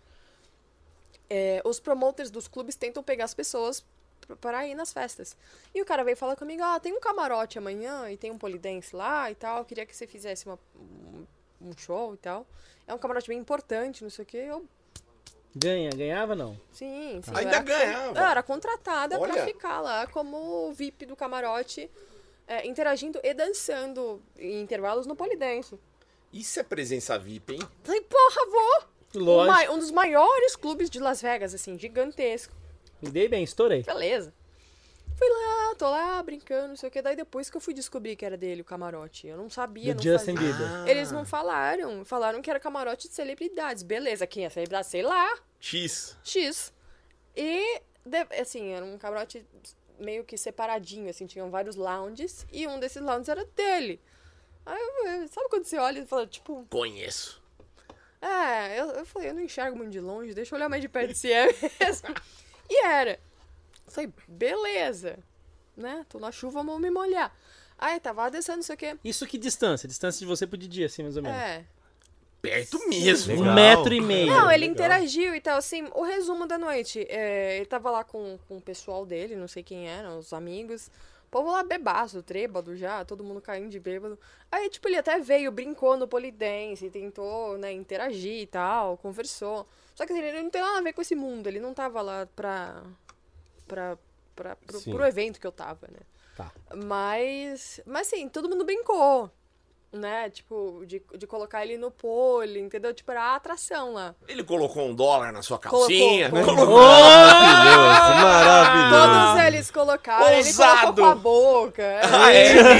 É, os promoters dos clubes tentam pegar as pessoas p- para ir nas festas. E o cara veio falar comigo, ah, tem um camarote amanhã e tem um polidense lá e tal, eu queria que você fizesse uma, um, um show e tal. É um camarote bem importante, não sei o quê. Eu, Ganha, ganhava não? sim, sim. Ainda eu era, ganhava. Eu era contratada Olha. pra ficar lá como V I P do camarote, é, interagindo e dançando em intervalos no polidense. Isso é presença V I P, hein? Falei, porra, vou! Um, Lógico. ma- um dos maiores clubes de Las Vegas, assim, gigantesco. Me dei bem, estourei. Beleza. Fui lá, tô lá, brincando, não sei o que. Daí depois que eu fui descobrir que era dele o camarote. Eu não sabia, Do não Justin fazia. Bieber. Ah. Eles não falaram. Falaram que era camarote de celebridades. Beleza, quem é celebridade? Sei lá. X. X. E, de- assim, era um camarote meio que separadinho, assim. Tinham vários lounges. E um desses lounges era dele. Aí, eu- sabe quando você olha e fala, tipo... Conheço. É, eu, eu falei, eu não enxergo muito de longe, deixa eu olhar mais de perto se é mesmo. E era. Eu falei, beleza. Né? Tô na chuva, vamos me molhar. Aí tava lá descendo, não sei o quê. Isso que distância? Distância de você pro Didi, assim, mais ou menos. É. Perto mesmo. Legal. Um metro e meio. Não, ele legal. interagiu e tal, assim, o resumo da noite. É, ele tava lá com, com o pessoal dele, não sei quem eram, os amigos. povo lá bebaço, trêbado já, todo mundo caindo de bêbado. Aí, tipo, ele até veio, brincou no polidense, tentou, né, interagir e tal, conversou. Só que assim, ele não tem nada a ver com esse mundo, ele não tava lá pra... pra, pra pro, pro evento que eu tava, né? Tá. Mas, mas assim, todo mundo brincou, né? Tipo, de, de colocar ele no pole, entendeu? Tipo, era a atração lá. Ele colocou um dólar na sua calcinha. Colocou, colocou... Maravilhoso, maravilhoso. Todos eles colocaram, ele Ousado. colocou com a boca. Ah,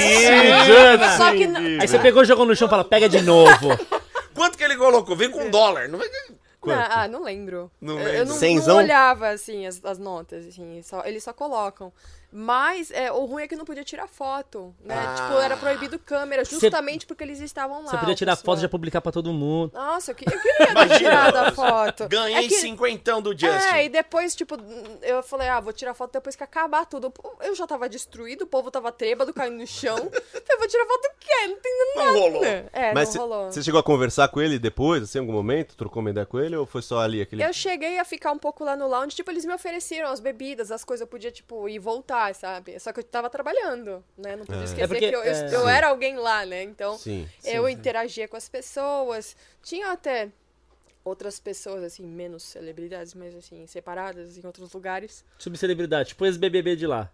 é? Só que não, Aí você pegou, jogou no chão e fala, pega de novo. Quanto que ele colocou? Vem com um dólar. Não vai... não, ah, não lembro. Não Eu- lembro. Eu não, Cenzão? não olhava, assim, as, as notas, assim, só, eles só colocam. Mas é, o ruim é que não podia tirar foto, né? Ah. Tipo, era proibido câmera, justamente porque eles estavam lá. Você podia o tirar pessoal. foto e já publicar pra todo mundo. Nossa, eu, que- eu queria ter tirado a foto. Ganhei É que- cinquentão do Justin. É, e depois, tipo, eu falei, ah, vou tirar foto depois que acabar tudo. Eu já tava destruído, o povo tava trêbado, caindo no chão. Eu vou tirar foto do quê? Não tem Não nada. rolou. É, Mas não rolou. você chegou a conversar com ele depois, assim, em algum momento? Trocou uma ideia com ele ou foi só ali aquele... Eu cheguei a ficar um pouco lá no lounge, tipo, eles me ofereceram as bebidas, as coisas, eu podia, tipo, ir e voltar, sabe? Só que eu tava trabalhando, né? Não podia esquecer É porque, que eu, eu, é, eu sim. era alguém lá, né? Então, Sim. eu interagia com as pessoas. Tinha até outras pessoas, assim, menos celebridades, mas, assim, separadas em outros lugares. Subcelebridade, tipo esse B B B de lá.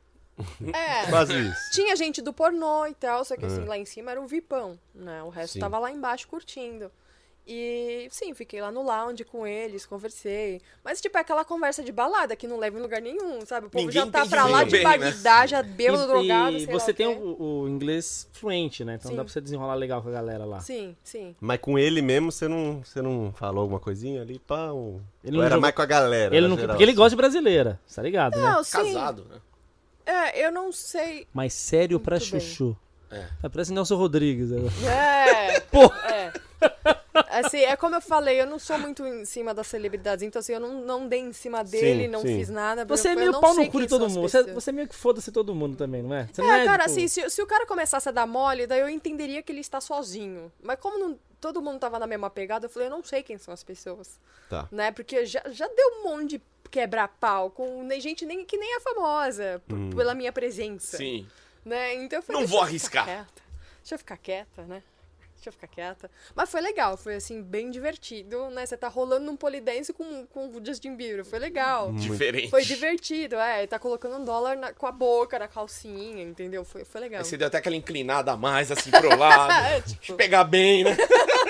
É. Quase isso. Tinha gente do pornô e tal, só que assim, lá em cima era o vipão, né? O resto Sim. tava lá embaixo curtindo. E sim, fiquei lá no lounge com eles, conversei. Mas, tipo, é aquela conversa de balada que não leva em lugar nenhum, sabe? O povo Ninguém já tá entende pra lá muito de bem, né? Bagdá, já bêbado, E- drogado, E sei lá você o tem quê. o, o inglês fluente, né? Então Sim. dá pra você desenrolar legal com a galera lá. Sim, sim. Mas com ele mesmo, você não, você não falou alguma coisinha ali? Pá, ou... Ele ou não era jogou- mais com a galera? Ele na não, geral, porque ele assim? gosta de brasileira, tá ligado, né? Não, sim. Casado, né? É, eu não sei. Mas sério pra Muito bem. chuchu. É. Tá parecendo Nelson Rodrigues agora. É. Pô. É. Assim, é como eu falei, eu não sou muito em cima das celebridades, então assim, eu não, não dei em cima dele, Sim, não sim. fiz nada. Você é eu meio não pau sei no cu de quem são todo as mundo. Você, pessoas. você meio que foda-se todo mundo também, não é? Você não É, cara, tipo, assim, se, se o cara começasse a dar mole, daí eu entenderia que ele está sozinho. Mas como não- todo mundo tava na mesma pegada, eu falei, eu não sei quem são as pessoas. Tá. Né? Porque já, já deu um monte de quebra-pau com nem- gente nem, que nem é famosa p- Hum. pela minha presença. Sim. Né? Então eu falei, Não deixa vou eu ficar arriscar. quieta. Deixa eu ficar quieta, né? Deixa eu ficar quieta. Mas foi legal, foi assim, bem divertido, né? Você tá rolando num polidense com, com o Justin Bieber, foi legal. Diferente. Foi divertido, é. Ele tá colocando um dólar na- com a boca, na calcinha, entendeu? Foi, foi legal. Aí você deu até aquela inclinada a mais, assim, pro lado. É, Deixa tipo, eu pegar bem, né?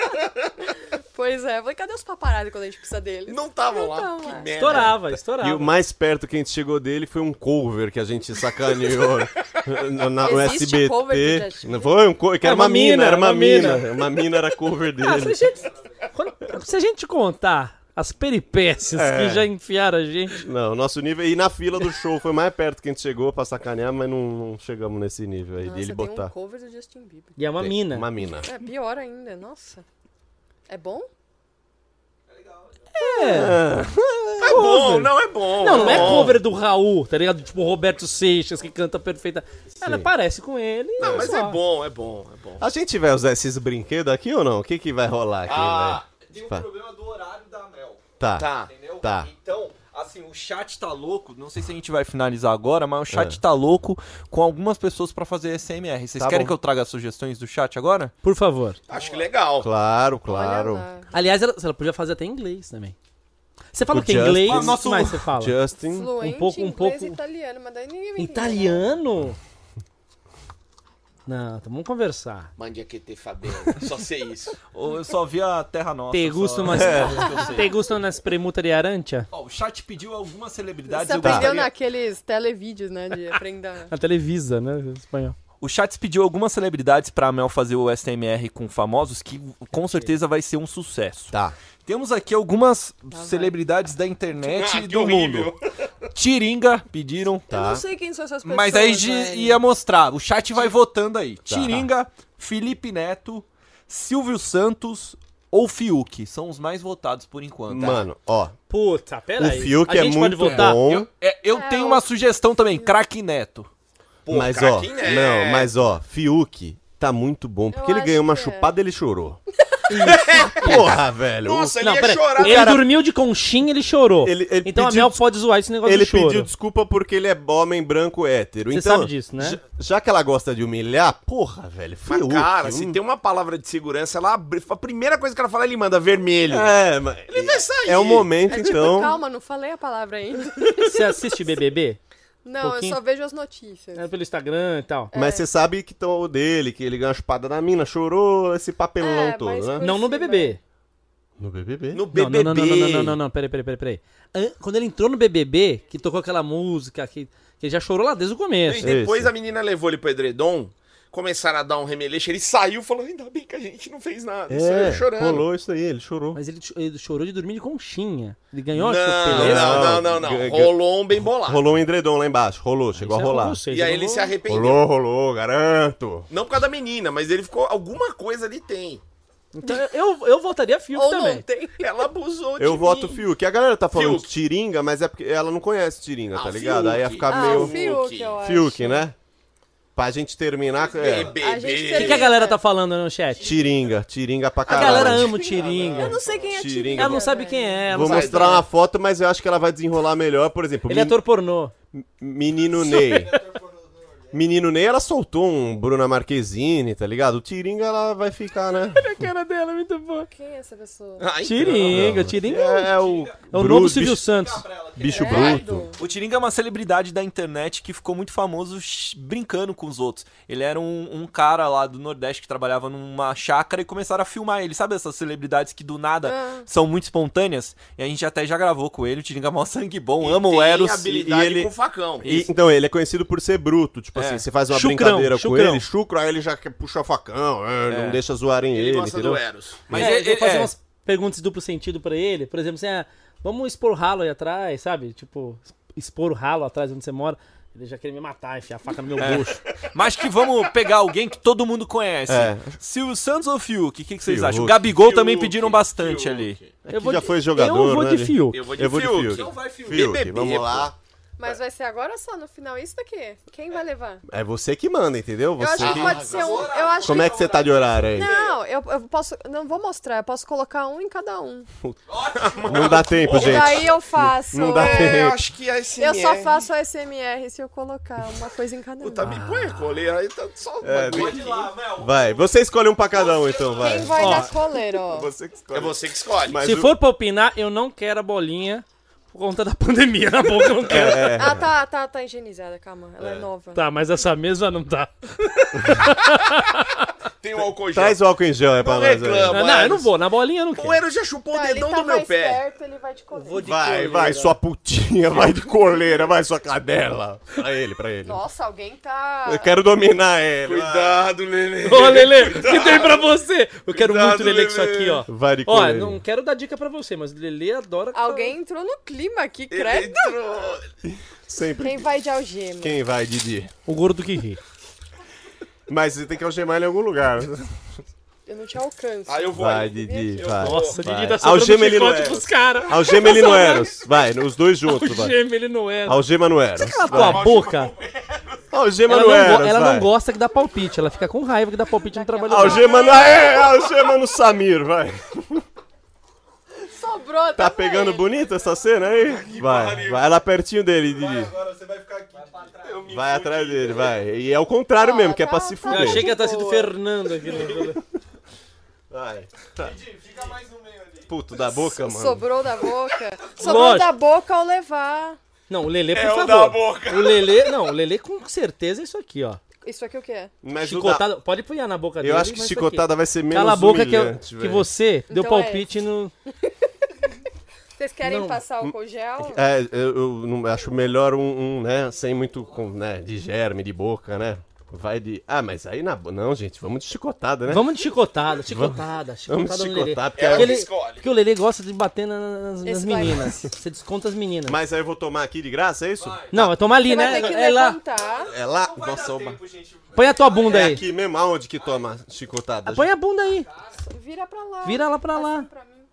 pois é, eu falei, cadê os paparazzi quando a gente precisa deles? Não estavam Não lá. tavam Que lá. merda. Estourava, estourava. E o mais perto que a gente chegou dele foi um cover que a gente sacaneou no, na- no Existe S B T. cover do Justin Bieber? Foi um cover, que era É uma uma mina, mina, era uma uma mina. mina. Uma mina era cover Ah, se, a dele. gente, quando- se a gente contar as peripécias É. que já enfiaram a gente. Não, o nosso nível... E na fila do show foi mais perto que a gente chegou pra sacanear, mas não, não chegamos nesse nível aí, Nossa, dele tem botar. um cover do Justin Bieber. E é uma Tem mina. Uma mina. É, pior ainda, nossa. É bom? É bom, não é bom. Não, não é bom. cover do Raul, tá ligado? Tipo o Roberto Seixas, que canta perfeita. Ela Sim. parece com ele. Não, mas só. é bom, é bom, é bom. A gente vai usar esses brinquedos aqui ou não? O que, que vai rolar aqui, Ah, Tem um Tá. problema do horário da Mel. Tá. Tá. Entendeu? Tá. Então, assim, o chat tá louco. Não sei se a gente vai finalizar agora, mas o chat É. tá louco com algumas pessoas pra fazer S M R. Vocês Tá querem bom. que eu traga as sugestões do chat agora? Por favor. Acho que legal. Claro, Olha claro. lá. Aliás, ela, ela podia fazer até em inglês também. Você fala O que é Justin- inglês, Ah, nosso- mas você fala. Justin. Fluente, Um pouco- um inglês pouco- e italiano, mas daí ninguém vai entender, né? Italiano? Não, então vamos conversar. Mande aqui ter Fabiano. Só sei isso. Ou eu só vi a Terra Nossa. Te só- gusta umas, É, isso que eu sei. te gusta umas premuta de arancha? Ó, o chat pediu algumas celebridades. Você eu aprendeu gostaria- naqueles televídeos, né? De aprender. Na Televisa, né? Em espanhol. O chat pediu algumas celebridades pra Mel fazer o S M R com famosos, que com certeza vai ser um sucesso. Tá. Temos aqui algumas vai. celebridades da internet Ah, e que do horrível. mundo. Tiringa, pediram. Eu Tá. não sei quem são essas pessoas. Mas aí a gente velho. ia mostrar. O chat vai votando aí. Tá. Tiringa, Felipe Neto, Silvio Santos ou Fiuk. São os mais votados por enquanto. Mano, ó. Puta, pera O aí. Fiuk a é gente pode muito votar? bom. Eu, é, eu É, tenho o- uma sugestão também. Craque Neto. Pô, mas ó, craquinho é- não, mas ó, Fiuk tá muito bom, porque Eu ele ganhou uma acho que é. chupada e ele chorou. Porra, velho. Nossa, ele Não, ia peraí. chorar. Ele cara- dormiu de conchinha, ele chorou. Ele- ele então pediu a Mel des- pode zoar esse negócio Ele do choro. pediu desculpa porque ele é homem branco hétero. Você então, sabe disso, né? Já, já que ela gosta de humilhar, porra, velho. Mas, Fiuk, cara, hum. se tem uma palavra de segurança, ela abre- a primeira coisa que ela fala, ele manda vermelho. É, mas. Ele vai sair. É o momento, É tipo, então. calma, não falei a palavra ainda. Você assiste B B B? Não, Pouquinho. eu só vejo as notícias. É pelo Instagram e tal. Mas você sabe que estão o dele, que ele ganhou uma chupada da mina, chorou esse papelão É, todo, mas né? por Não no cima. B B B. No B B B? No Não, B B B. não, não, não, não, não, não, não, peraí, peraí, peraí, peraí. An- Quando ele entrou no B B B, que tocou aquela música, que, que ele já chorou lá desde o E começo. depois Esse. a menina levou ele pro edredom, começaram a dar um remeleixo, ele saiu e falou, ainda bem que a gente não fez nada. É, saiu chorando. rolou isso aí, ele chorou. Mas ele, cho- ele chorou de dormir de conchinha. Ele ganhou a Não, chupeleza. não, não, não, não. G- g- Rolou um bem bolado. Rolou um endredom lá embaixo, rolou, chegou a Isso é com rolar. vocês, E aí eu ele não se vou- arrependeu. Rolou, rolou, garanto. Não por causa da menina, mas ele ficou. Alguma coisa ali tem. Então eu, eu votaria Fiuk Ou também. não tem. Ela abusou de Eu mim. voto Fiuk. A galera tá falando Fiuk. de Tiringa, mas é porque ela não conhece Tiringa, tá Ah, ligado? Aí ia Fiuk. ficar Ah, meio o Fiuk, eu acho. Fiuk, né? Pra gente terminar com. É. Bebê. A gente O que, teve- que a galera tá falando no chat? Tiringa, Tiringa pra A caralho. galera ama o Tiringa. Eu não sei quem é Tiringa. Tiringa. Ela não sabe velho. quem é. ela Vou não sabe. mostrar uma foto, mas eu acho que ela vai desenrolar melhor. Por exemplo, Ele é men- ator pornô. Menino Ney. Menino Ney, ela soltou um Bruna Marquezine, tá ligado? O Tiringa, ela vai ficar, né? A cara dela é muito boa. Quem é essa pessoa? Ah, então. Tiringa, o Tiringa É, é o. é o Bru- novo Silvio bicho, Santos. bicho Credo. bruto. O Tiringa é uma celebridade da internet que ficou muito famoso sh- brincando com os outros. Ele era um, um cara lá do Nordeste que trabalhava numa chácara e começaram a filmar ele. Sabe essas celebridades que do nada Ah. são muito espontâneas? E a gente até já gravou com ele. O Tiringa é mó sangue bom, ama Tem o Eros. habilidade e ele- com facão. E, então, ele é conhecido por ser bruto. Tipo É. assim, você faz uma Chucrão, brincadeira com chucrão. ele, chucro, aí ele já quer puxar o facão, é, não É. deixa zoarem Ele ele, gosta entendeu? do Eros. Mas é, é- eu vou é- fazer é. umas perguntas de duplo sentido pra ele. Por exemplo, assim, ah, vamos expor o ralo aí atrás, sabe? Tipo, expor o ralo atrás onde você mora. Ele já queria me matar, enfiar a faca no meu bucho. Mas que vamos pegar alguém que todo mundo conhece. É. Silvio Santos ou Fiuk? O que, que vocês Fiuk. acham? O Gabigol também Fiuk, pediram bastante Fiuk. ali. É que já foi jogador, Eu vou né, de ele? Fiuk. Eu vou de Eu vou de Fiuk. Fiuk. Então vai Fiuk. Fiuk, B B B, vamos pô. lá. Mas vai ser agora ou só no final? Isso daqui? Quem vai levar? É você que manda, entendeu? Eu Você acho que... que pode ser um. Eu acho Como é que você tá de horário aí? Não, eu, eu posso. Não vou mostrar, eu posso colocar um em cada um. Não dá tempo, E gente. daí eu faço. Não dá É, tempo. eu acho que a S M Eu R... só faço a S M R se eu colocar uma coisa em cada um. Puta, me põe a coleira aí, tá só... É, bagulho tem- aqui. Vai, você escolhe um pra cada um, então, vai. Quem vai Ó. na coleira, ó? Você que escolhe. É você que escolhe. Mas Se o- for pra opinar, eu não quero a bolinha por conta da pandemia na boca. Eu não quero. É, Ah, tá, tá, tá higienizada, calma. Ela é, nova. Tá, mas essa mesma não tá. Tem um álcool gel. traz o álcool em gel, é pra Não nós aí. reclama. Não, não, eu não vou. Na bolinha eu não O quero. Eros já chupou Tá, o ele dedão tá do meu mais pé. perto, ele vai de coleira. Vou de Vai, coleira. vai, sua putinha, vai de coleira, vai, sua cadela. Pra ele, pra ele. Nossa, alguém tá... Eu quero dominar ele. vai. Cuidado, Lelê. Ô, Lelê, o que tem pra você? Eu quero Cuidado, muito Lelê com isso Lelê. aqui, ó. Vai de Ó, coleira. não quero dar dica pra você, mas Lelê adora... Alguém entrou no clima aqui, Ele credo. entrou. Sempre. Quem vai de algema? Quem vai, Didi? O gordo que ri. Mas você tem que algemar ele em algum lugar. Eu não te alcanço. Aí eu vou Vai, aí. Didi, Eu vai. vou. Nossa, vai. Didi tá sobrando Algema ele no chicote Eros. pros caras. Algema ele no Eros. Vai, os dois juntos, vai. Algema ele não é. Algema no Eros. Cala tua boca. Algema Ela, no não, go- Eros, ela vai. não gosta que dá palpite. Ela fica com raiva que dá palpite no trabalho dela. Algema no... É, algema no Samir, vai. Sobrou, Tá também. pegando bonito essa cena aí? Vai, vai lá pertinho dele, Didi. Agora você vai ficar aqui. Eu me Vai atrás dele, vai. E é o contrário mesmo, que é pra tá- se tá Eu fuder. achei que ia estar sido Boa. Fernando aqui. No... Vai. Fica mais no meio ali. Puto da boca, mano. Sobrou da boca. Sobrou Lógico. da boca ao levar. Não, o Lelê, por É o favor. da boca. O Lelê, não, o Lelê com certeza é isso aqui, ó. Isso aqui o que é? Mas o da... Chicotada, pode punhar na boca dele. Eu acho que mas isso chicotada vai ser aqui. menos Cala a boca que, eu- humilhante, que velho. você deu Então é palpite no... Vocês querem Não. passar álcool gel? É, eu, eu não- acho melhor um, um, né, sem muito, com, né, de germe, de boca, né? Vai de... Ah, mas aí na... bo- Não, gente, vamos de chicotada, né? Vamos de chicotada, chicotada, Vamos chicotada de no Lelê. chicotar, porque Ela aí- Porque, que ele, escolhe. porque o Lelê gosta de bater na- nas, nas Esse vai. meninas. Você desconta as meninas. Mas aí eu vou tomar aqui de graça, é isso? Não, vai tomar ali, Você né? vai ter que É lá. levantar. É lá? Nossa, oba. Põe a tua bunda É aí. aqui mesmo, aonde que toma chicotada? Põe a bunda aí. Vira pra lá. Vira lá pra lá. Assim pra mim.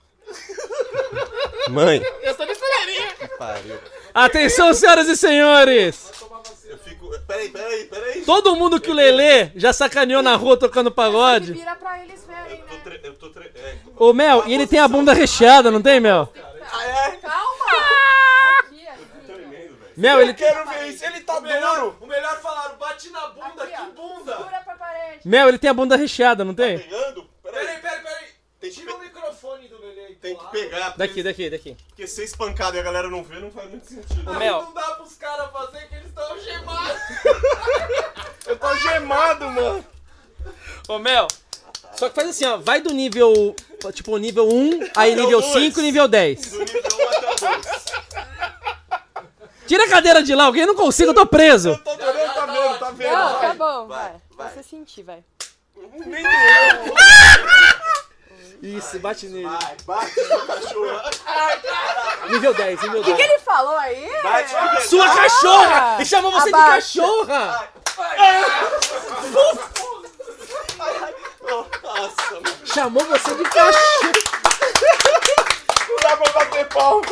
Mãe. Eu tô de coleirinha. Que pariu. Atenção, senhoras e senhores. Eu fico... Peraí, peraí, peraí. Todo mundo que o Lelê já sacaneou na rua tocando pagode. Vira pra eles verem, Eu tô, né? tre... eu tô tre... é, Ô, Mel, e ele tem a bunda recheada, não tem, Mel? Calma! Aqui, aqui. Mel, ele... Quero ver isso, ele tá duro. O melhor falaram, bate na bunda, Aqui, ó. que bunda! Segura pra parede. Mel, ele tem a bunda recheada, não tem? Pegando? Peraí, Peraí. peraí, peraí. Tem que, Tira o pe- microfone do Lelê aí. tem que claro. pegar. Porque, Daqui, daqui, daqui. porque ser espancado e a galera não vê não faz muito sentido. Ô, Mel, Não dá pros caras fazer que eles estão algemados. Eu tô gemado, mano. ô, Mel. Só que faz assim, ó. Vai do nível, tipo, nível um, aí nível dois. cinco e nível dez. Do nível um até o dois. Tira a cadeira de lá, alguém não consigo, eu tô preso. Tô adorando, tá vendo, tá vendo. Não, vai. tá bom, vai, vai. vai. Você sentir, vai. Nem doeu. Isso, bate nele. Vai, bate no cachorro. Nível dez, nível O que, que dez. ele falou aí? Bate de verdade. Sua cachorra! Ele chamou você Abaixa. de cachorra! Nossa, mano. Chamou você de cachorra! Não dá pra bater palma.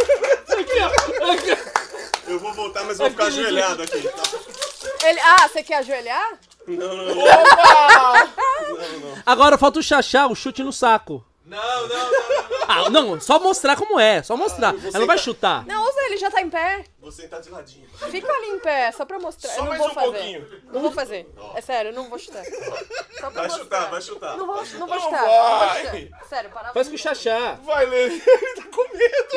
Eu vou voltar, mas vou ficar ajoelhado aqui. Tá? Ele... Ah, você quer ajoelhar? Não, não, não. Agora falta o Xaxá, o chute no saco. Não, não, não, não. Ah, não, só mostrar como é, só mostrar. Ela não vai chutar. Não, usa ele, já tá em pé. Vou sentar de ladinho. Fica ali em pé, só pra mostrar. Só eu não mais vou um fazer. pouquinho. Não vou fazer. É sério, eu não vou chutar. Só pra Vai mostrar. chutar, vai chutar. Não vou, não vou Não chutar. vai. Não vou chutar. Sério, para. Faz com o Xaxá. Vai, Lelê. Ele tá com medo.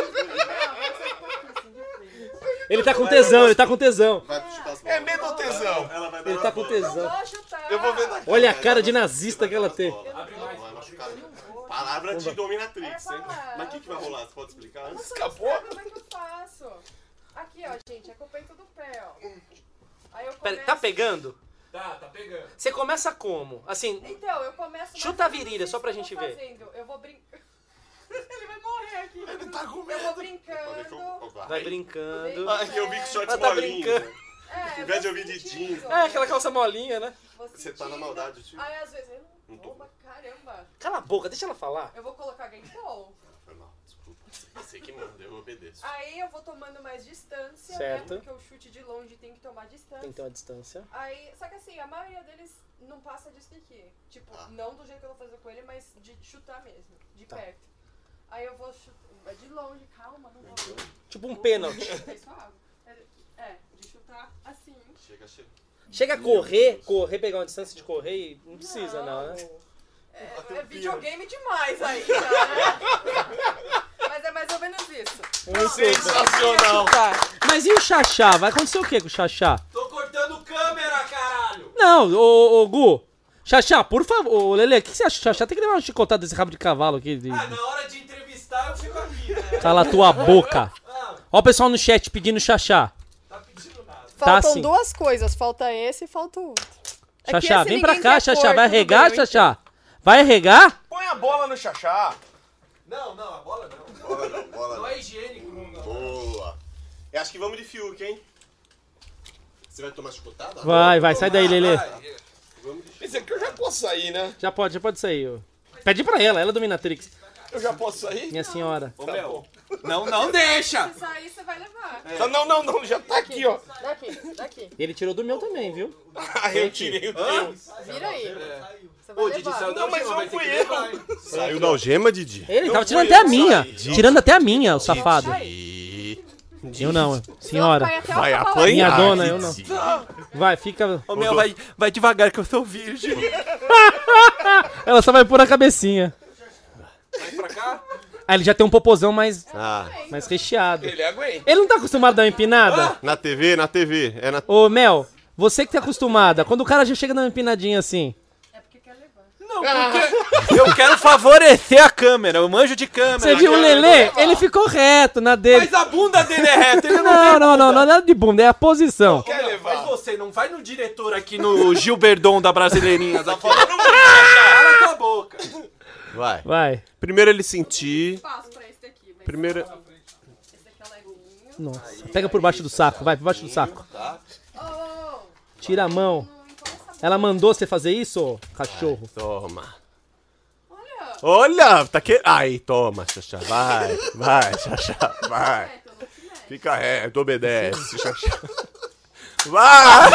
Ele tá com tesão, ele tá com tesão. Vai chutar as É bolas. medo ou tesão? Ela vai dar Ele na tá com bola. tesão. Não vou chutar. Eu vou ver daqui. Olha a cara de nazista que ela tem. Vai machucar. Palavra de dominatrix, hein? Mas o que, que vai rolar? Você pode explicar antes? Escapou? Como é que eu faço? Aqui, ó, gente, é com o peito do pé, ó. Aí eu Pera, começo... tá pegando? Tá, tá pegando. Você começa como? Assim, Então, eu começo... mais Chuta a ou menos virilha, isso só pra que eu gente tô ver. fazendo. Eu vou brincar... Ele vai morrer aqui. Ele tá com Eu medo. vou brincando... vai brincando. Ai, eu vi que shorts Ela tá molinhos. brincando. É, Em vez de eu vir de sentindo. jeans. É, aquela calça molinha, né? Vou Você tá na sentindo. maldade, tio. Aí, às vezes, eu Não tô. Opa, caramba. Cala a boca, deixa ela falar. Eu vou colocar gameplay. Foi mal, desculpa. Você que manda, eu obedeço. Aí eu vou tomando mais distância, Certo. né? Porque o chute de longe tem que tomar distância. Tem que ter uma distância. Aí, só que assim, a maioria deles não passa disso daqui. Tipo, Tá. não do jeito que eu vou fazer com ele, mas de chutar mesmo, de Tá. perto. Aí eu vou chutar. De longe, calma, não vou. Tipo um pênalti. É suave. É, de chutar assim. Chega, chega. Chega a correr, correr, pegar uma distância de correr e não precisa não, né? É, é videogame demais aí, já, né? Mas é mais ou menos isso. Sensacional. Mas e o Xaxá? Vai acontecer o que com o Xaxá? Tô cortando câmera, caralho. Não, ô, ô Gu. Xaxá, por favor. Ô, Lelê, o que você acha? Xaxá tem que levar uma chicotada desse rabo de cavalo aqui. De... Ah, na hora de entrevistar eu fico aqui, né? Cala a tua boca. Ah, Ó o pessoal no chat pedindo Xaxá. tá pedindo nada. Faltam sim. duas coisas, falta esse e falta o outro. É que Xaxá, esse vem pra ninguém cá, quer Xaxá. pôr, Vai tudo arregar, bem, Xaxá? Vai arregar? Põe a bola no xaxá. Não, não, a bola não. Bola não, bola Não não. é higiênico. Não. Boa. Eu acho que vamos de Fiuk, hein? Você vai tomar chicotada? Vai, vai, sai daí, Lelê. Vai. Vamos de Esse aqui eu já posso sair, né? Já pode, já pode sair. Ó. Pede pra ela, ela é dominatrix. Eu já posso sair? Minha senhora. Ô, Tá Mel. bom. Não, não deixa. Se sair, você vai levar. Tá, Não, não, não, já tá aqui, ó. Daqui, daqui. Ele tirou do meu também, viu? Ah, eu tirei o teu. Vira aí. Você vai Ô, Didi, levar. saiu da Não, mas algema, não vai ter fui que eu. levar, hein? Saiu da algema, Didi? Ele Não tava fui tirando eu até a que minha. saí. Tirando até a minha, o safado. Didi. Eu não, Senão senhora. vai até Vai o cavalo. apanhar, Minha dona, eu Didi. Vai, fica. Ô, Mel, vai, vai devagar que eu sou virgem. Ela só vai pôr a cabecinha. Vai pra cá. Aí ele já tem um popozão mais, Ah, mais recheado. Ele aguenta. Ele não tá acostumado a dar uma empinada? na T V, na T V. É na... Ô, Mel, você que tá acostumada, quando o cara já chega dando uma empinadinha assim. É porque quer levar. Não, porque eu quero favorecer a câmera. Eu manjo de câmera. Você viu o Lelê? Ele ficou reto na dele. Mas a bunda dele é reta. Ele não Não, não, não, não é nada de bunda, é a posição. Quer Não, levar? mas você não vai no diretor aqui no Gilberdon da Brasileirinhas aqui. Falando muito. Cala tua boca. Vai. Vai. Primeiro ele sentir. Passo pra esse daqui. Mas Primeiro. esse daqui é levinho. Nossa. Pega por baixo do saco, vai, por baixo do saco. Oh, oh, Tira a mão. não encosta a mão. Ela mandou você fazer isso, ô cachorro? Toma. Olha. Olha, tá que. Aí, toma, Xaxá. Vai, vai, Xaxá, vai. É, tô no filé. Fica reto, obedece, Xaxá. Vai!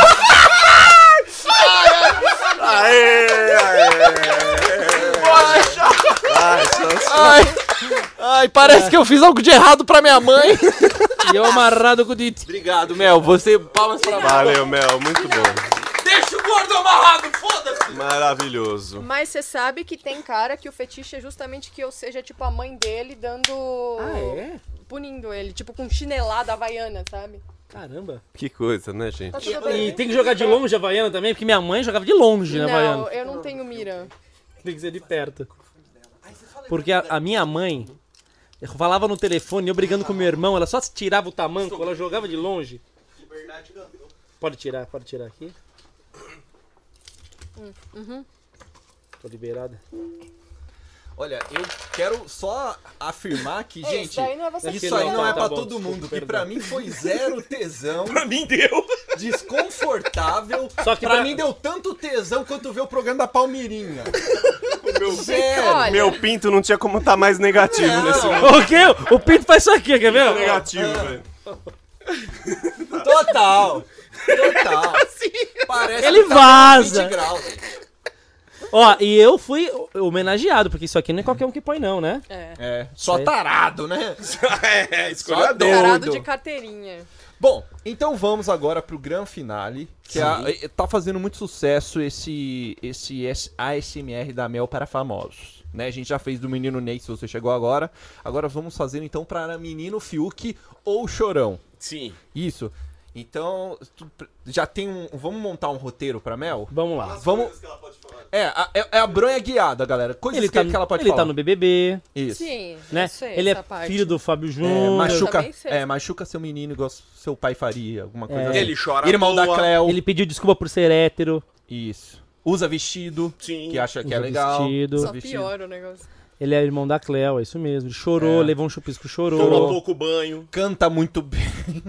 Aê, aê! faixas. Ai, ai, parece que eu fiz algo de errado pra minha mãe. E eu amarrado com o Dito. Obrigado, Mel. Você, palmas pra Mel. Valeu, Mel, muito bom. Deixa o gordo amarrado, foda-se. Maravilhoso. Mas você sabe que tem cara que o fetiche é justamente que eu seja tipo a mãe dele dando... Ah, é? Punindo ele, tipo com chinelada havaiana, sabe? Caramba. Que coisa, né, gente? Tá tudo bem. E tem que jogar de longe a Havaiana também, porque minha mãe jogava de longe na Não, Havaiana. eu não tenho mira. Tem que ser de perto. Porque a, a minha mãe eu falava no telefone, eu brigando com meu irmão, ela só tirava o tamanco, ela jogava de longe. Pode tirar, pode tirar aqui. Uhum. Tô liberada. Olha, eu quero só afirmar que, É, gente, isso aí não é você isso que aí não, não tá é pra bom, todo desculpa, mundo, que perdão. pra mim foi zero tesão, Pra mim deu. desconfortável. Só que pra, pra- mim deu tanto tesão quanto ver o programa da Palmeirinha. Meu, Zero. Olha, meu pinto não tinha como estar mais negativo Não. nesse momento. O quê? O Pinto faz isso aqui, quer ver? Negativo, velho. Total. Total. Parece Ele que tá vaza. vinte graus. Ó, e eu fui homenageado, porque isso aqui não é qualquer um que põe não, né? é. É, só Isso aí. tarado, né? É, escolheu a Só dor. Parado doido. de carteirinha. Bom, então vamos agora pro gran finale, que é a- é- tá fazendo muito sucesso esse, esse S- A S M R da Mel para famosos. Né? A gente já fez do Menino Ney, se você chegou agora. Agora vamos fazer então para Menino Fiuk ou Chorão. Sim. Isso. Então, tu- já tem um... Vamos montar um roteiro pra Mel? Vamos lá. Vamos... É, a, é, é a bronha guiada, galera. Coisas Ele que, tá, que ela pode ele falar. tá no B B B, Isso. Sim, né? eu sei Ele essa é parte. filho do Fábio É, Júnior. machuca, também sei. é, machuca seu menino igual seu pai faria, alguma coisa É. assim. Ele chora Irmão à da toa. Cleo. Ele pediu desculpa por ser hétero. Isso. Usa vestido, Sim. que acha que é Usa legal. vestido. Só vestido. piora o negócio. Ele é irmão da Cleo, é isso mesmo. Ele chorou, É. levou um chupisco, Toma chorou. pouco banho. Canta muito bem.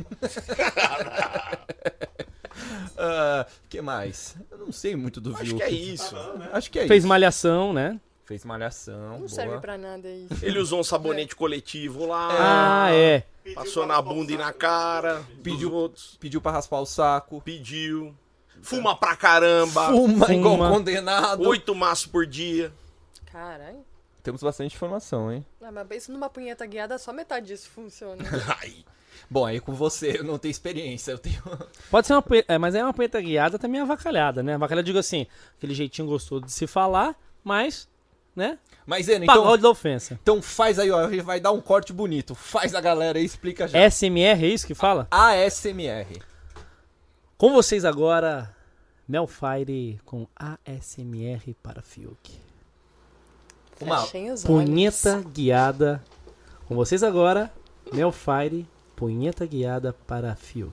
Ah, que mais? Eu não sei muito do Acho Fiuk. que é isso. Acho que é Fez isso. malhação, né? Fez malhação. Não boa. serve pra nada isso. Ele usou um sabonete coletivo lá. Ah, é. Passou na bunda e na cara. Pediu- Pediu outros. Pediu pra raspar o saco. Pediu. Fuma pra caramba. Fuma, Fuma. igual um condenado. Oito maços por dia. Caralho. Temos bastante informação, hein? Ah, mas isso numa punheta guiada, só metade disso funciona. Ai. Bom, aí com você eu não tenho experiência, eu tenho... Pode ser uma punheta, é, mas é uma punheta guiada também avacalhada, né? Avacalhada, digo assim, aquele jeitinho gostoso de se falar, mas, né? Mas, Ena, então, Pagode da ofensa. então faz aí, ó, vai dar um corte bonito. Faz a galera aí, explica já. S M R, é isso que fala? A S M R. Com vocês agora, Melfire com A S M R para Fiuk. Uma Fechem os olhos. Punheta guiada. Com vocês agora, Melfire, punheta guiada para Fiuk.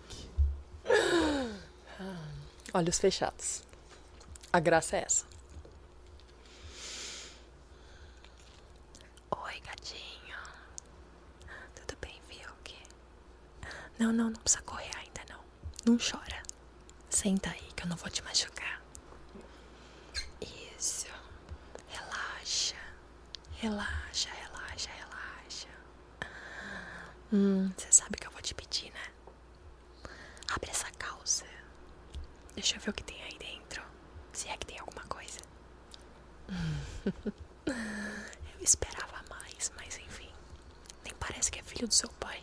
Olhos fechados. A graça é essa. Oi, gatinho. Tudo bem, Fiuk? Não, não, não precisa correr ainda, não. Não chora. Senta aí que eu não vou te machucar. Isso. Relaxa. Relaxa, relaxa, relaxa. Hum, você sabe que eu vou te pedir, né? Abre essa calça. Deixa eu ver o que tem aí dentro. Se é que tem alguma coisa. Eu esperava mais, mas enfim. Nem parece que é filho do seu pai.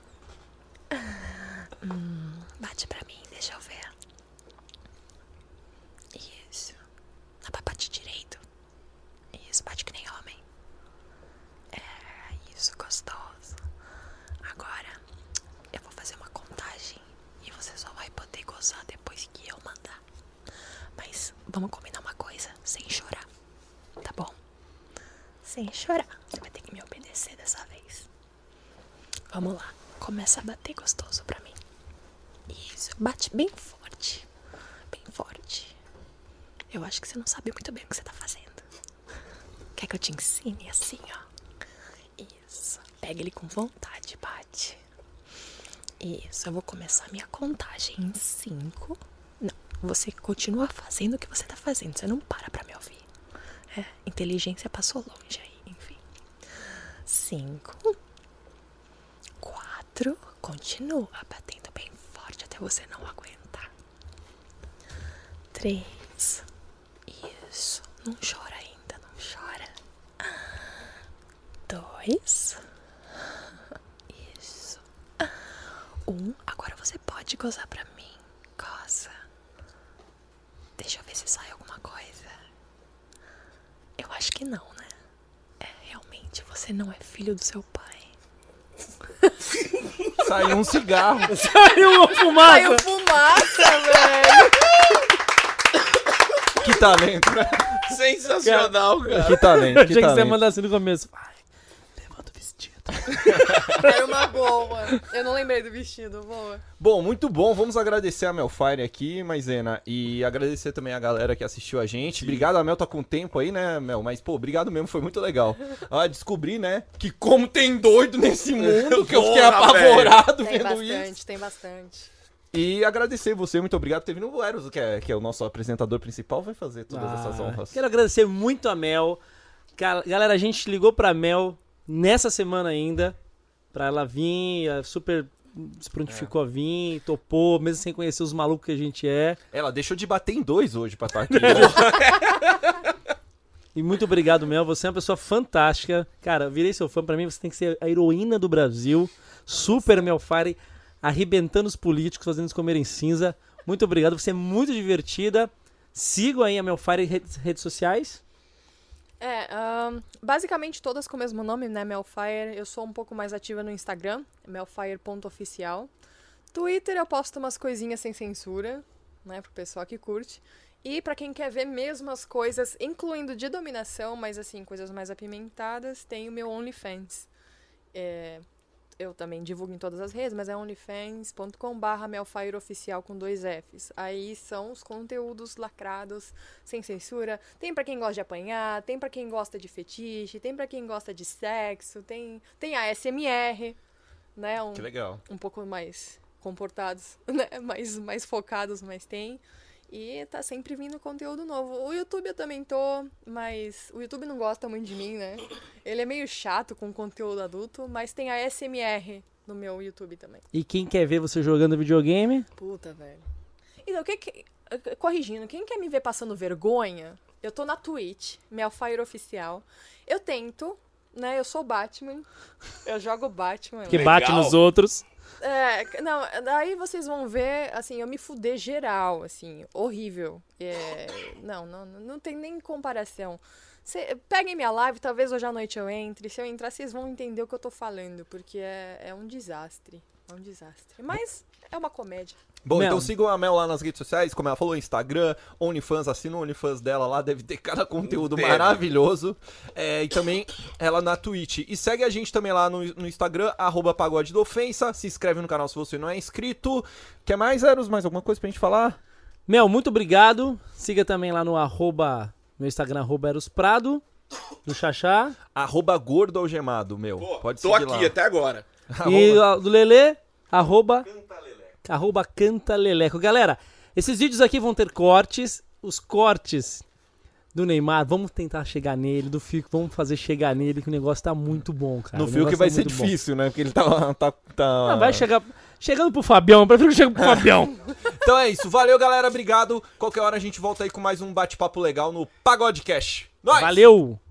Hum, bate pra mim, deixa eu ver. Isso. Dá pra bater direito. Isso, bate que nem homem. É, isso, gostoso. Agora, eu vou fazer uma contagem e você só vai poder gozar depois que eu mandar. Mas vamos combinar uma coisa, sem chorar, tá bom? Sem chorar. Você vai ter que me obedecer dessa vez. Vamos lá. Começa a bater gostoso pra mim. Isso. Bate bem forte. Bem forte. Eu acho que você não sabe muito bem o que você tá fazendo. Quer que eu te ensine assim, ó? Isso. Pega ele com vontade, bate. Isso. Eu vou começar a minha contagem em cinco. Não. Você continua fazendo o que você tá fazendo. Você não para pra me ouvir. É, inteligência passou longe aí, enfim. Cinco. Quatro. Continua batendo bem forte até você não aguentar. Três. Isso. Não chora ainda, não chora. Dois. Isso. Um. Agora você pode gozar pra mim. Goza. Deixa eu ver se sai alguma coisa. Eu acho que não, né? É, realmente, você não é filho do seu pai. Saiu um cigarro. Saiu uma fumaça! Saiu fumaça, velho! Que talento, né? Sensacional, cara. Que talento, Eu que achei que você ia talento. mandar assim no começo. Vai, levanta o vestido. Era uma boa. Eu não lembrei do vestido, boa. Bom, muito bom. Vamos agradecer a Melfire aqui, Maisena, e agradecer também a galera que assistiu a gente. Sim. Obrigado, a Mel tá com tempo aí, né, Mel? Mas, pô, obrigado mesmo, foi muito legal. Ah, descobri, né, que como tem doido nesse mundo, que eu fiquei Porra, apavorado Tem vendo bastante, isso. tem bastante. E agradecer você, muito obrigado por ter vindo. O Eros, que é, que é o nosso apresentador principal, vai fazer todas Ah, essas honras. Quero agradecer muito a Mel. Gal- Galera, a gente ligou pra Mel nessa semana ainda, pra ela vir, ela super se prontificou a vir, topou, mesmo sem conhecer os malucos que a gente é. Ela deixou de bater em dois hoje pra estar aqui. Né? E muito obrigado, Mel. Você é uma pessoa fantástica. Cara, eu virei seu fã. Pra mim, você tem que ser a heroína do Brasil. Super Melfire, arrebentando os políticos, fazendo eles comerem cinza. Muito obrigado. Você é muito divertida. Sigam aí a Melfire em redes, redes sociais. É, ahn, basicamente todas com o mesmo nome, né, Melfire. Eu sou um pouco mais ativa no Instagram, melfire ponto oficial. Twitter eu posto umas coisinhas sem censura, né, pro pessoal que curte. E pra quem quer ver mesmo as coisas, incluindo de dominação, mas assim, coisas mais apimentadas, tem o meu OnlyFans. É, eu também divulgo em todas as redes, mas é onlyfans ponto com barra melfireoficial com dois Fs. Aí são os conteúdos lacrados, sem censura. Tem pra quem gosta de apanhar, tem pra quem gosta de fetiche, tem pra quem gosta de sexo, tem, tem A S M R, né? Um, Que legal. um pouco mais comportados, né? Mais, mais focados, mas tem. E tá sempre vindo conteúdo novo. O YouTube eu também tô, mas o YouTube não gosta muito de mim, né? Ele é meio chato com conteúdo adulto, mas tem a A S M R no meu YouTube também. E quem quer ver você jogando videogame? Puta, velho. Então, que, que, corrigindo, quem quer me ver passando vergonha, eu tô na Twitch, Melfire Oficial. Eu tento, né? Eu sou Batman. Eu jogo Batman. Que Legal. bate nos outros. É, não, daí vocês vão ver, assim, eu me fuder geral, assim, horrível. É, não, não, não tem nem comparação. Cê, peguem minha live, talvez hoje à noite eu entre. Se eu entrar, vocês vão entender o que eu tô falando, porque é, é um desastre. É um desastre. Mas é uma comédia. Bom, Mel. então sigam a Mel lá nas redes sociais, como ela falou, Instagram, OnlyFans, assina o OnlyFans dela lá, deve ter cada conteúdo Deve. maravilhoso. É, e também ela na Twitch. E segue a gente também lá no, no Instagram, arroba Pagode da Ofensa. Se inscreve no canal se você não é inscrito. Quer mais, Eros? Mais alguma coisa pra gente falar? Mel, muito obrigado. Siga também lá no arroba, meu Instagram, arroba Eros Prado, do Xaxá. Arroba Gordo Algemado, meu. Pô, Pode tô seguir aqui lá. até agora. E ó, do Lelê, arroba, arroba Canta Leleco. Galera, esses vídeos aqui vão ter cortes. Os cortes do Neymar, vamos tentar chegar nele. Do Fiuk, vamos fazer chegar nele, que o negócio tá muito bom, cara. No O Fiuk negócio vai tá ser muito bom. difícil, né? Porque ele tá... tá, tá... Ah, vai chegar... Chegando pro Fabião, eu prefiro que chegue pro Fabião. Então é isso. Valeu, galera. Obrigado. Qualquer hora a gente volta aí com mais um bate-papo legal no Pagode Cash. Nós! Valeu!